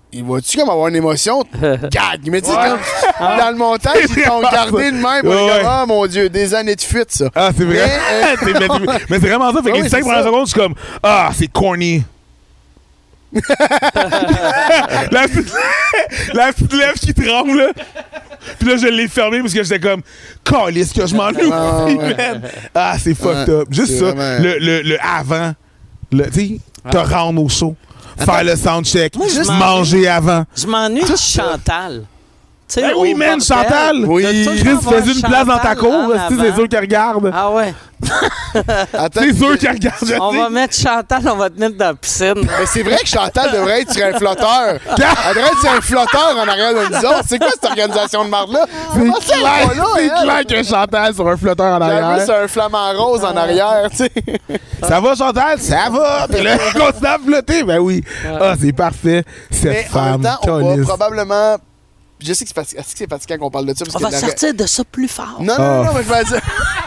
il va-tu comme avoir une émotion? Gag! Mais tu sais, comme dans le montage, ils t'ont gardé de même. Ah, mon Dieu, des années de fuite, ça. Ah, c'est vrai. Mais c'est vraiment ça. Fait que les 5 premières secondes, je suis comme, ah, c'est corny. la petite lèvre qui tremble, là. Puis là, je l'ai fermé parce que j'étais comme, calisse que je m'en loue. Ah, c'est fucked up. Juste ça. Vraiment... Le avant. Tu sais, te rendre au show. Faire le soundcheck. Manger avant. Je m'ennuie de Chantal. Ben oui, man, Chantal! Oui. Chris faisait une place dans ta cour, c'est sûr qu'elle regarde. Ah ouais. C'est sûr qu'elle regarde. On va mettre Chantal, on va te mettre dans la piscine. Mais c'est vrai que Chantal devrait être sur un flotteur. Elle devrait être sur un flotteur en arrière de nous autres. C'est quoi cette organisation de marde-là? C'est clair que Chantal sur un flotteur en arrière. J'avoue, c'est un flamant rose en arrière, tu sais. Ça va, Chantal? Ça va! Puis là, elle continue à flotter. Ben oui. Ah, c'est parfait. Cette femme. En même temps, on va probablement... Je sais que c'est fatigant qu'on parle de ça. Parce on va sortir de ça plus fort. Non, mais je vais dire...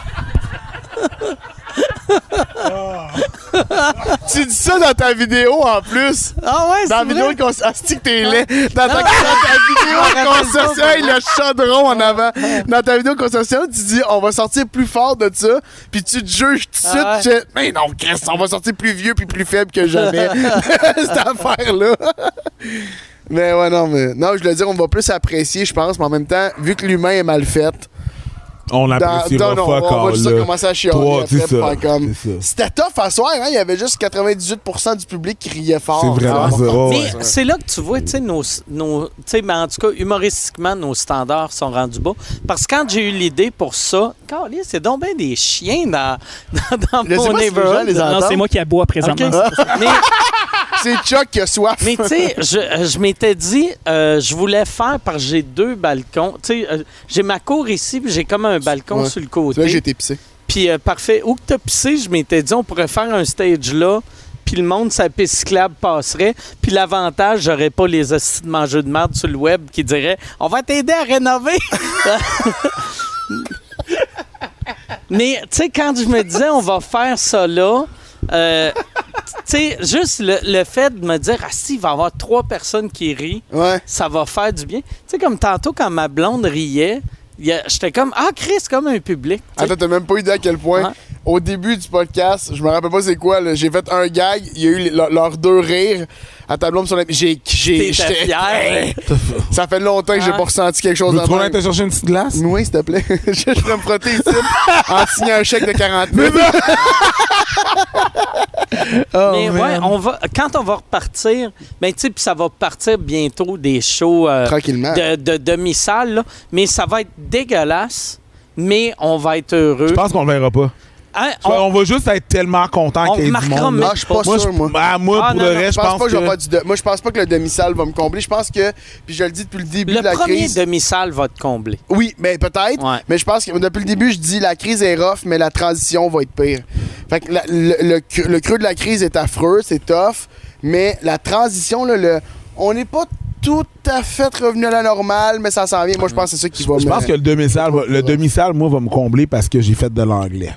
Tu dis ça dans ta vidéo en plus. Ah ouais, dans la vidéo qu'on que t'es laid. Dans ta vidéo consortium, le chaudron en avant. Dans ta vidéo consortium, tu dis on va sortir plus fort de ça. Puis tu te juges tout de suite. Mais non, Chris, on va sortir plus vieux puis plus faible que jamais. Cette affaire-là. Mais ouais, non, je veux dire, on va plus apprécier, je pense, mais en même temps, vu que l'humain est mal fait, on l'appréciera fuck all. On va juste commencer à chialer après pour faire comme... C'est ça. C'était tough à soir, hein? Il y avait juste 98% du public qui riait fort. C'est vraiment ça. Mais c'est là que tu vois, tu sais, mais en tout cas, humoristiquement, nos standards sont rendus bas. Parce que quand j'ai eu l'idée pour ça, c'est donc bien des chiens dans mon neighborhood. Non, c'est moi qui aboie présentement. Okay. Mais, c'est Chuck qui a soif. Mais tu sais, je m'étais dit, je voulais faire, parce que j'ai 2 balcons. Tu sais, j'ai ma cour ici, puis j'ai comme un balcon sur le côté. C'est là que j'ai été pissé. Puis parfait. Où que t'as pissé, je m'étais dit, on pourrait faire un stage là, puis le monde, sa piste cyclable passerait. Puis l'avantage, j'aurais pas les hosties de mangeux de merde sur le web qui diraient, on va t'aider à rénover. Mais tu sais, quand je me disais, on va faire ça là, tu sais, juste le fait de me dire, si, il va y avoir 3 personnes qui rient, ça va faire du bien. Tu sais, comme tantôt, quand ma blonde riait, j'étais comme, Chris, comme un public. T'sais. Attends, t'as même pas idée à quel point, au début du podcast, je me rappelle pas c'est quoi, là, j'ai fait un gag, il y a eu leurs 2 rires à ta blonde sur la... J'étais fier. Ça fait longtemps que j'ai pas ressenti quelque chose dans le... Tu vas chercher une petite glace? Oui, s'il te plaît. Je vais me frotter ici en signant un chèque de 40 000. Mais ouais, quand on va repartir, ben tu sais, puis ça va partir bientôt des shows tranquillement de demi-salle, là, mais ça va être dégueulasse, mais on va être heureux. Je pense qu'on le verra pas. Hein, on va juste être tellement content qu'il y ait du monde. Je suis pas sûr, moi. Moi, pour le reste, je pense que... Moi, je pense pas que le demi-salle va me combler. Je pense que, puis je le dis depuis le début de la crise... Le premier demi-salle va te combler. Oui, mais peut-être. Ouais. Mais je pense que depuis le début, je dis la crise est rough, mais la transition va être pire. Fait que le creux de la crise est affreux, c'est tough, mais la transition, là, on n'est pas tout à fait revenu à la normale, mais ça s'en vient. Moi, je pense que c'est ça qui va Je pense que le demi-salle, moi, va me combler parce que j'ai fait de l'anglais.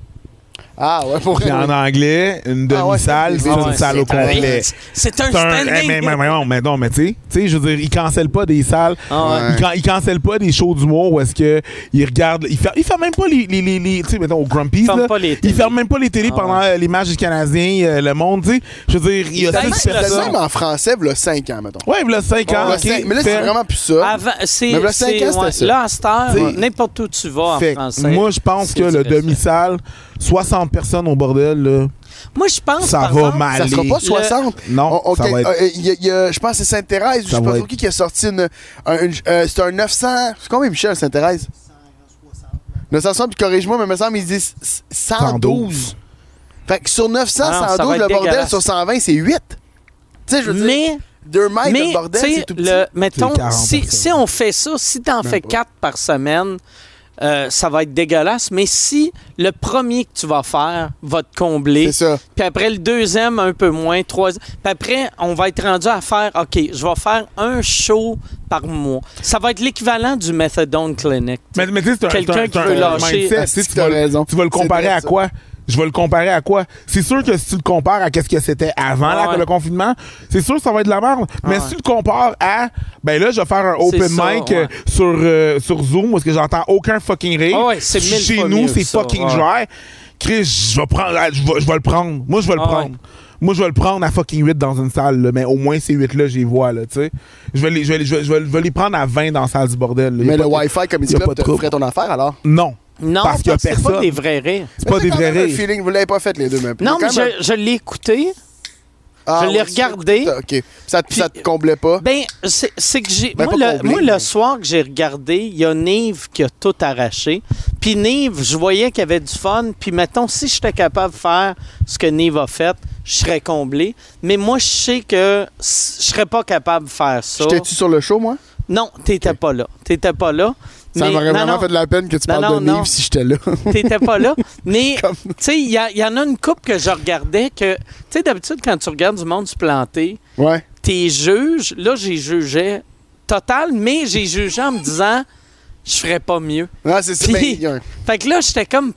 Ah ouais, pour en anglais, une demi-salle, c'est une salle au complet. C'est un standing. Mais tu sais, je veux dire, ils cancellent pas des salles. Ils cancellent pas des shows d'humour où est-ce que ils regardent. Ils ferment même pas les tu sais, mettons, au Grumpy's, ils ferment même pas les télés pendant les matchs du Canadien, le monde, tu sais. Je veux dire, il y a 6 personnes. Même en français, il y a 5 ans, mettons. Ouais, il y a 5 ans. Mais là, c'est vraiment plus ça. Mais il y a 5 ans, c'était ça. Là, à cette heure, n'importe où tu vas en français. Moi, je pense que le demi-salle, 60 personnes au bordel, là. Moi, je pense ça va mal. Ça sera pas 60. Non, ça va être... je pense que c'est Sainte-Thérèse. Je sais pas trop qui a sorti c'est un 900... C'est combien, Michel, Sainte-Thérèse? 960, puis corrige-moi, mais il me semble qu'ils disent 112. Fait que sur 900, 112, le bordel, sur 120, c'est 8. Tu sais, je veux dire... 2 mètres de bordel, c'est tout petit. Mettons, si on fait ça, si t'en fais 4 par semaine... ça va être dégueulasse, mais si le premier que tu vas faire va te combler, puis après le deuxième un peu moins, troisième, puis après on va être rendu à faire, OK, je vais faire un show par mois. Ça va être l'équivalent du Methadone Clinic. Mais tu sais, quelqu'un qui veut lâcher. Tu vas le comparer à quoi? Je vais le comparer à quoi? C'est sûr que si tu le compares à qu'est-ce que c'était avant le confinement, c'est sûr que ça va être de la merde. Mais si tu le compares à, ben là, je vais faire un open mic sur Zoom parce que j'entends aucun fucking rire. Chez nous, c'est fucking dry. Chris, je vais le prendre. Moi, je vais le prendre. Moi, je vais le prendre à fucking 8 dans une salle, là, mais au moins ces 8-là, j'y vois, là, tu sais. Je vais les prendre à 20 dans la salle du bordel. Là. Mais le Wi-Fi Comedy Club te ferait ton affaire, alors? Non, parce qu'il y a c'est personne. pas des vrais rires. C'est pas des vrais rires. Feeling, vous l'avez pas fait les deux, mais Non, mais je l'ai écouté. Je l'ai regardé. OK. Ça te comblait pas? Ben, c'est que j'ai. Ben, moi, le soir que j'ai regardé, il y a Nive qui a tout arraché. Puis Nive, je voyais qu'il y avait du fun. Puis mettons, si j'étais capable de faire ce que Nive a fait, je serais comblé. Mais moi, je sais que je serais pas capable de faire ça. J'étais-tu sur le show, moi? Non, t'étais pas là. T'étais pas là. Ça m'aurait vraiment fait de la peine que tu parles de Nive si j'étais là. T'étais pas là. Mais, tu sais, il y en a une couple que je regardais que, tu sais, d'habitude, quand tu regardes du monde se planter, t'es juges. Là, j'ai jugé total, mais j'ai jugé en me disant, je ferais pas mieux. Non, c'est ça. Fait que là, j'étais comme,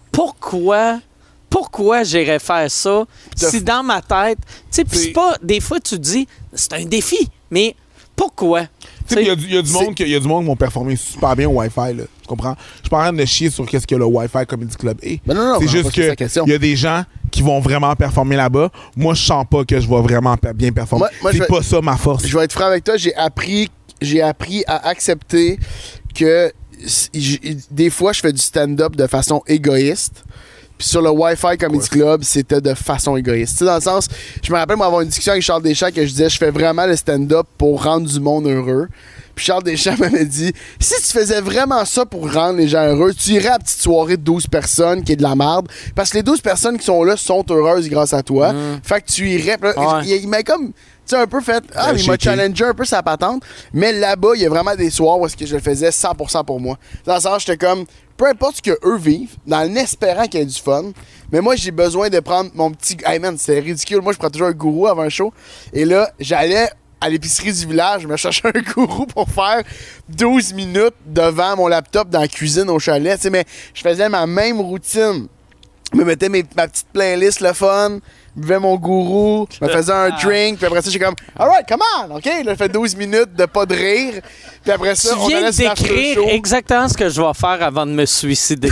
pourquoi j'irais faire ça si dans ma tête, tu sais, puis c'est pas, des fois, tu te dis, c'est un défi, mais pourquoi? Il y a du monde qui vont performer super bien au Wi-Fi, là. Tu comprends? Je suis pas en train de chier sur qu'est-ce que le Wi-Fi Comedy Club est. Ben non, c'est juste qu'il y a des gens qui vont vraiment performer là-bas. Moi, je sens pas que je vais vraiment bien performer. C'est pas ça ma force. Je vais être franc avec toi. J'ai appris à accepter que des fois, je fais du stand-up de façon égoïste. Puis sur le Wi-Fi Comedy Club, c'était de façon égoïste. Tu sais, dans le sens, je me rappelle m'avoir une discussion avec Charles Deschamps que je disais, je fais vraiment le stand-up pour rendre du monde heureux. Puis Charles Deschamps m'avait dit, si tu faisais vraiment ça pour rendre les gens heureux, tu irais à la petite soirée de 12 personnes qui est de la merde. Parce que les 12 personnes qui sont là sont heureuses grâce à toi. Fait que tu irais. Il m'a comme... Tu sais, un peu fait... il m'a challengé un peu sa patente. Mais là-bas, il y a vraiment des soirs où est-ce que je le faisais 100% pour moi. Dans le sens, j'étais comme... Peu importe ce qu'eux vivent, dans l'espérant qu'il y ait du fun. Mais moi, j'ai besoin de prendre mon petit... Hey man, c'est ridicule. Moi, je prends toujours un gourou avant un show. Et là, j'allais à l'épicerie du village, me chercher un gourou pour faire 12 minutes devant mon laptop dans la cuisine au chalet. Tu sais, mais je faisais ma même routine. Je me mettais ma petite playlist, le fun, buvais mon gourou, me faisais un drink, puis après ça, j'ai comme « Alright, come on! » OK? Là, je fais 12 minutes de pas de rire, puis après ça, on allait se faire le décrire show. exactement ce que je vais faire avant de me suicider.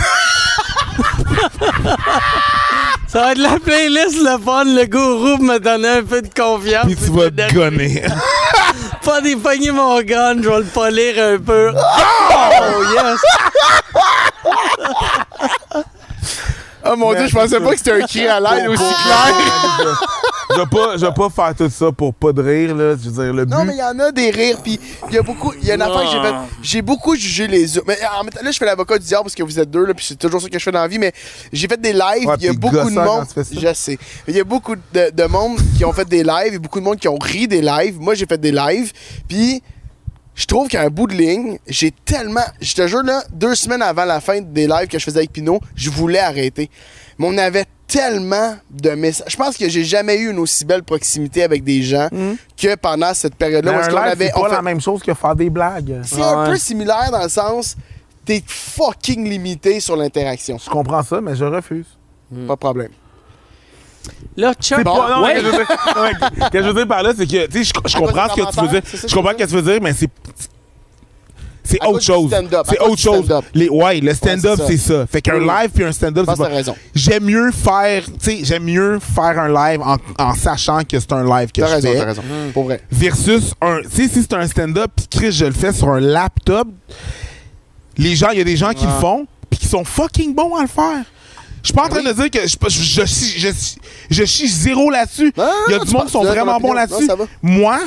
Ça va être la playlist, le fun, le gourou me donner un peu de confiance. Puis tu vas te gonner. Pas dépogner mon gun, je vais le polir un peu. Oh, yes! Oh mon Dieu, je pensais pas que c'était un cri à l'aide aussi clair. Je vais pas faire tout ça pour pas de rire, là. Je veux dire, le but... Non, mais il y en a des rires, puis il y a une affaire que j'ai faite. J'ai beaucoup jugé les autres. Mais en même temps, là, je fais l'avocat du diable parce que vous êtes deux, là, puis c'est toujours ça que je fais dans la vie, mais j'ai fait des lives, il y a beaucoup de monde. Je sais. Il y a beaucoup de monde qui ont fait des lives, et beaucoup de monde qui ont ri des lives. Moi, j'ai fait des lives, puis... Je trouve qu'à un bout de ligne, j'ai tellement... Je te jure, là, 2 semaines avant la fin des lives que je faisais avec Pinot, je voulais arrêter. Mais on avait tellement de messages. Je pense que j'ai jamais eu une aussi belle proximité avec des gens que pendant cette période-là. Mais Où c'est pas la même chose que faire des blagues. C'est un peu similaire dans le sens... T'es fucking limité sur l'interaction. Je comprends ça, mais je refuse. Pas de problème. Là, Chuck, ce que je veux dire par là, c'est que, tu sais, je comprends ce que tu veux dire. Je comprends ce que tu veux dire, mais c'est autre chose. C'est autre chose. Le stand-up, c'est ça. Fait qu'un live puis un stand-up, c'est pas... raison. J'aime mieux faire un live en sachant que c'est un live que je fais. T'as raison. Pour vrai. Versus si c'est un stand-up puis Chris, je le fais sur un laptop, il y a des gens qui le font puis qui sont fucking bons à le faire. Je suis pas en train de dire que je chie zéro là-dessus. Il y a du monde qui sont vraiment bons là-dessus. Moi,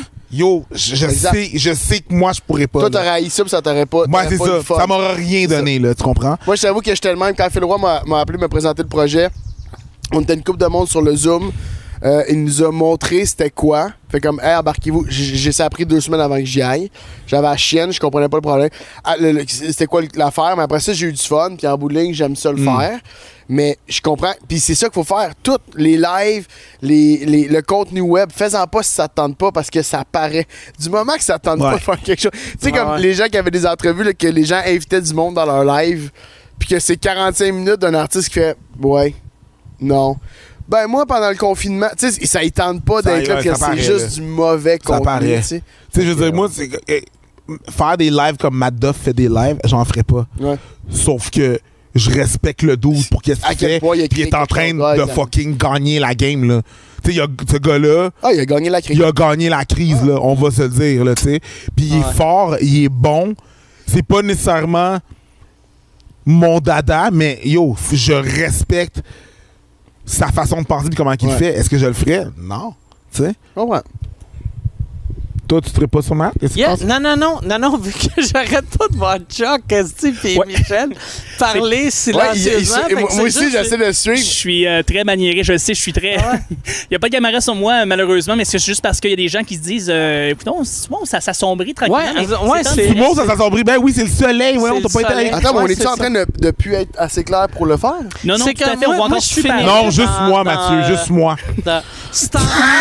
je sais que moi, je pourrais pas. Toi, t'aurais haï ça, puis ça t'aurait pas. Ouais, c'est ça. Ça m'aura rien donné, là, tu comprends? Moi, je t'avoue que j'étais le même. Quand Phil Roy m'a appelé me présenter le projet, on était une couple de monde sur le Zoom. Il nous a montré c'était quoi. Fait comme, hey, embarquez-vous. Ça a pris 2 semaines avant que j'y aille. J'avais la chienne, je comprenais pas le problème. C'était quoi l'affaire, mais après ça, j'ai eu du fun. Puis en bout de ligne, j'aime ça le faire. Mais je comprends. Puis c'est ça qu'il faut faire. Toutes les lives, le contenu web, fais-en pas si ça te tente pas parce que ça paraît. Du moment que ça te tente pas de faire quelque chose. Tu sais, comme les gens qui avaient des entrevues, là, que les gens invitaient du monde dans leur live, puis que c'est 45 minutes d'un artiste qui fait, ouais. Non. Ben, moi, pendant le confinement, tu sais, ça y tente pas d'être là, parce que c'est juste du mauvais contenu, tu sais. Tu sais, je veux dire, moi, faire des lives comme Matt Duff fait des lives, j'en ferais pas. Ouais. Sauf que je respecte le dude pour qu'est-ce qu'il fait, puis il est en train de fucking gagner la game, là. Tu sais, ce gars-là... Ah, il a gagné la crise. Il a gagné la crise, là, on va se le dire, là, tu sais. Puis il est fort, il est bon. C'est pas nécessairement mon dada, mais yo, je respecte sa façon de penser et comment il fait. Est-ce que je le ferais? Non. Tu sais? Ouais. Toi, tu ne serais pas sur Matt? Non, vu que j'arrête pas de voir Chuck, Steve et Michel parler silencieusement. Moi aussi, j'essaie de suivre. Je suis très maniéré, je le sais, je suis très... Il n'y a pas de caméra sur moi, malheureusement, mais c'est juste parce qu'il y a des gens qui se disent écoutons, Simon, ça s'assombrit tranquillement. Simon, ça s'assombrit. Ben oui, c'est le soleil. Ouais, on t'a pas été avec. Attends, mais on est-tu en train de plus être assez clair pour le faire? Non, tout à fait, on va encore super. Non, juste moi, Mathieu, juste moi. C'est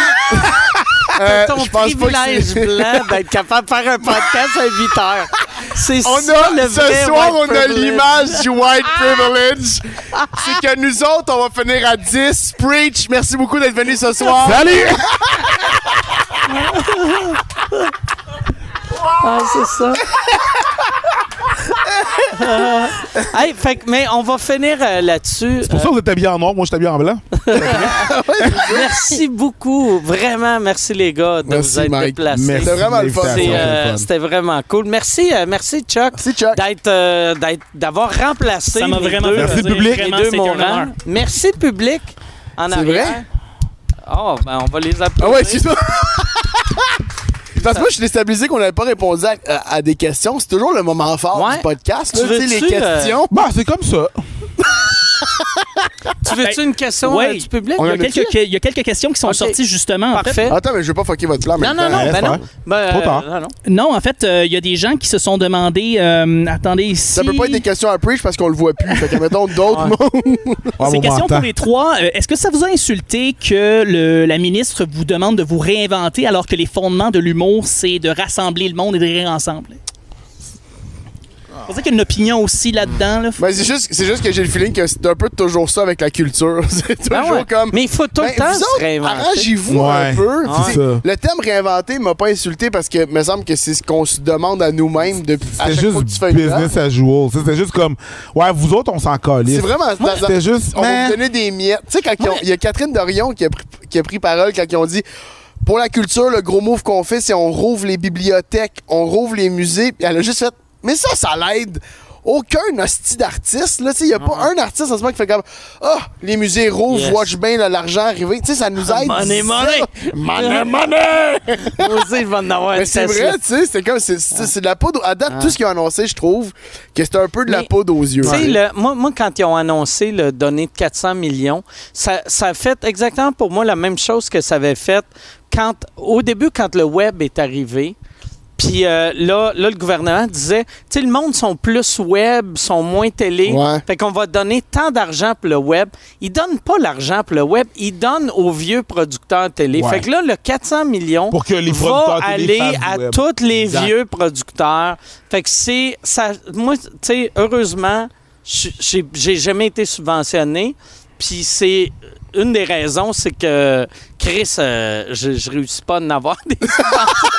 ton je pense privilège blanc d'être capable de faire un podcast à 8 heures. C'est ça, le vrai ce soir, on a privilege. l'image du white privilege. C'est que nous autres, on va finir à 10. Preach, merci beaucoup d'être venu ce soir. Salut! Ah, c'est ça. Hey, mais on va finir là-dessus. C'est pour ça que vous êtes habillés en noir, moi je suis habillé en blanc. Merci beaucoup. Vraiment, merci les gars de vous être déplacés. C'était vraiment le fun. C'était vraiment cool. Merci Chuck, d'avoir remplacé ça m'a vraiment merci public. les deux mourants. Merci public en arrière. C'est vrai? Oh, ben on va les applaudir. Ah ouais, excuse-moi. Parce que moi, je suis déstabilisé qu'on n'avait pas répondu à des questions. C'est toujours le moment fort du podcast. Là, tu sais, les questions. Bah, c'est comme ça. Tu veux-tu une question du public? Il y a quelques questions qui sont sorties justement. Parfait. En fait. Attends, mais je veux pas fucker votre plan. Trop tard. Non, en fait, il y a des gens qui se sont demandé... attendez, ici... Ça peut pas être des questions à preach parce qu'on le voit plus. Fait que, mettons, d'autres mondes. C'est question pour les trois. Est-ce que ça vous a insulté que la ministre vous demande de vous réinventer alors que les fondements de l'humour, c'est de rassembler le monde et de rire ensemble? C'est pour ça qu'il y a une opinion aussi là-dedans. Là. Ben, c'est juste que j'ai le feeling que c'est un peu toujours ça avec la culture. C'est toujours comme... Mais il faut tout le temps se réinventer. Arrangez-vous un peu. Ça. Le terme réinventer m'a pas insulté parce que me semble que c'est ce qu'on se demande à nous-mêmes depuis à chaque fois que tu fais une business as usual. C'était juste comme, ouais, vous autres, on s'en calisse. C'est vraiment... C'était juste... On va vous donner des miettes. Tu sais, quand il y a Catherine Dorion qui a pris parole quand ils ont dit... Pour la culture, le gros move qu'on fait, c'est on rouvre les bibliothèques, on rouvre les musées. Puis elle a juste fait... Mais ça l'aide aucun hostie d'artiste. Il n'y a pas un artiste en ce moment qui fait comme les musées rouvrent, watch bien l'argent arriver. Tu sais, ça nous aide. Money! Money! Aussi, ils vont en avoir. Mais c'est vrai, tu sais, c'est comme c'est de la poudre. À date, tout ce qu'ils ont annoncé, je trouve que c'est un peu de la poudre aux yeux. Tu sais, moi, quand ils ont annoncé le donner de 400 millions, ça a fait exactement pour moi la même chose que ça avait fait au début, quand le web est arrivé. Puis là, le gouvernement disait, tu sais, le monde sont plus web, sont moins télé. Ouais. Fait qu'on va donner tant d'argent pour le web. Ils donnent pas l'argent pour le web, ils donnent aux vieux producteurs télé. Ouais. Fait que là, le 400 millions pour que les va télé aller à web. tous les Exact. vieux producteurs. Fait que c'est ça. Moi, tu sais, heureusement, j'ai jamais été subventionné. Puis c'est une des raisons, c'est que Chris, je réussis pas à en avoir des subventions.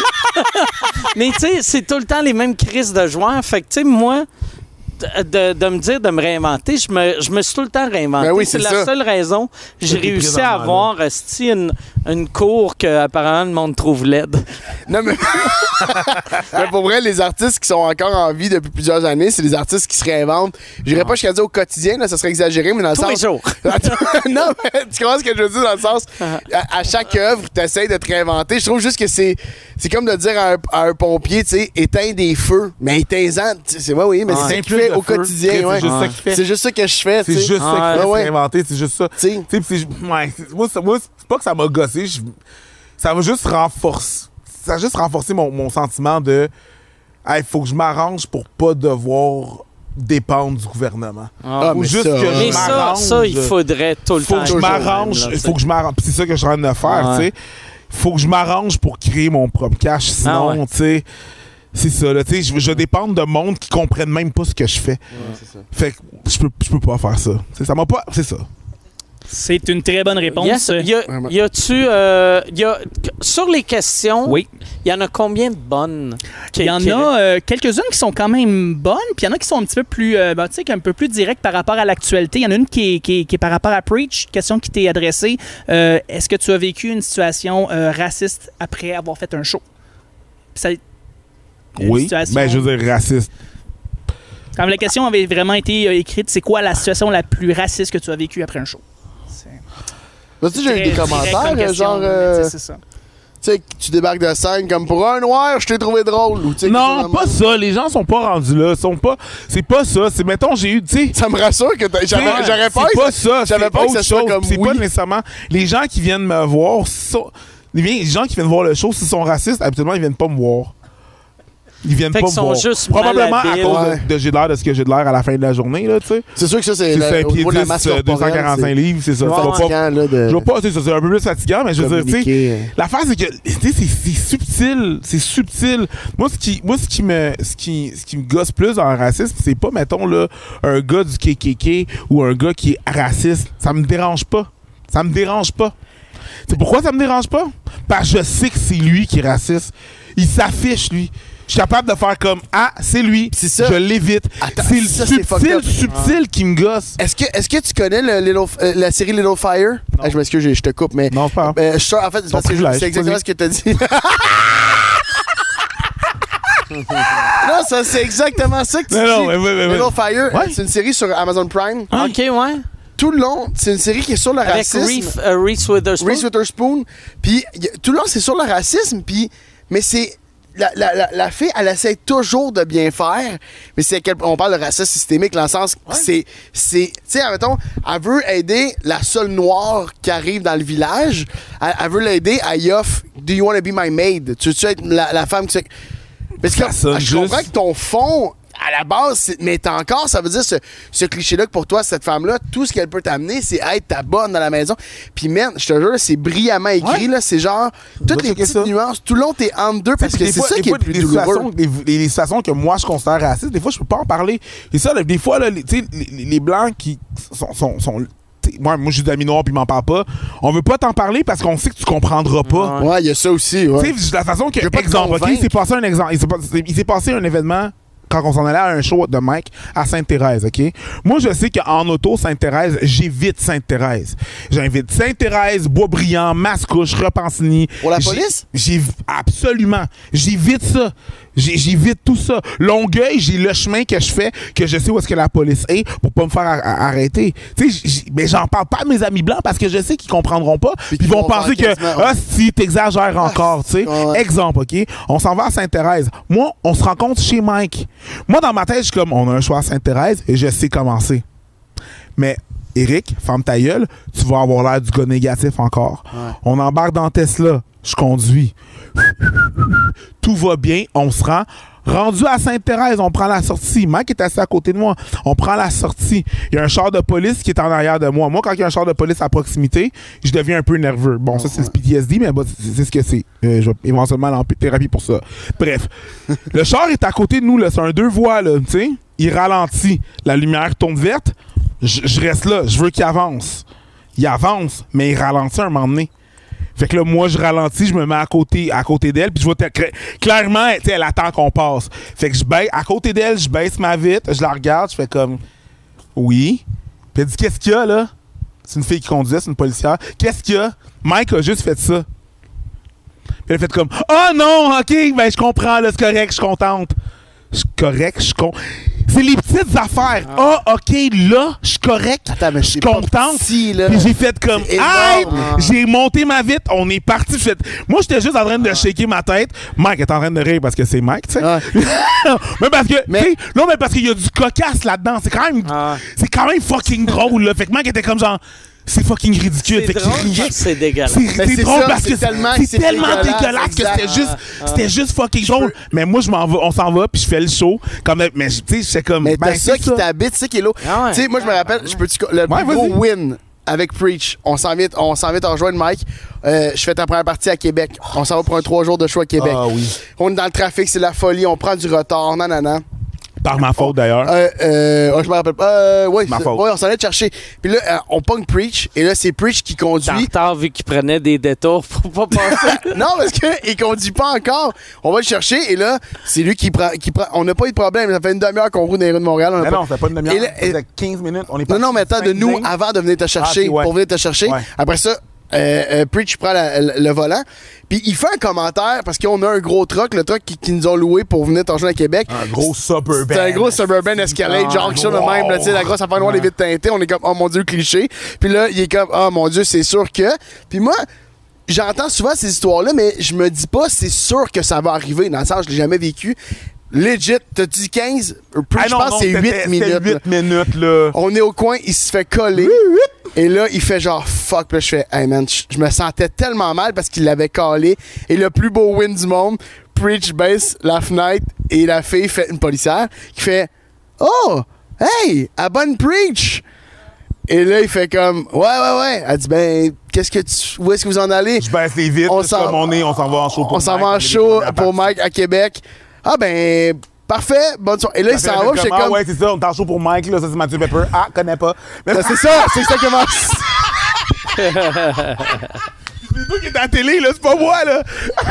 Mais tu sais, c'est tout le temps les mêmes crises de joueurs. Fait que tu sais, moi, de me dire de me réinventer, je me suis tout le temps réinventé. Ben oui, c'est c'est la ça. seule raison. J'ai réussi à avoir une cour que apparemment le monde trouve laide. Non, mais... mais pour vrai, les artistes qui sont encore en vie depuis plusieurs années, c'est des artistes qui se réinventent. Je dirais pas jusqu'à dire au quotidien, là, ça serait exagéré, mais dans le Tous sens... les jours. Non, mais tu comprends ce que je veux dire dans le sens... À chaque œuvre, tu essaies de te réinventer. Je trouve juste que c'est comme de dire à un pompier, tu sais, éteins des feux. Mais éteins-en, c'est oui, mais c'est ça qu'il fait au quotidien. C'est Ouais. juste ça qu'il fait. C'est juste ça que je fais. C'est tu sais. juste ça qu'il fait, ouais. c'est inventé, c'est juste ça. Tu sais. Moi, c'est pas que ça m'a gossé, ça m'a juste renforcé. Ça a juste renforcé mon sentiment de hey, faut que je m'arrange pour pas devoir dépendre du gouvernement. mais juste ça, que je Mais m'arrange. ça, il faudrait tout le Faut temps. que je m'arrange. Il faut que je m'arrange. Puis c'est ça que je suis en train de faire, tu sais. Faut que je m'arrange pour créer mon propre cash. Sinon, tu sais, c'est ça. Là, tu sais, je dépends de monde qui comprennent même pas ce que je fais. c'est ça. Fait que je peux pas faire ça. T'sais, ça m'a pas. C'est ça. C'est une très bonne réponse. Yes. Sur les questions, Oui. il y en a combien de bonnes? Il y en a quelques-unes qui sont quand même bonnes, puis il y en a qui sont un petit peu plus, tu sais, un peu plus directes par rapport à l'actualité. Il y en a une qui est par rapport à Preach, question qui t'est adressée. Est-ce que tu as vécu une situation raciste après avoir fait un show? Oui, ben je veux dire raciste. Quand la question avait vraiment été écrite, c'est quoi la situation la plus raciste que tu as vécue après un show? Vois-tu, j'ai eu des commentaires, genre... c'est ça. Tu sais, tu débarques de scène comme pour un noir, je t'ai trouvé drôle. Ou, Non, pas ça. Les gens sont pas rendus là. C'est pas ça. C'est, mettons, j'ai eu, tu sais... Ça me rassure que j'aurais pas... C'est pas ça. J'avais pas que ça soit comme c'est pas nécessairement... Les gens qui viennent me voir... Les gens qui viennent voir le show, s'ils sont racistes, habituellement, ils viennent pas me voir. Ils viennent pas me voir. Juste probablement à malhabiles. cause de j'ai de l'air de ce que j'ai de l'air à la fin de la journée, là, tu sais. C'est sûr que ça, c'est... C'est 5 au pieds niveau de la 10, masse corporelle, 245 livres, c'est ça. C'est Je vais pas, c'est un peu plus fatigant, mais je veux dire, tu sais, l'affaire, c'est que, tu sais, c'est subtil. Moi, ce qui me gosse plus dans le racisme, c'est pas, mettons, là, un gars du KKK ou un gars qui est raciste. Ça me dérange pas. C'est pourquoi ça me dérange pas? Parce que je sais que c'est lui qui est raciste. Il s'affiche, lui. Je suis capable de faire comme c'est lui. C'est ça. Je l'évite. Attends, C'est le ça, c'est subtil qui me gosse. Est-ce que tu connais la série Little Fire? Je m'excuse, je te coupe, mais... Non, pas. En fait, c'est parce que c'est exactement ce que t'as dit. Non, ça, c'est exactement ça que tu dis. Little Fire, c'est une série sur Amazon Prime. OK, ouais. Tout le long, c'est une série qui est sur le Avec racisme. Reese Witherspoon. Reese Witherspoon. Puis tout le long, c'est sur le racisme. Puis, mais c'est... La fille, elle essaie toujours de bien faire, mais on parle de racisme systémique dans le sens que tu sais, admettons, elle veut aider la seule noire qui arrive dans le village. Elle veut l'aider à Yoff. Do you want to be my maid? Tu veux être la femme qui... Parce que je comprends que ton fond, à la base, mais encore, ça veut dire ce cliché-là que pour toi, cette femme-là, tout ce qu'elle peut t'amener, c'est être ta bonne dans la maison. Puis, man, je te jure, c'est brillamment écrit, là. C'est genre, toutes les petites nuances, tout le long, t'es entre deux parce que c'est ça qui est le plus douloureux. Les situations que moi, je considère racistes, des fois, je peux pas en parler. Et ça, des fois, là, les Blancs qui sont moi, j'ai des amis noirs puis ils m'en parlent pas. On veut pas t'en parler parce qu'on sait que tu comprendras pas. Ouais, il y a ça aussi. Ouais. Tu sais, la façon que, exemple, OK, il s'est passé un événement quand on s'en allait à un show de Mike à Sainte-Thérèse, OK? Moi, je sais qu'en auto, Sainte-Thérèse, j'évite Sainte-Thérèse. J'invite Sainte-Thérèse, Boisbriand, Mascouche, Repentigny. Pour la police? Absolument. J'évite ça. J'évite tout ça. Longueuil, j'ai le chemin que je fais, que je sais où est-ce que la police est pour pas me faire arrêter. Tu sais, mais j'en parle pas à mes amis blancs parce que je sais qu'ils comprendront pas. Puis ils vont penser que, si t'exagères encore, tu sais. Exemple, OK? On s'en va à Sainte-Thérèse. Moi, on se rencontre chez Mike. Moi, dans ma tête, je suis comme, on a un choix à Sainte-Thérèse et je sais commencer. Mais, Eric, ferme ta gueule, tu vas avoir l'air du gars négatif encore. Ouais. On embarque dans Tesla, je conduis. Tout va bien, on se rend. Rendu à Sainte-Thérèse, on prend la sortie. Mike est assis à côté de moi. On prend la sortie. Il y a un char de police qui est en arrière de moi. Moi, quand il y a un char de police à proximité, je deviens un peu nerveux. Bon, ça, c'est le PTSD, mais bon, c'est ce que c'est. Je vais éventuellement aller en thérapie pour ça. Bref. Le char est à côté de nous, là. C'est un 2 voies, là. Tu sais, il ralentit. La lumière tourne verte. Je reste là. Je veux qu'il avance. Il avance, mais il ralentit un moment donné. Fait que là, moi, je ralentis, je me mets à côté d'elle, puis je vois clairement, tu sais, elle attend qu'on passe. Fait que je baisse, à côté d'elle, je baisse ma vitre, je la regarde, je fais comme, oui. Puis elle dit, qu'est-ce qu'il y a, là? C'est une fille qui conduisait, c'est une policière. Qu'est-ce qu'il y a? Mike a juste fait ça. Puis elle a fait comme, oh non, ok, ben je comprends, là, c'est correct, je suis contente. Je suis correct, je suis con. C'est les petites affaires. OK, là, je suis correct. Attends, mais je suis contente. Puis j'ai fait comme, hey, j'ai monté ma vitre, on est parti. Moi, j'étais juste en train de shaker ma tête. Mike est en train de rire parce que c'est Mike, tu sais. mais parce que, non, mais parce qu'il y a du cocasse là-dedans. C'est quand même fucking drôle, là. Fait que Mike était comme genre, c'est fucking ridicule. C'est dégueulasse. C'est drôle parce que c'est tellement dégueulasse que c'était juste fucking drôle. Mais moi, on s'en va, puis je fais le show. Mais tu sais, c'est comme. Mais t'as ça qui t'habite, c'est ça qui est là. Tu sais, moi, je me rappelle, le plus gros win avec Preach, on s'en vient te rejoindre, Mike. Je fais ta première partie à Québec. On s'en va pour un 3 jours de show à Québec. Ah oui. On est dans le trafic, c'est la folie, on prend du retard, nanana. Par ma faute, d'ailleurs. Je me rappelle pas. Oui, Ma faute. on s'en allait te chercher. Puis là, on pogne Preach. Et là, c'est Preach qui T'es en conduit. retard vu qu'il prenait des détours pour pas passer. Non, parce qu'il conduit pas encore. On va le chercher. Et là, c'est lui qui prend. On n'a pas eu de problème. Ça fait une demi-heure qu'on roule dans les rues de Montréal. Mais non, c'était pas une Et demi-heure. là, C'était 15 minutes. On est Non, non, mais attends, de nous, lignes. avant de venir te chercher, Ah, ok, ouais. pour venir te chercher. Ouais. Après ça, Preach prend le volant. Puis il fait un commentaire parce qu'on a un gros truck, le truck qui nous ont loué pour venir t'en jouer à Québec. Un gros suburban. C'est un gros Suburban Escalade, genre ça de même, là, tu sais, la grosse affaire noire, les vitres teintées. On est comme, oh mon Dieu, cliché. Puis là, il est comme, oh mon Dieu, c'est sûr que. Puis moi, j'entends souvent ces histoires-là, mais je me dis pas, c'est sûr que ça va arriver. Dans le sens, je l'ai jamais vécu. Legit, t'as dit 15? Preach, je pense que c'est 8 minutes. C'était 8 minutes, là. On est au coin, il se fait coller. Et là, il fait genre fuck. Puis là, je fais, hey man, je me sentais tellement mal parce qu'il l'avait collé. Et le plus beau win du monde, Preach baisse la fenêtre et la fille fait une policière qui fait, oh, hey, à bonne Preach. Et là, il fait comme, ouais. Elle dit, ben, où est-ce que vous en allez? Je baisse les vitres, On c'est s'en- comme on s'en va en show pour On s'en Mike, va en on est show les premières pour parties. Mike à Québec. Ah ben, parfait, bonne soirée. Et là, il Ça s'en fait va, puis j'étais ah comme, ouais, c'est ça, on est en show pour Mike, là, ça c'est Mathieu Pepper. Ah, connais pas. Mais ben, c'est ça exactement. c'est toi qui es à la télé, là, c'est pas moi, là.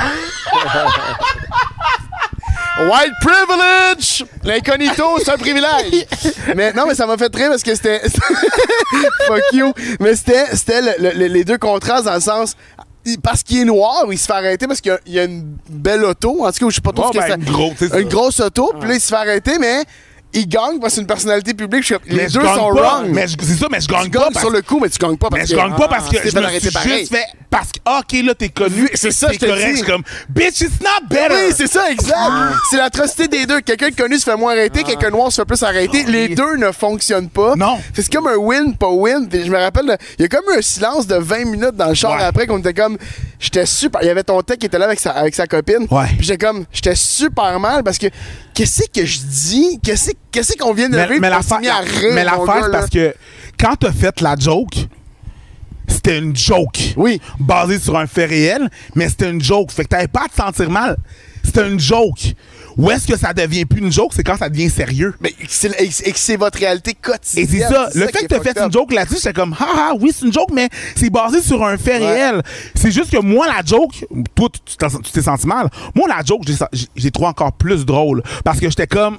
White privilege! L'incognito, c'est un privilège! Mais non, mais ça m'a fait rire parce que c'était. Fuck you! Mais c'était les deux contrastes dans le sens. Parce qu'il est noir, il se fait arrêter parce qu'il y a une belle auto. En tout cas, je sais pas trop Oh, ce que ben, c'est. Une grosse auto, puis là, il se fait arrêter, mais il gagne parce que c'est une personnalité publique. Les Mais je deux gagne sont pas. wrong. Mais c'est ça, mais je gagne Tu pas. gagnes parce- sur le coup, mais tu gagnes pas parce Mais que. je gagne pas parce que tu t'es je fait me arrêter suis pareil. juste fait. Parce que, OK, là, t'es connu. C'est ça, je te correct. dis. C'est comme, bitch, it's not better. Oui, c'est ça, exact. C'est l'atrocité des deux. Quelqu'un de connu se fait moins arrêter, quelqu'un de noir se fait plus arrêter. Les deux ne fonctionnent pas. Non. C'est comme un win, pas win. Puis je me rappelle, il y a comme un silence de 20 minutes dans le char Ouais. après qu'on était comme. J'étais super. Il y avait ton tech qui était là avec sa copine. Ouais. Puis j'étais comme. J'étais super mal parce que. Qu'est-ce que je dis? Qu'est-ce qu'on vient de vivre? Mais On s'est mis à rire, mais mon l'affaire, gars, c'est là. parce que quand t'as fait la joke, c'était une joke. Oui. Basée sur un fait réel, mais c'était une joke. Fait que t'avais pas à te sentir mal. C'était une joke. Où est-ce que ça devient plus une joke? C'est quand ça devient sérieux. Mais et que c'est votre réalité Et quotidienne. c'est ça. Le qui fait est que t'as fucked fait une up. joke là-dessus, c'est comme, haha, oui, c'est une joke, mais c'est basé sur un fait réel. C'est juste que moi, la joke, toi, tu t'es senti mal. Moi, la joke, j'ai trouvé encore plus drôle. Parce que j'étais comme,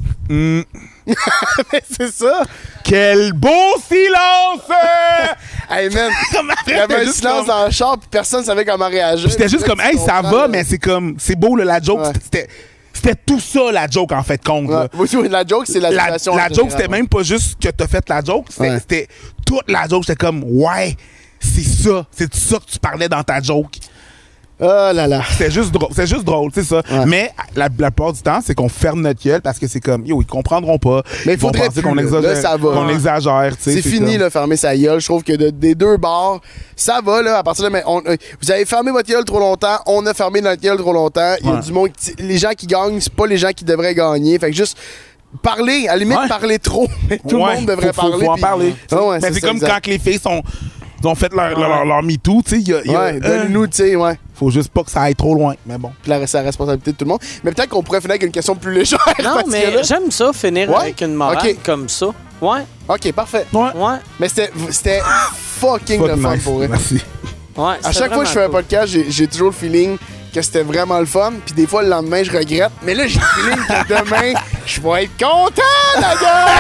C'est ça. quel beau silence! Hey man. Comme après, Il y avait j'étais un juste silence comme- dans le char, puis personne savait comment réagir. J'étais juste comme, Tu hey, ça comprends, va, là. mais c'est comme, c'est beau, là, la joke. Ouais. C'était tout ça, la joke, en fait, compte. là. Ouais. Oui, la joke, c'est la situation. La en joke, général, c'était même pas juste que t'as fait la joke, Ouais. c'était toute la joke. J'étais comme, ouais, c'est ça que tu parlais dans ta joke. Oh là là. C'est juste drôle, c'est ça. Ouais. Mais la plupart du temps, c'est qu'on ferme notre gueule parce que c'est comme, yo, ils comprendront pas. Mais il Ils vont faudrait penser plus, qu'on là. exagère. Là, ça va. Qu'on exagère, tu sais. C'est fini, comme- là, fermer sa gueule. Je trouve que des deux bords, ça va, là, à partir de... Mais vous avez fermé votre gueule trop longtemps, on a fermé notre gueule trop longtemps. Il y a Ouais. du monde... Les gens qui gagnent, c'est pas les gens qui devraient gagner. Fait que juste... Parler, à la limite, Ouais. parler trop. Mais tout Ouais, le monde devrait faut parler. en puis- parler. Ah ouais, Mais c'est ça, comme exact. quand les filles ils ont fait leur MeToo, tu sais. Ouais, donne-nous, tu sais, ouais. Faut juste pas que ça aille trop loin, mais bon. Puis c'est la responsabilité de tout le monde. Mais peut-être qu'on pourrait finir avec une question plus légère. Non, parce que mais là- j'aime ça, finir Ouais? avec une morale Ok. comme ça. Ouais, OK, parfait. ouais, Mais c'était fucking le Fuck fun nice. pour eux. Merci. ouais. À chaque fois que je fais un podcast, j'ai toujours le feeling que c'était vraiment le fun. Puis des fois, le lendemain, je regrette. Mais là, j'ai le feeling que demain, je vais être content, la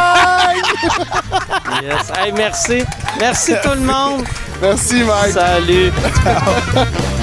gang! Yes. Hey, merci. Merci tout le monde. Merci, Mike. Salut.